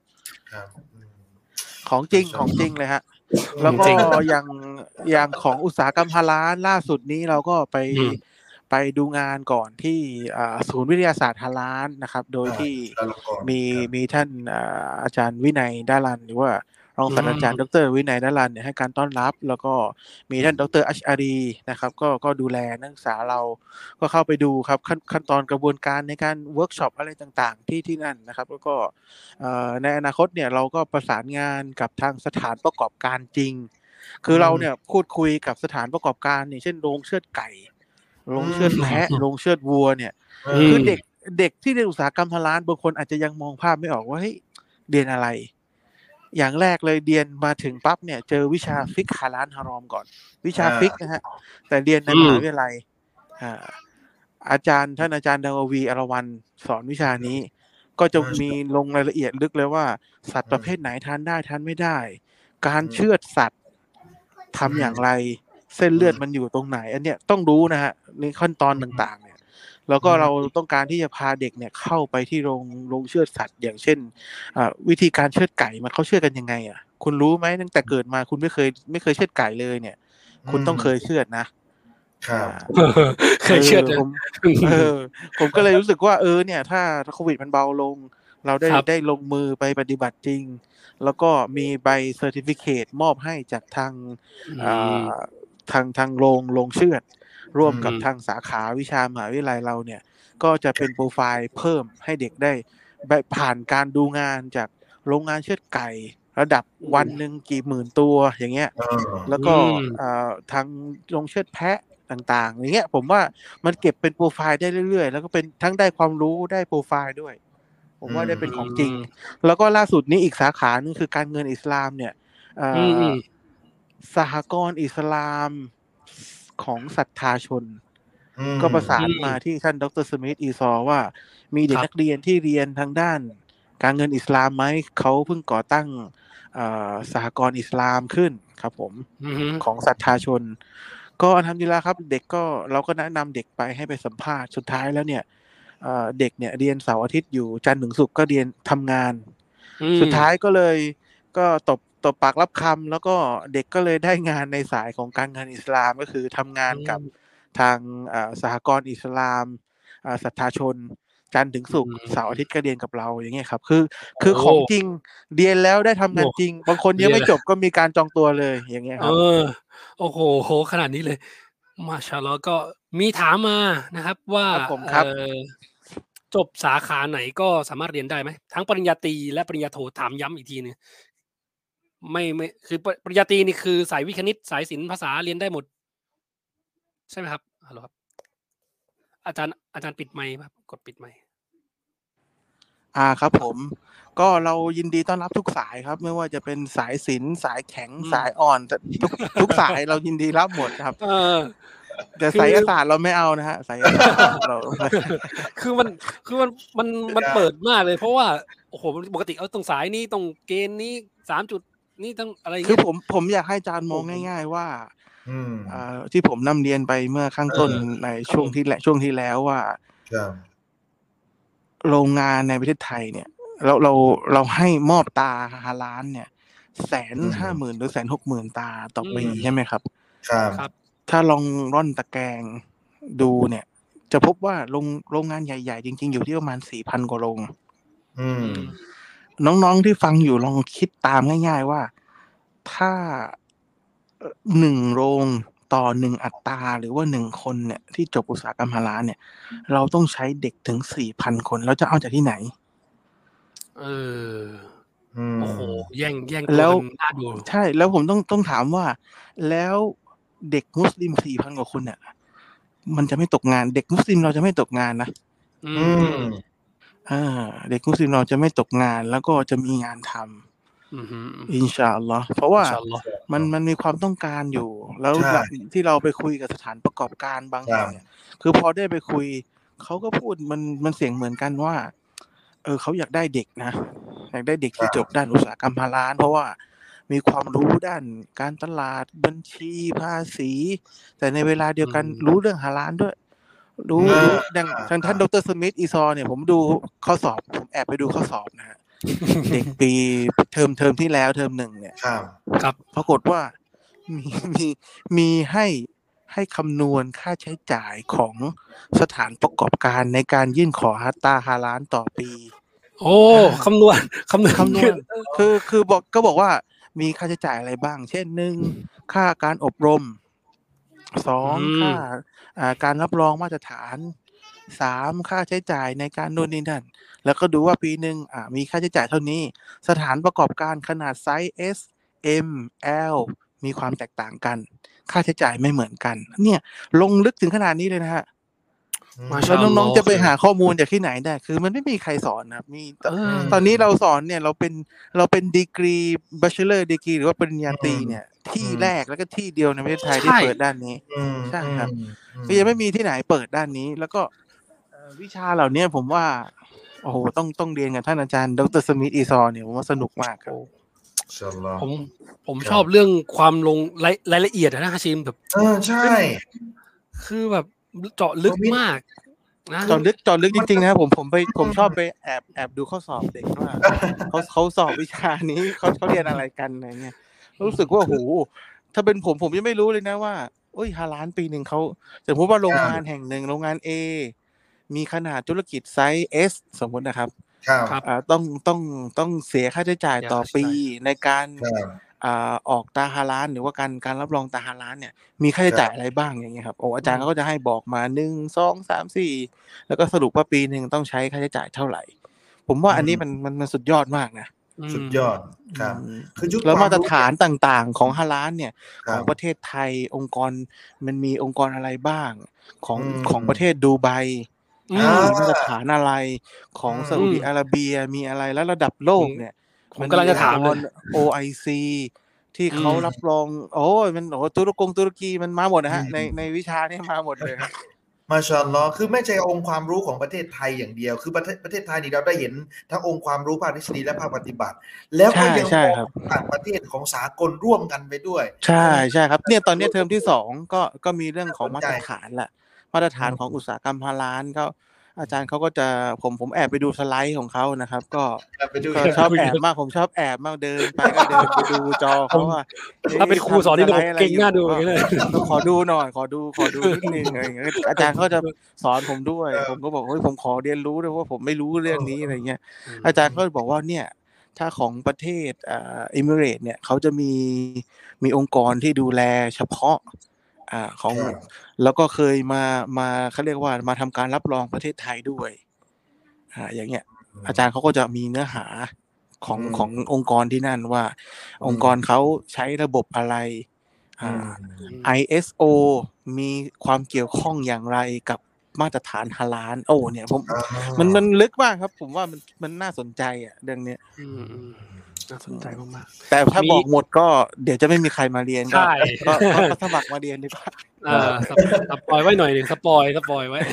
ของจริงของจริงเลยฮะแล้วก็อย่างอย่างของอุตสาหกรรมฮาลาลล่าสุดนี้เราก็ไปไปดูงานก่อนที่ศูนย์วิทยาศาสตร์ฮาลาลนะครับโดยที่มีมีท่านอาจารย์วินัยดารันหรือว่ารองศาสตราจารย์ดรวินัยดารันเนี่ยให้การต้อนรับแล้วก็มีท่านดรอัชอารีนะครับก็ก็ดูแลนักศึกษาเราก็เข้าไปดูครับขั้นขั้นตอนกระบวนการในการเวิร์กช็อปอะไรต่างๆที่ที่นั่นนะครับแล้วก็ในอนาคตเนี่ยเราก็ประสานงานกับทางสถานประกอบการจริงคือเราเนี่ยพูดคุยกับสถานประกอบการอย่างเช่นโรงเชือดไก่โรงเชือดแพะโรงเชือดวัวเนี่ยคือเด็กเด็กที่เรียนอุตสาหกรรมฮาลาลบางคนอาจจะยังมองภาพไม่ออกว่าเฮ้ยเรียนอะไรอย่างแรกเลยเรียนมาถึงปั๊บเนี่ยเจอวิชาฟิกฮาลาลฮารอมก่อนวิชาฟิกนะฮะแต่เรียนในมหาวิทยาลัยอ่าอาจารย์ท่านอาจารย์ดาววีอรวรรณสอนวิชานี้ก็จะมีลงรายละเอียดลึกเลยว่าสัตว์ประเภทไหนทานได้ทานไม่ได้การเชือดสัตว์ทำอย่างไรเส้นเลือดมันอยู่ตรงไหนอันเนี้ยต้องรู้นะฮะในขั้นตอนต่างๆเนี่ยแล้วก็เราต้องการที่จะพาเด็กเนี่ยเข้าไปที่โรงโรงเชือดสัตว์อย่างเช่นวิธีการเชือดไก่มันเขาเชือดกันยังไงอ่ะคุณรู้ไหมตั้งแต่เกิดมาคุณไม่เคยไม่เคยเชือดไก่เลยเนี่ยคุณต้องเคยเชือดนะครับเคยเชือดผมเออผมก็เลยรู้สึกว่าเออเนี่ยถ้าโควิดมันเบาลงเราได้ได้ลงมือไปปฏิบัติจริงแล้วก็มีใบเซอร์ติฟิเคตมอบให้จากทางทางทางโรงโรงเชือดร่วมกับทางสาขาวิชามหาวิทยาลัยเราเนี่ยก็จะเป็นโปรไฟล์เพิ่มให้เด็กได้แบบผ่านการดูงานจากโรงงานเชือดไก่ระดับวันหนึ่งกี่หมื่นตัวอย่างเงี้ยแล้วก็ทางโรงเชือดแพะต่างๆอย่างเงี้ยผมว่ามันเก็บเป็นโปรไฟล์ได้เรื่อยๆแล้วก็เป็นทั้งได้ความรู้ได้โปรไฟล์ด้วยผมว่าได้เป็นของจริงแล้วก็ล่าสุดนี้อีกสาขานึงคือการเงินอิสลามเนี่ยสหกรณ์อิสลามของศรัทธาชนก็ประสานมาที่ท่านดร.สมิธอีซอว่ามีเด็กนักเรียนที่เรียนทางด้านการเงินอิสลามไหมเขาเพิ่งก่อตั้งสหกรณ์อิสลามขึ้นครับผมของศรัทธาชนก็ทำดีแล้วครับเด็กก็เราก็แนะนำเด็กไปให้ไปสัมภาษณ์สุดท้ายแล้วเนี่ยเด็กเนี่ยเรียนเสาร์อาทิตย์อยู่จันทร์ถึงศุกร์ก็เรียนทำงานสุดท้ายก็เลยก็ตบตบปากรับคำแล้วก็เด็กก็เลยได้งานในสายของการเงินอิสลามก็คือทำงานกับทางสหกรณ์อิสลามศรัทธาชนจันทร์ถึงศุกร์เสาร์อาทิตย์ก็เรียนกับเราอย่างเงี้ยครับคือคือของจริงเรียนแล้วได้ทำงานจริงบางคนยังไม่จบก็มีการจองตัวเลยอย่างเงี้ยครับเออโอ้โหโหขนาดนี้เลยมาชาอัลลอฮ์ก็มีถามมานะครับว่าจบสาขาไหนก็สามารถเรียนได้ไหมทั้งปริญญาตรีและปริญญาโทถามย้ำอีกทีนึงไม่ไม่คือปริญญาตรีนี่คือสายวิทย์คณิตสายศิลป์ภาษาเรียนได้หมดใช่ไหมครับฮัลโหลครับอาจารย์อาจารย์ปิดไมค์ครับกดปิดไมค์อ่าครับผมก็เรายินดีต้อนรับทุกสายครับไม่ว่าจะเป็นสายศิลป์สายแข็งสายอ่อนทุกทุกสายเรายินดีรับหมดครับเออแต่ไสยศาสตร์เราไม่เอานะฮะไสยศาสตร์เราคือมันคือมันมันมันเปิดมากเลยเพราะว่าโอ้โหปกติเอาตรงสายนี้ตรงเกณฑ์นี้สามจุดนี่ต้องอะไรคือผมผมอยากให้อาจารย์มองง่ายๆว่าอ่าที่ผมนำเรียนไปเมื่อข้างต้นในช่วงที่แหละช่วงที่แล้วว่าโรงงานในประเทศไทยเนี่ยเราเราเราให้มอบตาฮาลาลเนี่ยแสนห้าหมื่นหรือแสนหกหมื่นตาต่อปีใช่ไหมครับครับถ้าลองร่อนตะแกรงดูเนี่ยจะพบว่าโรงโรงงานใหญ่ๆจริงๆอยู่ที่ประมาณสี่พันกว่าโรงน้องๆที่ฟังอยู่ลองคิดตามง่ายๆว่าถ้าหนึ่งโรงต่อหนึ่งอัตราหรือว่าหนึ่งคนเนี่ยที่จบอุตสาหกรรมฮาลาลเนี่ยเราต้องใช้เด็กถึงสี่พันคนแล้วจะเอาจากที่ไหนเออโอ้โหแย่งแย่งแล้วน่าดูใช่แล้วผมต้องต้องถามว่าแล้วเด็กมุสลิมสี่พันกว่าคนเนี่ยมันจะไม่ตกงานเด็กมุสลิมเราจะไม่ตกงานนะอืมอ่าเด็กมุสลิมเราจะไม่ตกงานแล้วก็จะมีงานทำอินชาอัลลอฮ์เพราะว่ามันมันมีความต้องการอยู่แล้วที่เราไปคุยกับสถานประกอบการบางแห่งเนี่ยคือพอได้ไปคุยเขาก็พูดมันมันเสียงเหมือนกันว่าเออเขาอยากได้เด็กนะอยากได้เด็กที่จบด้านอุตสาหกรรมฮาลาลเพราะว่ามีความรู้ด้านการตลาดบัญชีภาษีแต่ในเวลาเดียวกันรู้เรื่องฮาลาลด้วยรู้รู้ดังทางท่านดร.สมิธอีซอเนี่ยผมดูข้อสอบผมแอบไปดูข้อสอบนะฮะเด็กปีเทอมเทอมที่แล้วเทอมหนึ่งเนี่ยครับปรากฏว่ามีมีมีให้ให้คำนวณค่าใช้จ่ายของสถานประกอบการในการยื่นขอฮัตตาฮาลาลต่อปีโอ้คำนวณคำนวณคำนวณคือคือบอกก็บอกว่ามีค่าใช้จ่ายอะไรบ้างเช่นหนึ่งค่าการอบรมสองค่าการรับรองมาตรฐานสามค่าใช้จ่ายในการนู่นนี่นั่นแล้วก็ดูว่าปีนึงอ่ามีค่าใช้จ่ายเท่านี้สถานประกอบการขนาดไซส์ S M L มีความแตกต่างกันค่าใช้จ่ายไม่เหมือนกันเนี่ยลงลึกถึงขนาดนี้เลยนะฮะแล้วน้องๆจะไปหาข้อมูลจากที่ไหนได้คือมันไม่มีใครสอนนะครับมีตอนนี้เราสอนเนี่ยเราเป็นเราเป็นดีกรีบัชเลอร์ดีกรีหรือว่าปริญญาตรีเนี่ยที่แรกแล้วก็ที่เดียวในประเทศไทยที่เปิดด้านนี้ใช่ครับก็ยังไม่มีที่ไหนเปิดด้านนี้แล้วก็วิชาเหล่านี้ผมว่าโอ้โหต้องต้องเรียนกับท่านอาจารย์ดร.สมิธอีซอเนี่ยผมว่าสนุกมากครับผมผมชอบเรื่องความลงรายรายละเอียดนะฮะชิมแบบเออใช่คือแบบเจาะลึกมากนะเจาะลึกเจาะลึกจริงๆนะผมผมไปผมชอบไปแอบแอบดูข้อสอบเด็กว่าเขาเขาสอบวิชานี้เขาเขาเรียนอะไรกันอะไรเงี้ยรู้สึกว่าโอ้โหถ้าเป็นผมผมยังไม่รู้เลยนะว่าโอ้ยฮาลาลปีนึงเขาสมมติว่าโรงงานแห่งหนึ่งโรงงาน A มีขนาดธุรกิจไซส์ S สมมตินะครับครับอ่าต้องต้องต้องเสียค่าใช้จ่ายต่อปีในการอ่าออกตาฮาลาลหรือว่าการการรับรองตาฮาลาลเนี่ยมีค่าใช้จ่ายอะไรบ้างอย่างเงี้ยครับโอ้อาจารย์เขาก็จะให้บอกมาหนึ่ง สอง สาม สี่แล้วก็สรุปว่าปีนึงต้องใช้ค่าใช้จ่ายเท่าไหร่ผมว่าอันนี้มันมันมันสุดยอดมากนะสุดยอดครับคือยุคแล้วมาตรฐานต่างๆของฮาลาลเนี่ยของประเทศไทยองค์กรมันมีองค์กรอะไรบ้างของของประเทศดูไบมีมาตรฐานอะไรของซาอุดิอาระเบียมีอะไรแล้วระดับโลกเนี่ยผมกำลังจะถามเลยโอ ไอ ซี ที่เขารับรองโอ้ยมันโอ้ตุรกงตุรกีมันมาหมดนะฮะในในวิชานี้มาหมดเลยมาชาอัลลอฮ์คือไม่ใช่องค์ความรู้ของประเทศไทยอย่างเดียวคือประเทศประเทศไทยนี่เราได้เห็นทั้งองค์ความรู้ภาคทฤษฎีและภาคปฏิบัติแล้วก็ยังมองต่างประเทศของสากลร่วมกันไปด้วยใช่ใช่ครับเนี่ยตอนนี้เทอมที่สองก็ก็มีเรื่องของมาตรฐานแหละมาตรฐานของอุตสาหกรรมฮาลาลก็อาจารย์เขาก็จะผมผมแอบไปดูสไลด์ของเขานะครับก็ชอบแอบมากผมชอบแอบมากเดินไปก็เดินไปดูจอเขาว่าถ้าเป็นครูสอนนี่ผมเก่งหน้าดูเลยขอดูหน่อยขอดูขอดูนิดนึงอะไรอย่างเงี้ยอาจารย์เขาจะสอนผมด้วยผมก็บอกเฮ้ยผมขอเรียนรู้ด้วยว่าผมไม่รู้เรื่องนี้อะไรเงี้ยอาจารย์ก็บอกว่าเนี่ยถ้าของประเทศอ่าเอมิเรตส์เนี่ยเขาจะมีมีองค์กรที่ดูแลเฉพาะอ่าของแล้วก็เคยมามาเขาเรียกว่ามาทำการรับรองประเทศไทยด้วยอ่าอย่างเงี้ยอาจารย์เขาก็จะมีเนื้อหาของขององค์กรที่นั่นว่าองค์กรเขาใช้ระบบอะไรอ่า ไอ เอส โอ มีความเกี่ยวข้องอย่างไรกับมาตรฐานฮาลาลโอ้เนี่ยผมมันมันลึกมากครับผมว่ามันมันน่าสนใจอ่ะเรื่องนี้น่าสนใจมากๆแต่ถ้าบอกหมดก็เดี๋ยวจะไม่มีใครมาเรียนก็ก็ก็สมัครมาเรียนดีกว่าเออสปอยไว้หน่อยนึงสปอยสปอยไว้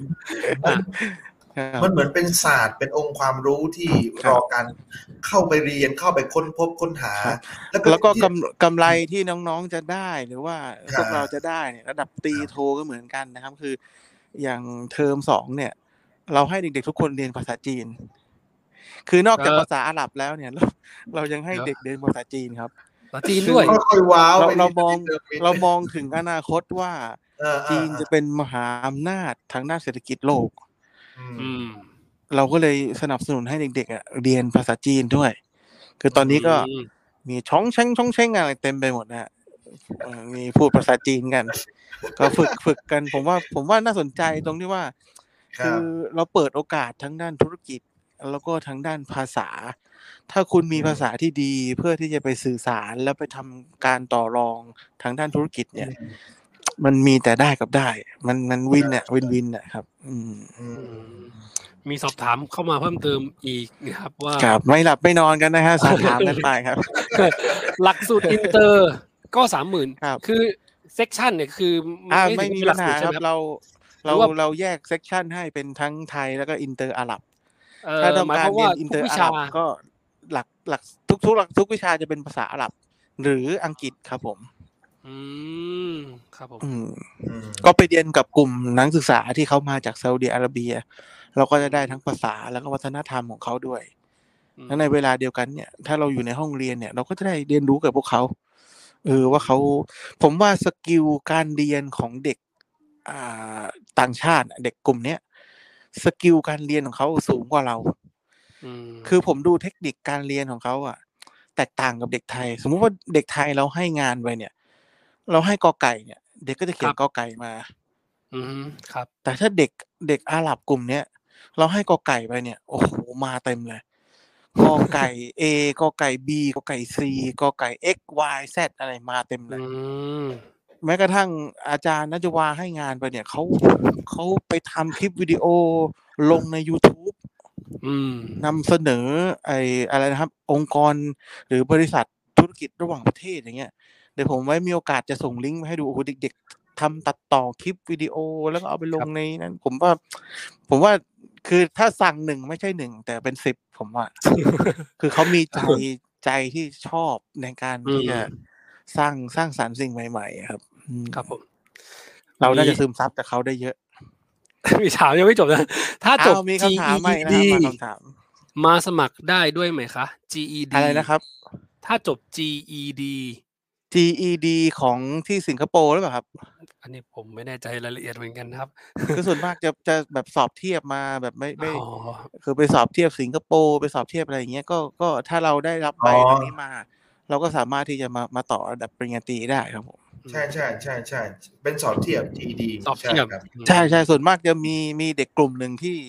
มันเหมือนเป็นศาสตร์เป็นองค์ความรู้ที่รอการเข้าไปเรียนเข้าไปค้นพบค้นหาแล้วก็กำกำไรที่น้องๆจะได้หรือว่าพวกเราจะได้เนี่ยระดับตีโทก็เหมือนกันนะครับคืออย่างเทอมสองเนี่ยเราให้เด็กๆทุกคนเรียนภาษาจีนคือนอกจากภาษาอาหรับแล้วเนี่ยเราเรายังให้เด็กเรียนภาษาจีนครับภาษาจีนด้วยค่อยๆว้าวเรามองเรามองถึงอนาคตว่าจีนจะเป็นมหาอำนาจทางด้านเศรษฐกิจโลกเราก็เลยสนับสนุนให้เด็กๆอ่ะเรียนภาษาจีนด้วยคือตอนนี้ก็มีช่องเช้งช่องเช้งอะไรเต็มไปหมดนะฮะมีพูดภาษาจีนกันก็ฝึกฝึกกันผมว่าผมว่าน่าสนใจตรงที่ว่าคือเราเปิดโอกาสทั้งด้านธุรกิจแล้วก็ทั้งด้านภาษาถ้าคุณมีภาษาที่ดีเพื่อที่จะไปสื่อสารแล้วไปทำการต่อรองทางด้านธุรกิจเนี่ยมันมีแต่ได้กับได้มันมันวินเนี่ยวินวินนะครับอืมมีสอบถามเข้ามาเพิ่มเติมอีกนะครับว่าครับไม่หลับไม่นอนกันนะฮะสอบถามกันไปครับหลักสูตรอินเตอร์ก็ สามหมื่น คือเซกชันเนี่ยคือไม่มีปัญหาครับเราเราเราแยกเซกชันให้เป็นทั้งไทยแล้วก็อินเตอร์อาหรับถ้าต้องการเรียนอินเตอร์อาหรับก็หลักหลักทุกทุกทุกวิชาจะเป็นภาษาอาหรับหรืออังกฤษครับผมอืมครับผมก็ไปเรียนกับกลุ่มนักศึกษาที่เขามาจากซาอุดิอาระเบียเราก็จะได้ทั้งภาษาแล้วก็วัฒนธรรมของเขาด้วยและในเวลาเดียวกันเนี่ยถ้าเราอยู่ในห้องเรียนเนี่ยเราก็จะได้เรียนรู้กับพวกเขาเออว่าเขาผมว่าสกิลการเรียนของเด็กอ่าต่างชาติเด็กกลุ่มเนี้ยสกิลการเรียนของเขาสูงกว่าเราคือผมดูเทคนิคการเรียนของเขาอ่ะแตกต่างกับเด็กไทยสมมุติว่าเด็กไทยเราให้งานไปเนี่ยเราให้กอไก่เนี่ยเด็กก็จะเขียนกอไก่มาอืมครับแต่ถ้าเด็กเด็กอาหรับกลุ่มเนี้ยเราให้กอไก่ไปเนี่ยโอ้โหมาเต็มเลยกอไก่ A กอไก่ B กอไก่ C กอไก่ X Y Z อะไรมาเต็มเลยแม้กระทั่งอาจารย์นัจวาให้งานไปเนี่ยเขาเขาไปทำคลิปวิดีโอลงใน YouTube นำเสนอไอ้อะไรนะครับองค์กรหรือบริษัทธุรกิจระหว่างประเทศอย่างเงี้ยเดี๋ยวผมไว้มีโอกาสจะส่งลิงก์มาให้ดูโอ้โหเด็กๆทำตัดต่อคลิปวิดีโอแล้วก็เอาไปลงในนั้นผมว่าผมว่าคือถ้าสั่งหนึ่งไม่ใช่หนึ่งแต่เป็นสิบผมว่า คือเขามีใจใจที่ชอบในการที่จะสร้างสร้างสรรค์สิ่งใหม่ๆครับครับผมเราน่าจะซึมซับจากเขาได้เยอะมีถามยังไม่จบนะถ้าจบจี อี ดีมาสมัครได้ด้วยไหมคะ จี อี ดีอะไรนะครับถ้าจบ จี อี ดีจี อี ดี ของที่สิงคโปร์หรือเปล่าครับอันนี้ผมไม่แน่ใจรายละเอียดเหมือนกันครับคือส่วนมากจะจะแบบสอบเทียบมาแบบไม่ไม่คือไปสอบเทียบสิงคโปร์ไปสอบเทียบอะไรอย่างเงี้ยก็ก็ถ้าเราได้รับใบตรงนี้มาเราก็สามารถที่จะมามาต่อระดับปริญญาตรีได้ครับผมใช่ใช่ใช่ใช่เป็นสอบเทียบ จี อี ดีสอบเทียบใช่ใช่ส่วนมากจะมีมีเด็กกลุ่มหนึ่งที่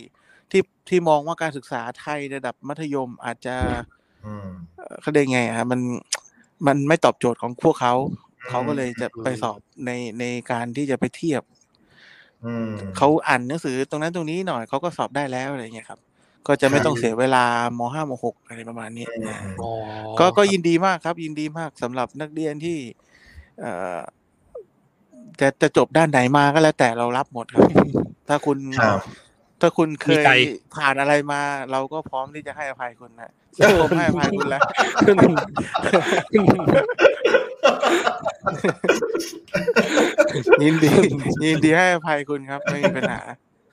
ที่ที่มองว่าการศึกษาไทยระดับมัธยมอาจจะเขาเรียกไงฮะมันมันไม่ตอบโจทย์ของพวกเขาเขาก็เลยจะไปสอบในในการที่จะไปเทียบเขาอ่านหนังสือตรงนั้นตรงนี้หน่อยเขาก็สอบได้แล้วอะไรเงี้ยครับก็จะไม่ต้องเสียเวลามห้ามหกอะไรประมาณนี้ก็ก็ยินดีมากครับยินดีมากสำหรับนักเรียนที่เอ่อจะจะจบด้านไหนมาก็แล้วแต่เรารับหมดครับถ้าคุณถ้าคุณเคยผ่านอะไรมาเราก็พร้อมที่จะให้อภัยคุณนะผมให้อภัยคุณแล้วยินดียินดีให้อภัยคุณครับไม่มีปัญหา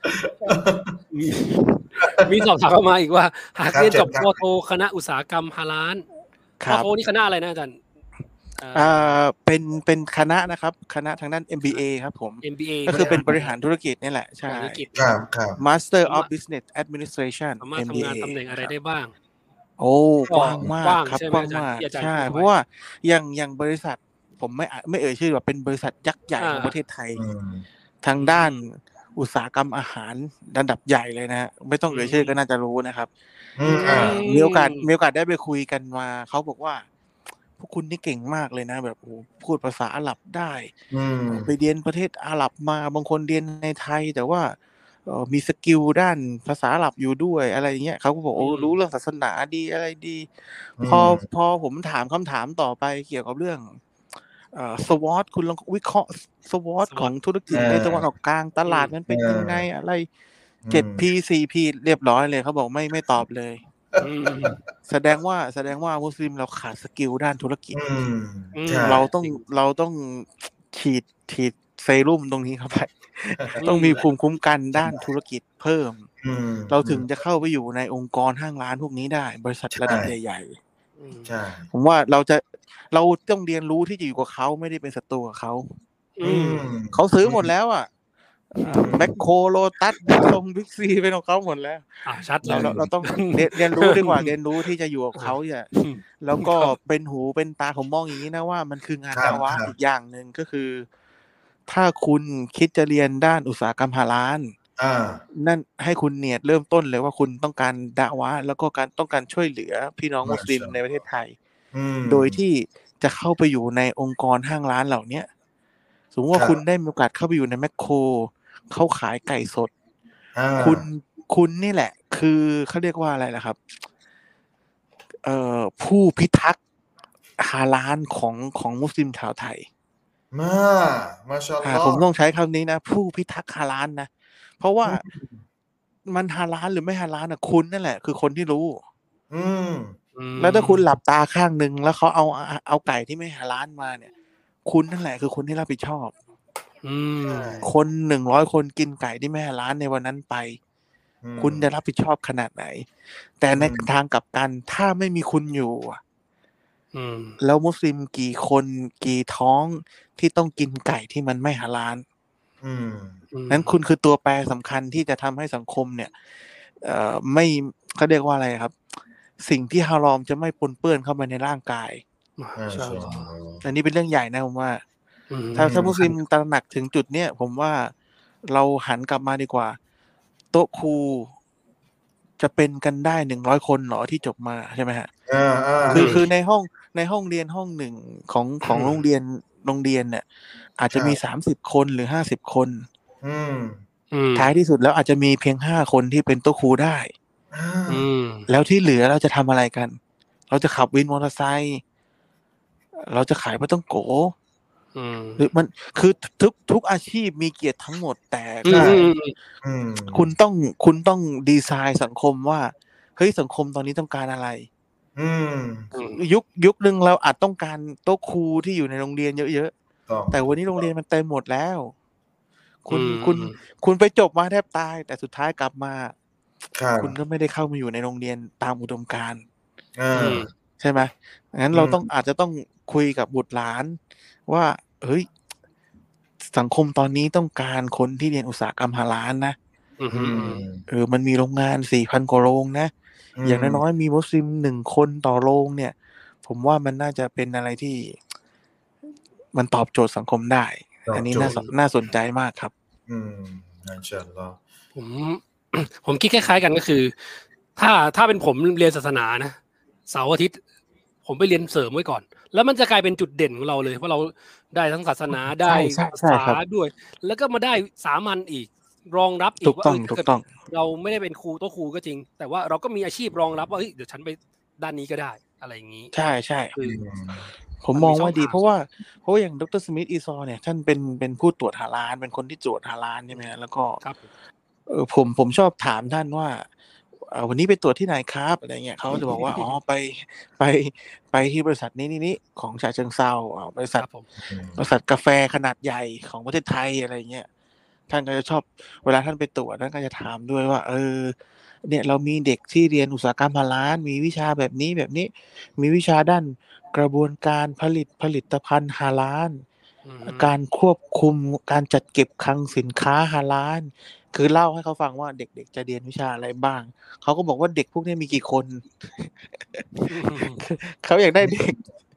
มีสอบถามเข้ามาอีกว่าหากเรียนจบป.โทคณะอุตสาหกรรมฮาลาลป.โทนี่คณะอะไรนะอาจารย์อ่าเป็นเป็นคณะนะครับคณะทางด้าน เอ็ม บี เอ ครับผมเอ็ม บี เอก็คือเป็นบริหารธุรกิจนี่แหละใช่ครับครับ Master of Business Administration สามารถทำงานตำแหน่งอะไรได้บ้างโอ้กว้างมากครับกว้างมากใช่เพราะว่าอย่างอย่างบริษัทผมไม่ไม่เอ่ยชื่อว่าเป็นบริษัทยักษ์ใหญ่ของประเทศไทยทางด้านอุตสาหกรรมอาหารระดับใหญ่เลยนะฮะไม่ต้องเอ่ยชื่อก็น่าจะรู้นะครับมีโอกาสมีโอกาสได้ไปคุยกันมาเขาบอกว่าพวกคุณนี่เก่งมากเลยนะแบบโอ้พูดภาษาอาหรับได้ไปเรียนประเทศอาหรับมาบางคนเรียนในไทยแต่ว่ามีสกิลด้านภาษาอาหรับอยู่ด้วยอะไรอย่างเงี้ยเขาก็บอกโอ้รู้เรื่องศาสนาดีอะไรดีพอพอผมถามคำถามต่อไปเกี่ยวกับเรื่องเอ่อสวอตคุณลองวิเคราะห์สวอตของธุรกิจในตะวันออกกลางตลาดมันเป็นยังไงอะไรเจ็ด พี สี่ พี เรียบร้อยเลยเขาบอกไม่ไม่ตอบเลยแสดงว่าแสดงว่ามุสลิมเราขาดสกิลด้านธุรกิจเราต้องเราต้องฉีดฉีดเซรุ่มตรงนี้เข้าไปต้องมีภูมิคุ้มกันด้านธุรกิจเพิ่มเราถึงจะเข้าไปอยู่ในองค์กรห้างร้านพวกนี้ได้บริษัทระดับใหญ่ๆใช่ผมว่าเราจะเราต้องเรียนรู้ที่จะอยู่กับเขาไม่ได้เป็นศัตรูกับเขาเขาซื้อหมดแล้วอ่ะแมคโครโลตัสลงบิ๊กซีเป็นของเขาหมดแล้วชัดเลยเราเราต้องเรียนรู้ดีกว่าเรียนรู้ที่จะอยู่กับเขาอย่าแล้วก็เป็นหูเป็นตาผมมองอย่างนี้นะว่ามันคืองานดะวะอีกอย่างนึงก็คือถ้าคุณคิดจะเรียนด้านอุตสาหกรรมฮาลาลนั่นให้คุณเนียดเริ่มต้นเลยว่าคุณต้องการดะวะแล้วก็การต้องการช่วยเหลือพี่น้องมุสลิมในประเทศไทยโดยที่จะเข้าไปอยู่ในองค์กรห้างร้านเหล่านี้สมมติว่าคุณได้มีโอกาสเข้าไปอยู่ในแมคโครเขาขายไก่สดคุณคุณนี่แหละคือเขาเรียกว่าอะไรล่ะครับเอ่อผู้พิทักษ์ฮาลาลของของมุสลิมชาวไทยมามาชาอัลลอฮ์ผมต้องใช้คำนี้นะผู้พิทักษ์ฮาลาลนะเพราะว่ามันฮาลาลหรือไม่ฮาลาลน่ะคุณนั่นแหละคือคนที่รู้อืมแล้วถ้าคุณหลับตาข้างนึงแล้วเขาเอาเอาไก่ที่ไม่ฮาลาลมาเนี่ยคุณนั่นแหละคือคนที่รับผิดชอบคนหนึ่งร้อยคนกินไก่ที่ไม่ฮาลาลในวันนั้นไปคุณจะรับผิดชอบขนาดไหนแต่ในทางกลับกันถ้าไม่มีคุณอยู่แล้วมุสลิมกี่คนกี่ท้องที่ต้องกินไก่ที่มันไม่ฮาลาลนั้นคุณคือตัวแปรสำคัญที่จะทำให้สังคมเนี่ยเอ่อไม่เขาเรียกว่าอะไรครับสิ่งที่ฮารอมจะไม่ปนเปื้อนเข้ามาในร่างกายอันนี้เป็นเรื่องใหญ่นะผมว่าถ้าถ้ามุสลิมตระหนักถึงจุดเนี้ยผมว่าเราหันกลับมาดีกว่าโต๊ะครูจะเป็นกันได้หนึ่งร้อยคนหรอที่จบมาใช่ไหมฮะคือคือในห้องในห้องเรียนห้องหนึ่งของของโรงเรียนโรงเรียนเนี่ยอาจจะมีสามสิบคนหรือห้าสิบคนท้ายที่สุดแล้วอาจจะมีเพียงห้าคนที่เป็นโต๊ะครูได้แล้วที่เหลือเราจะทำอะไรกันเราจะขับวินมอเตอร์ไซค์เราจะขายปลาท่องโกหรือมันคือทุกทุกอาชีพมีเกียรติทั้งหมดแต่คุณต้องคุณต้องดีไซน์สังคมว่าเฮ้ยสังคมตอนนี้ต้องการอะไรยุคยุคนึงเราอาจต้องการโต๊ะครูที่อยู่ในโรงเรียนเยอะๆแต่วันนี้โรงเรียนมันเต็มหมดแล้วคุณคุณคุณไปจบมาแทบตายแต่สุดท้ายกลับมาคุณก็ไม่ได้เข้ามาอยู่ในโรงเรียนตามอุดมการณ์ใช่ไหมงั้นเราต้องอาจจะต้องคุยกับบุตรหลานว่าเฮ้ยสังคมตอนนี้ต้องการคนที่เรียนอุตสาหกรรมฮาลาลนะเออมันมีโรงงานสี่พันกว่าโรงนะอย่างน้อยๆมีมุสลิมหนึ่งคนต่อโรงเนี่ยผมว่ามันน่าจะเป็นอะไรที่มันตอบโจทย์สังคมได้อันนี้น่าน่าสนใจมากครับอืมอินชาอัลลอฮ์ผมผมคิดคล้ายๆกันก็คือ ถ้าถ้าเป็นผมเรียนศาสนานะเสาร์อาทิตย์ผมไปเรียนเสริมไว้ก่อนแล้วมันจะกลายเป็นจุดเด่นของเราเลยเพราะเราได้ทั้งศาสนาได้ภาษาด้วยแล้วก็มาได้สามัญอีกรองรับอีกว่าเราไม่ได้เป็นครูโต๊ะครูก็จริงแต่ว่าเราก็มีอาชีพรองรับว่าเฮ้ยเดี๋ยวฉันไปด้านนี้ก็ได้อะไรอย่างนี้ใช่ใช่คือผมมองว่าดีเพราะว่าเพราะอย่างดร.สมิธอีซอเนี่ยท่านเป็นเป็นผู้ตรวจฮาลาลเป็นคนที่ตรวจฮาลาลใช่ไหมแล้วก็เออผมผมชอบถามท่านว่าวันนี้ไปตรวจที่ไหนครับอะไรเงี้ยเขาจะบอกว่าอ๋อไปไปไปที่บริษัทนี้นี่นี่ของฉะเชิงเทราบริษัทบริษัทกาแฟขนาดใหญ่ของประเทศไทยอะไรเงี้ยท่านก็จะชอบเวลาท่านไปตรวจท่านก็จะถามด้วยว่าเออเนี่ยเรามีเด็กที่เรียนอุตสาหกรรมฮาลาลมีวิชาแบบนี้แบบนี้มีวิชาด้านกระบวนการผลิตผลิตภัณฑ์ฮาลาลการควบคุมการจัดเก็บคลังสินค้าฮาลาลคือเล่าให้เขาฟังว่าเด็กๆจะเรียนวิชาอะไรบ้างเขาก็บอกว่าเด็กพวกนี้มีกี่คนเขาอยากได้เด็ก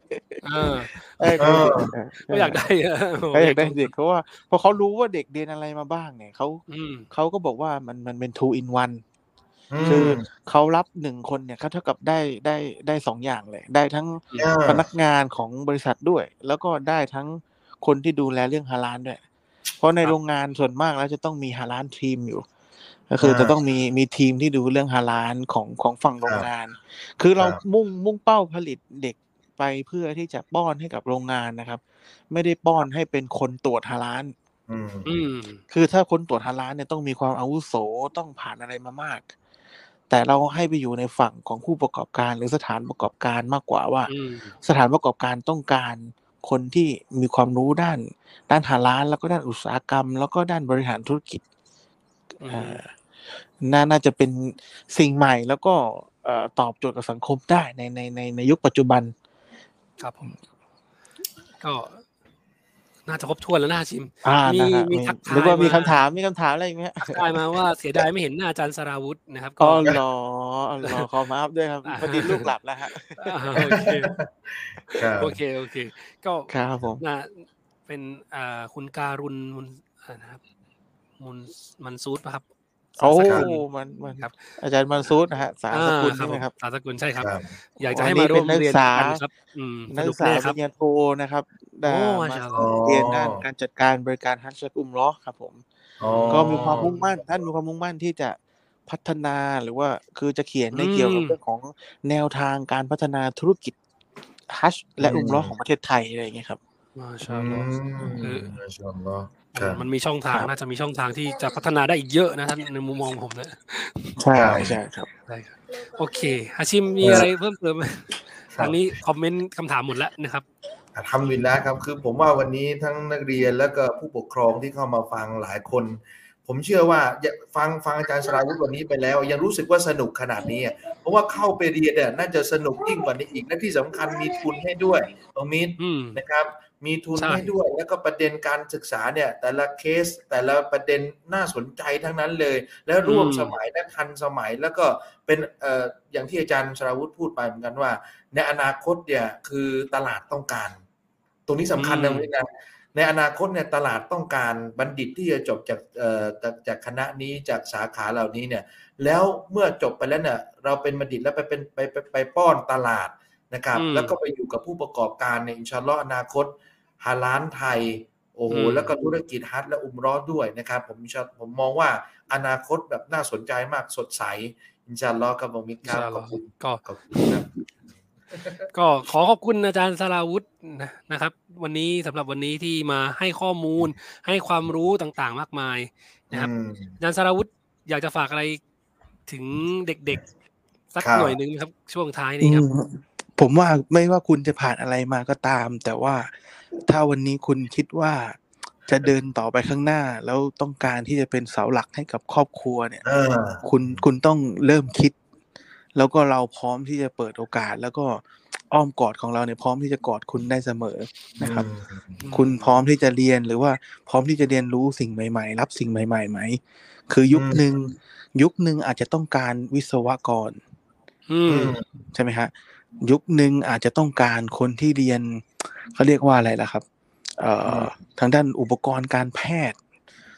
เขาอยากได้เขาอยากได้เด็กเพราะว่าพอเขารู้ว่าเด็กเรียนอะไรมาบ้างเนี่ยเขาเขาก็บอกว่ามันมันเป็น two in one คือเขารับหนึ่งคนเนี่ยเขาเท่ากับได้ได้ได้สองอย่างเลยได้ทั้งพนักงานของบริษัทด้วยแล้วก็ได้ทั้งคนที่ดูแลเรื่องฮาลาลด้วยเพราะในโรงงานส่วนมากแล้วจะต้องมีฮาลาลทีมอยู่ก็คือจะต้องมีมีทีมที่ดูเรื่องฮาลาลของของฝั่งโรงงานคือเรามุ่งมุ่งเป้าผลิตเด็กไปเพื่อที่จะป้อนให้กับโรงงานนะครับไม่ได้ป้อนให้เป็นคนตรวจฮาลาลคือถ้าคนตรวจฮาลาลเนี่ยต้องมีความอาวุโสต้องผ่านอะไรมามากแต่เราให้ไปอยู่ในฝั่งของผู้ประกอบการหรือสถานประกอบการมากกว่าว่าสถานประกอบการต้องการคนที่มีความรู้ด้านด้านฮาลาลแล้วก็ด้านอุตสาหกรรมแล้วก็ด้านบริหารธุรกิจอ่าน่าจะเป็นสิ่งใหม่แล้วก็ตอบโจทย์กับสังคมได้ในในในในยุคปัจจุบันครับผมก็น่าจะครบถ้วนแล้วน่าชิมมีมีทักทายหรือว่ามีคำถามมีคำถามอะไรอย่างเงี้ยทักทายมาว่าเสียดายไม่เห็นหน้าอาจารย์สราวุธนะครับก็รอรอขอมาอัพด้วยครับพอดีลูกหลับแล้วฮะโอเคโอเคโอเคก็ครับผมน่าเป็นอ่าคุณการุณมุนนะครับมุนมันซูดป่ะครับโอ้มันมันครับอาจารย์มันซูดนะฮะสาสกุลใช่ไหมครับสาสกุลใช่ครับอยากจะให้มาร่วมเรียนกันครับนักศึกษาปริญญาโทนะครับได้มาเรียนด้านการจัดการบริการฮัจญ์อุมเราะห์ครับผมก็มีความมุ่งมั่นท่านมีความมุ่งมั่นที่จะพัฒนาหรือว่าคือจะเขียนในเกี่ยวกับเรื่องของแนวทางการพัฒนาธุรกิจฮัจญ์และอุมเราะห์ของประเทศไทยอะไรอย่างเงี้ยครับมาชาอัลลอฮ์คือมาชาอัลลอฮ์มันมีช่องทางน่าจะมีช่องทางที่จะพัฒนาได้อีกเยอะนะท่านในมุมมองผมนะใช่ใช่ครับได้ครับโอเคฮาชิมมีอะไรเพิ่มเติมไหมทางนี้คอมเมนต์คำถามหมดแล้วนะครับทำวินแล้วครับคือผมว่าวันนี้ทั้งนักเรียนแล้วก็ผู้ปกครองที่เข้ามาฟังหลายคนผมเชื่อว่าฟังฟังอาจารย์สราวุธวันนี้ไปแล้วยังรู้สึกว่าสนุกขนาดนี้เพราะว่าเข้าไปเรียนเนี่ยน่าจะสนุกยิ่งกว่านี้อีกและที่สำคัญมีทุนให้ด้วยตรงนี้นะครับมีทุนให้ด้วยแล้วก็ประเด็นการศึกษาเนี่ยแต่ละเคสแต่ละประเด็นน่าสนใจทั้งนั้นเลยแล้วร่วมสมัยและทันสมัยแล้วก็เป็นเอ่ออย่างที่อาจารย์สราวุธพูดไปเหมือนกันว่าในอนาคตเนี่ยคือตลาดต้องการตรงนี้สำคัญนะพี่นะในอนาคตเนี่ยตลาดต้องการบัณฑิตที่จะจบจากเอ่อจากคณะนี้จากสาขาเหล่านี้เนี่ยแล้วเมื่อจบไปแล้วเนี่ยเราเป็นบัณฑิตแล้วไปเป็นไปไปไปป้อนตลาดนะครับแล้วก็ไปอยู่กับผู้ประกอบการในอินชาอัลลอฮ์อนาคตฮาลาลไทยโอ้โหแล้วก็ธุรกิจฮัจญ์และอุมเราะห์ด้วยนะครับผมผมมองว่าอนาคตแบบน่าสนใจมากสดใสอินชาอัลลอฮ์ครับผมมิตรครับขอบคุณก็ขอบคุณครับก็ขอขอบคุณอาจารย์สราวุธนะครับวันนี้สำหรับวันนี้ที่มาให้ข้อมูลให้ความรู้ต่างๆมากมายนะครับอาจารย์สราวุธอยากจะฝากอะไรถึงเด็กๆสักหน่อยนึงครับช่วงท้ายนี้ครับผมว่าไม่ว่าคุณจะผ่านอะไรมาก็ตามแต่ว่าถ้าวันนี้คุณคิดว่าจะเดินต่อไปข้างหน้าแล้วต้องการที่จะเป็นเสาหลักให้กับครอบครัวเนี่ยคุณคุณต้องเริ่มคิดแล้วก็เราพร้อมที่จะเปิดโอกาสแล้วก็อ้อมกอดของเราเนี่ยพร้อมที่จะกอดคุณได้เสมอนะครับคุณพร้อมที่จะเรียนหรือว่าพร้อมที่จะเรียนรู้สิ่งใหม่ๆรับสิ่งใหม่ๆไหมคือยุคนึงยุคนึงอาจจะต้องการวิศวกรใช่ไหมฮะยุคนึงอาจจะต้องการคนที่เรียนเขาเรียกว่าอะไรล่ะครับเอ่อทางด้านอุปกรณ์การแพทย์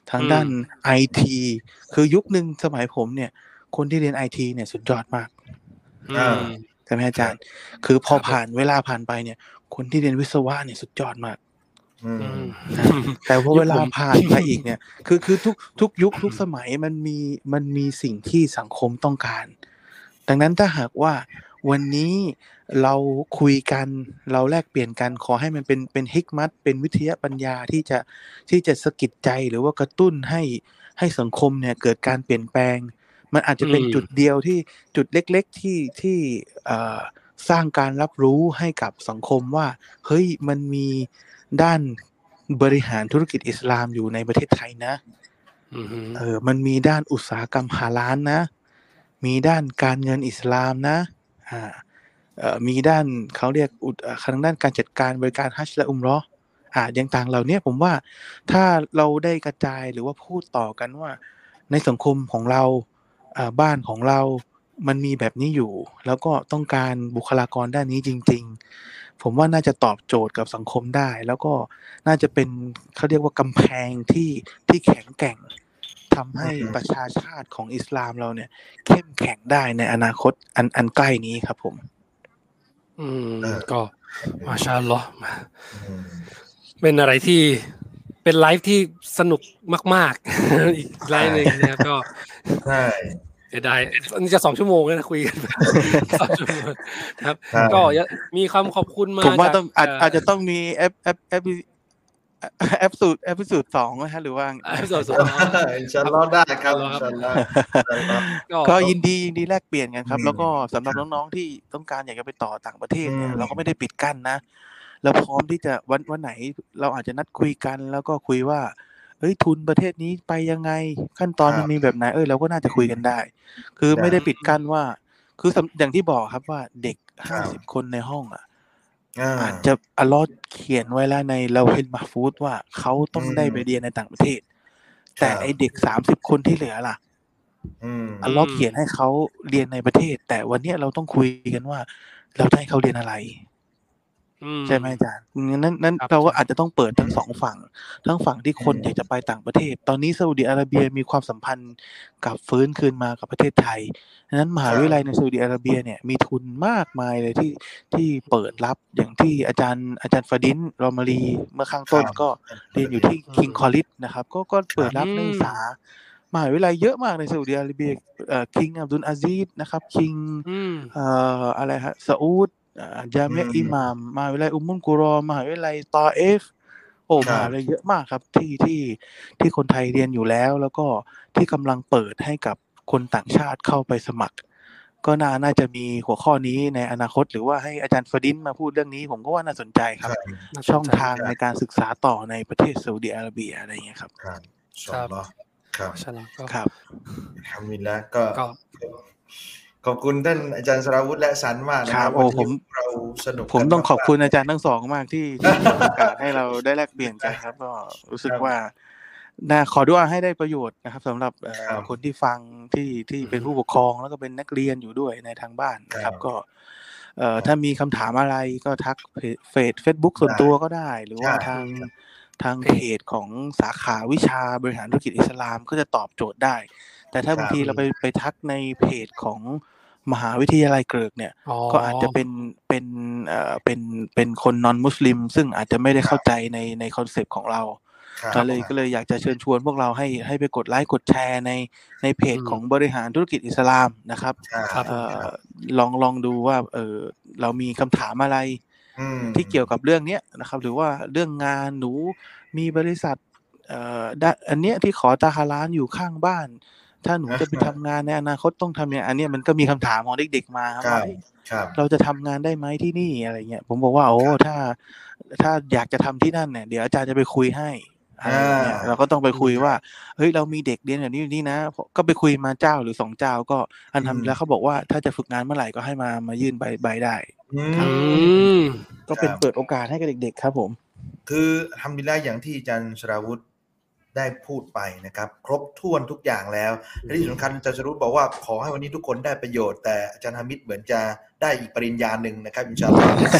ทางด้าน ไอ ที คือยุคนึงสมัยผมเนี่ยคนที่เรียน ไอ ที เนี่ยสุดยอดมากใช่ไหมอาจารย์คือพอผ่านเวลาผ่านไปเนี่ยคนที่เรียนวิศวะเนี่ยสุดยอดมากแต่พอเวลาผ่านไปอีกเนี่ยคือคือทุกทุกยุคทุกสมัยมันมีมันมีสิ่งที่สังคมต้องการดังนั้นถ้าหากว่าวันนี้เราคุยกันเราแลกเปลี่ยนกันขอให้มันเป็นเป็นฮิกมัตเป็นวิทยาปัญญาที่จะที่จะสะกิดใจหรือว่ากระตุ้นให้ให้สังคมเนี่ยเกิดการเปลี่ยนแปลงมันอาจจะเป็นจุดเดียวที่จุดเล็กๆที่ที่เอ่อสร้างการรับรู้ให้กับสังคมว่าเฮ้ยมันมีด้านบริหารธุรกิจอิสลามอยู่ในประเทศไทยนะเออมันมีด้านอุตสาหกรรมฮาลาลนะมีด้านการเงินอิสลามนะอ่าเอ่อมีด้านเขาเรียกทางด้านการจัดการบริการฮัจญ์และอุมเราะห์อ่าอย่างต่างเหล่านี้ผมว่าถ้าเราได้กระจายหรือว่าพูดต่อกันว่าในสังคมของเราอ่าบ้านของเรามันมีแบบนี้อยู่แล้วก็ต้องการบุคลากรด้านนี้จริงๆผมว่าน่าจะตอบโจทย์กับสังคมได้แล้วก็น่าจะเป็นเขาเรียกว่ากำแพงที่ที่แข็งแกร่งทำให้ประชาชาติของอิสลามเราเนี่ยเข้มแข็งได้ในอนาคตอันอันใกล้นี้ครับผมอืมก็มาชาอัลลอฮ์เป็นอะไรที่เป็นไลฟ์ที่สนุกมากๆอีกไลฟ์นึงนะครับก็ใช่เสียดายอันนี้จะสองชั่วโมงแล้วนะคุยกันสองชั่วโมงครับก็มีคำขอบคุณมาผมว่าต้องอาจจะต้องมีแอปแอปแอปแอปสูตรแอปสูตรสองนะฮะหรือว่าแอปสูตรสองอินชาอัลลอฮ์ได้ครับอินชาอัลลอฮ์ก็ยินดียินดีแลกเปลี่ยนกันครับแล้วก็สำหรับน้องๆที่ต้องการอยากจะไปต่อต่างประเทศเนี่ยเราก็ไม่ได้ปิดกั้นนะเราพร้อมที่จะวันวันไหนเราอาจจะนัดคุยกันแล้วก็คุยว่าเอ้ยทุนประเทศนี้ไปยังไงขั้นตอนมันมีแบบไหนเอ้ยเราก็น่าจะคุยกันได้คือไม่ได้ปิดกั้นว่าคืออย่างที่บอกครับว่าเด็กห้าสิบคนในห้องอ่ะอาจจะอัลเลาะห์เขียนไว้แล้วในลอฮิลมัหฟูซว่าเขาต้องได้ไปเรียนในต่างประเทศแต่ไอเด็กสามสิบคนที่เหลือล่ะอัลเลาะห์เขียนให้เขาเรียนในประเทศแต่วันนี้เราต้องคุยกันว่าเราจะให้เขาเรียนอะไรใช่ไหมอาจารย์นั้นนั้นเราก็อาจจะต้องเปิดทั้งสองฝั่งทั้งฝั่งที่คนอยากจะไปต่างประเทศตอนนี้ซาอุดิอาระเบียมีความสัมพันธ์กับฟื้นคืนมากับประเทศไทยดังนั้นมหาวิทยาลัยในซาอุดิอาระเบียเนี่ยมีทุนมากมายเลยที่ที่เปิดรับอย่างที่อาจารย์อาจารย์ฟาดินรอมารีเมื่อข้างต้นก็เรียนอยู่ที่คิงคอลเลจนะครับก็ก็เปิดรับนักศึกษามหาวิทยาลัยเยอะมากในซาอุดิอาระเบียเอ่อคิงอับดุลอาซีซนะครับคิงเอ่ออะไรฮะซาอุดจามิอะห์อิหม่ามมหาวิทยาลัยอุมมุลกุรอมหาวิทยาลัยตอเอฟโอ้มหาวิทยาลัยเยอะมากครับที่ที่ที่คนไทยเรียนอยู่แล้วแล้วก็ที่กำลังเปิดให้กับคนต่างชาติเข้าไปสมัครก็น่าน่าจะมีหัวข้อนี้ในอนาคตหรือว่าให้อาจารย์ฟาดินมาพูดเรื่องนี้ผมก็ว่าน่าสนใจครับช่องทางในการศึกษาต่อในประเทศซาอุดิอาระเบียอะไรอย่างเงี้ยครับครับครับครับทำมินแล้วก็ขอบคุณท่านอาจารย์สราวุธและสันมากนะครับโอ้ผมเราสนุกผมต้องขอบคุณอาจารย์ทั้งสองมากที่ที่เปิดโอกาสให้เราได้แลกเปลี่ยนกันครับก็รู้สึกว่าน่าขอด้วยให้ได้ประโยชน์นะครับสำหรับคนที่ฟังที่ที่เป็นผู้ปกครองแล้วก็เป็นนักเรียนอยู่ด้วยในทางบ้านนะครับก็ถ้ามีคำถามอะไรก็ทักเฟซเฟซบุ๊กส่วนตัวก็ได้หรือว่าทางทางเพจของสาขาวิชาบริหารธุรกิจอิสลามก็จะตอบโจทย์ได้แต่ถ้าบางทีเราไปไปทักในเพจของมหาวิทยาลัยเกริกเนี่ยก็อาจจะเป็นเป็นเอ่อเป็นเป็นคนนอนมุสลิมซึ่งอาจจะไม่ได้เข้าใจในในคอนเซปต์ของเราก็เลยก็เลยอยากจะเชิญชวนพวกเราให้ให้ไปกดไลค์กดแชร์ในในเพจของบริหารธุรกิจอิสลามนะครับเอ่อลองลองดูว่าเออเรามีคำถามอะไรที่เกี่ยวกับเรื่องนี้นะครับหรือว่าเรื่องงานหนูมีบริษัทเอ่ออันเนี้ยที่ขอตาฮาลาลอยู่ข้างบ้านถ้าหนูจะไปทำงานในอนาคตต้องทำยังไงอันนี้มันก็มีคำถามของเด็กๆมาว่าเราจะทำงานได้ไหมที่นี่อะไรเงี้ยผมบอกว่าโอ้ถ้าถ้าอยากจะทำที่นั่นเนี่ยเดี๋ยวอาจารย์จะไปคุยให้อะไรเงี้ยเราก็ต้องไปคุยว่าเฮ้ยเรามีเด็กเรียนแบบนี้นี่นะก็ไปคุยมาเจ้าหรือสองเจ้าก็อันทำแล้วเขาบอกว่าถ้าจะฝึกงานเมื่อไหร่ก็ให้มามายื่นใบใบได้ก็เป็นเปิดโอกาสให้กับเด็กๆครับผมคือทำดีแล้วอย่างที่อาจารย์สราวุธได้พูดไปนะครับครบถ้วนทุกอย่างแล้วและที่สำคัญอาจารย์สรุปบอกว่าขอให้วันนี้ทุกคนได้ประโยชน์แต่อาจารย์ฮามิดเหมือนจะได้อีกปริญญาหนึ่งนะครับอินชาอัลลอฮ์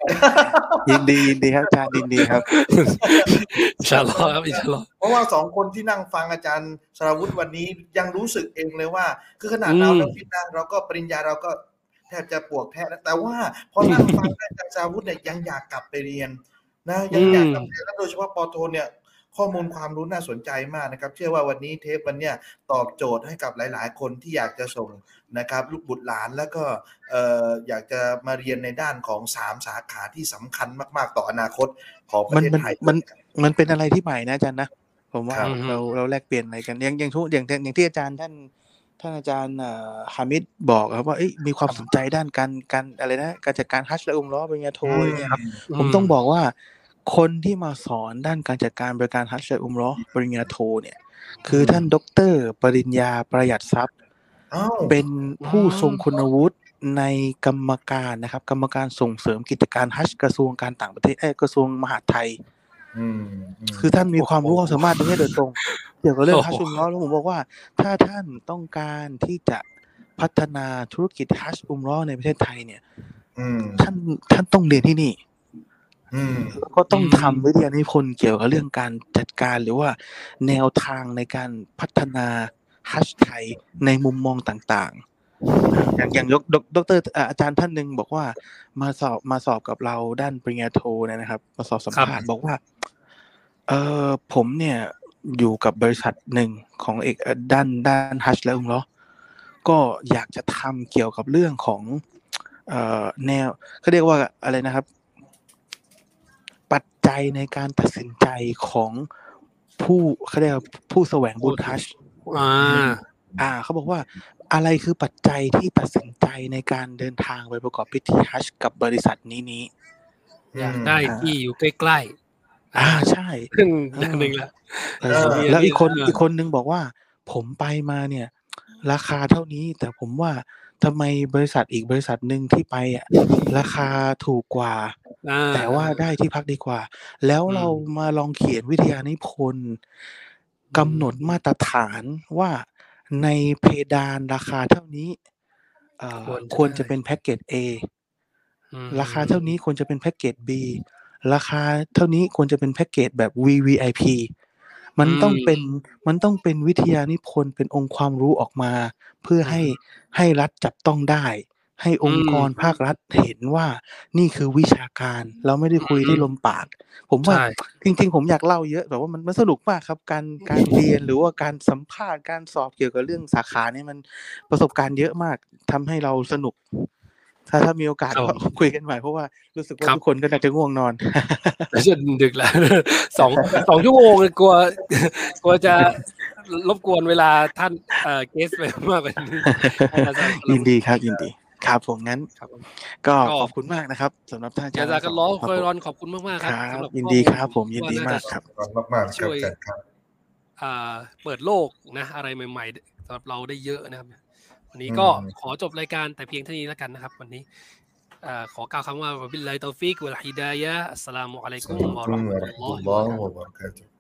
ยินดียินดีครับอาจารย์ยินดีครับอินชาอัลลอฮ์ครับอินชาอัลลอฮ์เพราะว่าสองคนที่นั่งฟังอาจารย์สราวุธวันนี้ยังรู้สึกเองเลยว่าคือขนาดเราเราพิจารณาเราก็ปริญญาเราก็แทบจะปวกแทะแต่ว่าพอนั่งฟังอาจารย์สราวุธเนี่ยยังอยากกลับไปเรียนนะยังอยากกลับไปเรียนแล้วโดยเฉพาะปอโทเนี่ยข้อมูลความรู้น่าสนใจมากนะครับเชื่อว่าวันนี้เทปวันเนี้ยตอบโจทย์ให้กับหลายๆคนที่อยากจะส่งนะครับลูกบุตรหลานแล้วก็เอ่ออยากจะมาเรียนในด้านของสามสาขาที่สำคัญมากๆต่ออนาคตของประเทศไทยมันมันเป็นอะไรที่ใหม่นะอาจารย์นะผมว่าเราเราแลกเปลี่ยนอะไรกันอย่างอย่างทุกอย่างอย่างที่อาจารย์ท่านท่านอาจารย์ฮามิดบอกครับว่ามีความสนใจด้านการการอะไรนะการจัดการฮัจญ์และอุมเราะห์ปริญญาโทอะไรเงี้ยครับผมต้องบอกว่าคนที่มาสอนด้านการจัดการบริการฮัจญ์และอุมเราะห์ปริญญาโทเนี่ยคือท่านด็อกเตอร์ปริญญาประหยัดทรัพย์เป็นผู้ทรงคุณวุฒิในกรรมการนะครับกรรมการส่งเสริมกิจการฮัจญ์กระทรวงการต่างประเทศเอ้ยกระทรวงมหาดไทยคือท่านมีความรู้ความสามารถตรงนี้โดยตรงเกี่ยวกับเรื่องฮัจญ์อุมเราะห์แล้วผมบอกว่าถ้าท่านต้องการที่จะพัฒนาธุรกิจฮัจญ์อุมเราะห์ในประเทศไทยเนี่ยท่านท่านต้องเรียนที่นี่แล้วก็ต้องทำวิทยานิพนธ์เกี่ยวกับเรื่องการจัดการหรือว่าแนวทางในการพัฒนาฮัจญ์ไทยในมุมมองต่างๆอย่างอย่างยกดรอาจารย์ท่านหนึ่งบอกว่ามาสอบมาสอบกับเราด้านปริญญาโทเนี่ยนะครับมาสอบสัมภาษณ์บอกว่าเออผมเนี่ยอยู่กับบริษัทหนึ่งของเอกด้านด้านฮัจญ์และอุมเราะห์ก็อยากจะทำเกี่ยวกับเรื่องของเอ่อแนวเขาเรียกว่าอะไรนะครับปัจจัยในการตัดสินใจของผู้เขาเรียกผู้แสวงบุญฮัจญ์อ่าอ่าเขาบอกว่าอะไรคือปัจจัยที่ตัดสินใจในการเดินทางไปประกอบพิธีฮัจญ์กับบริษัทนี้นี้อยากได้ที่อยู่ใกล้ๆอ่าใช่อย่างนึงละแล้วอีกคนอีกคนนึงบอกว่าผมไปมาเนี่ยราคาเท่านี้แต่ผมว่าทำไมบริษัทอีกบริษัทนึงที่ไปอ่ะราคาถูกกว่าแต่ว่าได้ที่พักดีกว่าแล้วเรามาลองเขียนวิทยานิพนธ์กำหนดมาตรฐานว่าในเพดานราคาเท่านี้ควรจะเป็นแพ็กเกจ A ราคาเท่านี้ควรจะเป็นแพ็กเกจ B ราคาเท่านี้ควรจะเป็นแพ็กเกจแบบ วี วี ไอ พี มันต้องเป็นมันต้องเป็นวิทยานิพนธ์เป็นองค์ความรู้ออกมาเพื่อให้ให้รัฐจับต้องได้ให้องค์กรภาครัฐเห็นว่านี่คือวิชาการเราไม่ได้คุยที่ลมปากผมว่าจริงๆผมอยากเล่าเยอะแบบว่ามันมันสนุกมากครับการการเรียนหรือว่าการสัมภาษณ์การสอบเกี่ยวกับเรื่องสาขาเนี่ยมันประสบการณ์เยอะมากทำให้เราสนุกถ้าถ้ามีโอกาสก็คุยกันใหม่เพราะว่ารู้สึกว่าทุกคนก็น่าจะง่วงนอนจะดึกแล้วสองสองชั่วโมงกลัวกลัวจะรบกวนเวลาท่านเอ่อเกสไปมากกว่านี้ยินดีครับยินดีครับผมงั้นก็ขอบคุณมากนะครับสำหรับท่านอาจารย์อาจารย์กันล้อคอยรอนขอบคุณมากๆครับสำหรับยินดีครับผมยินดีมากครับมากๆครับครับอ่าเปิดโลกนะอะไรใหม่ๆสำหรับเราได้เยอะนะครับวันนี้ก็ขอจบรายการแต่เพียงเท่านี้แล้วกันนะครับวันนี้ขอกล่าวคำว่าบิลลาฮิตอฟิกวัลฮิดายะฮ์อัสสลามุอะลัยกุมวะเราะห์มะตุลลอฮิวะบะเราะกาตุฮ์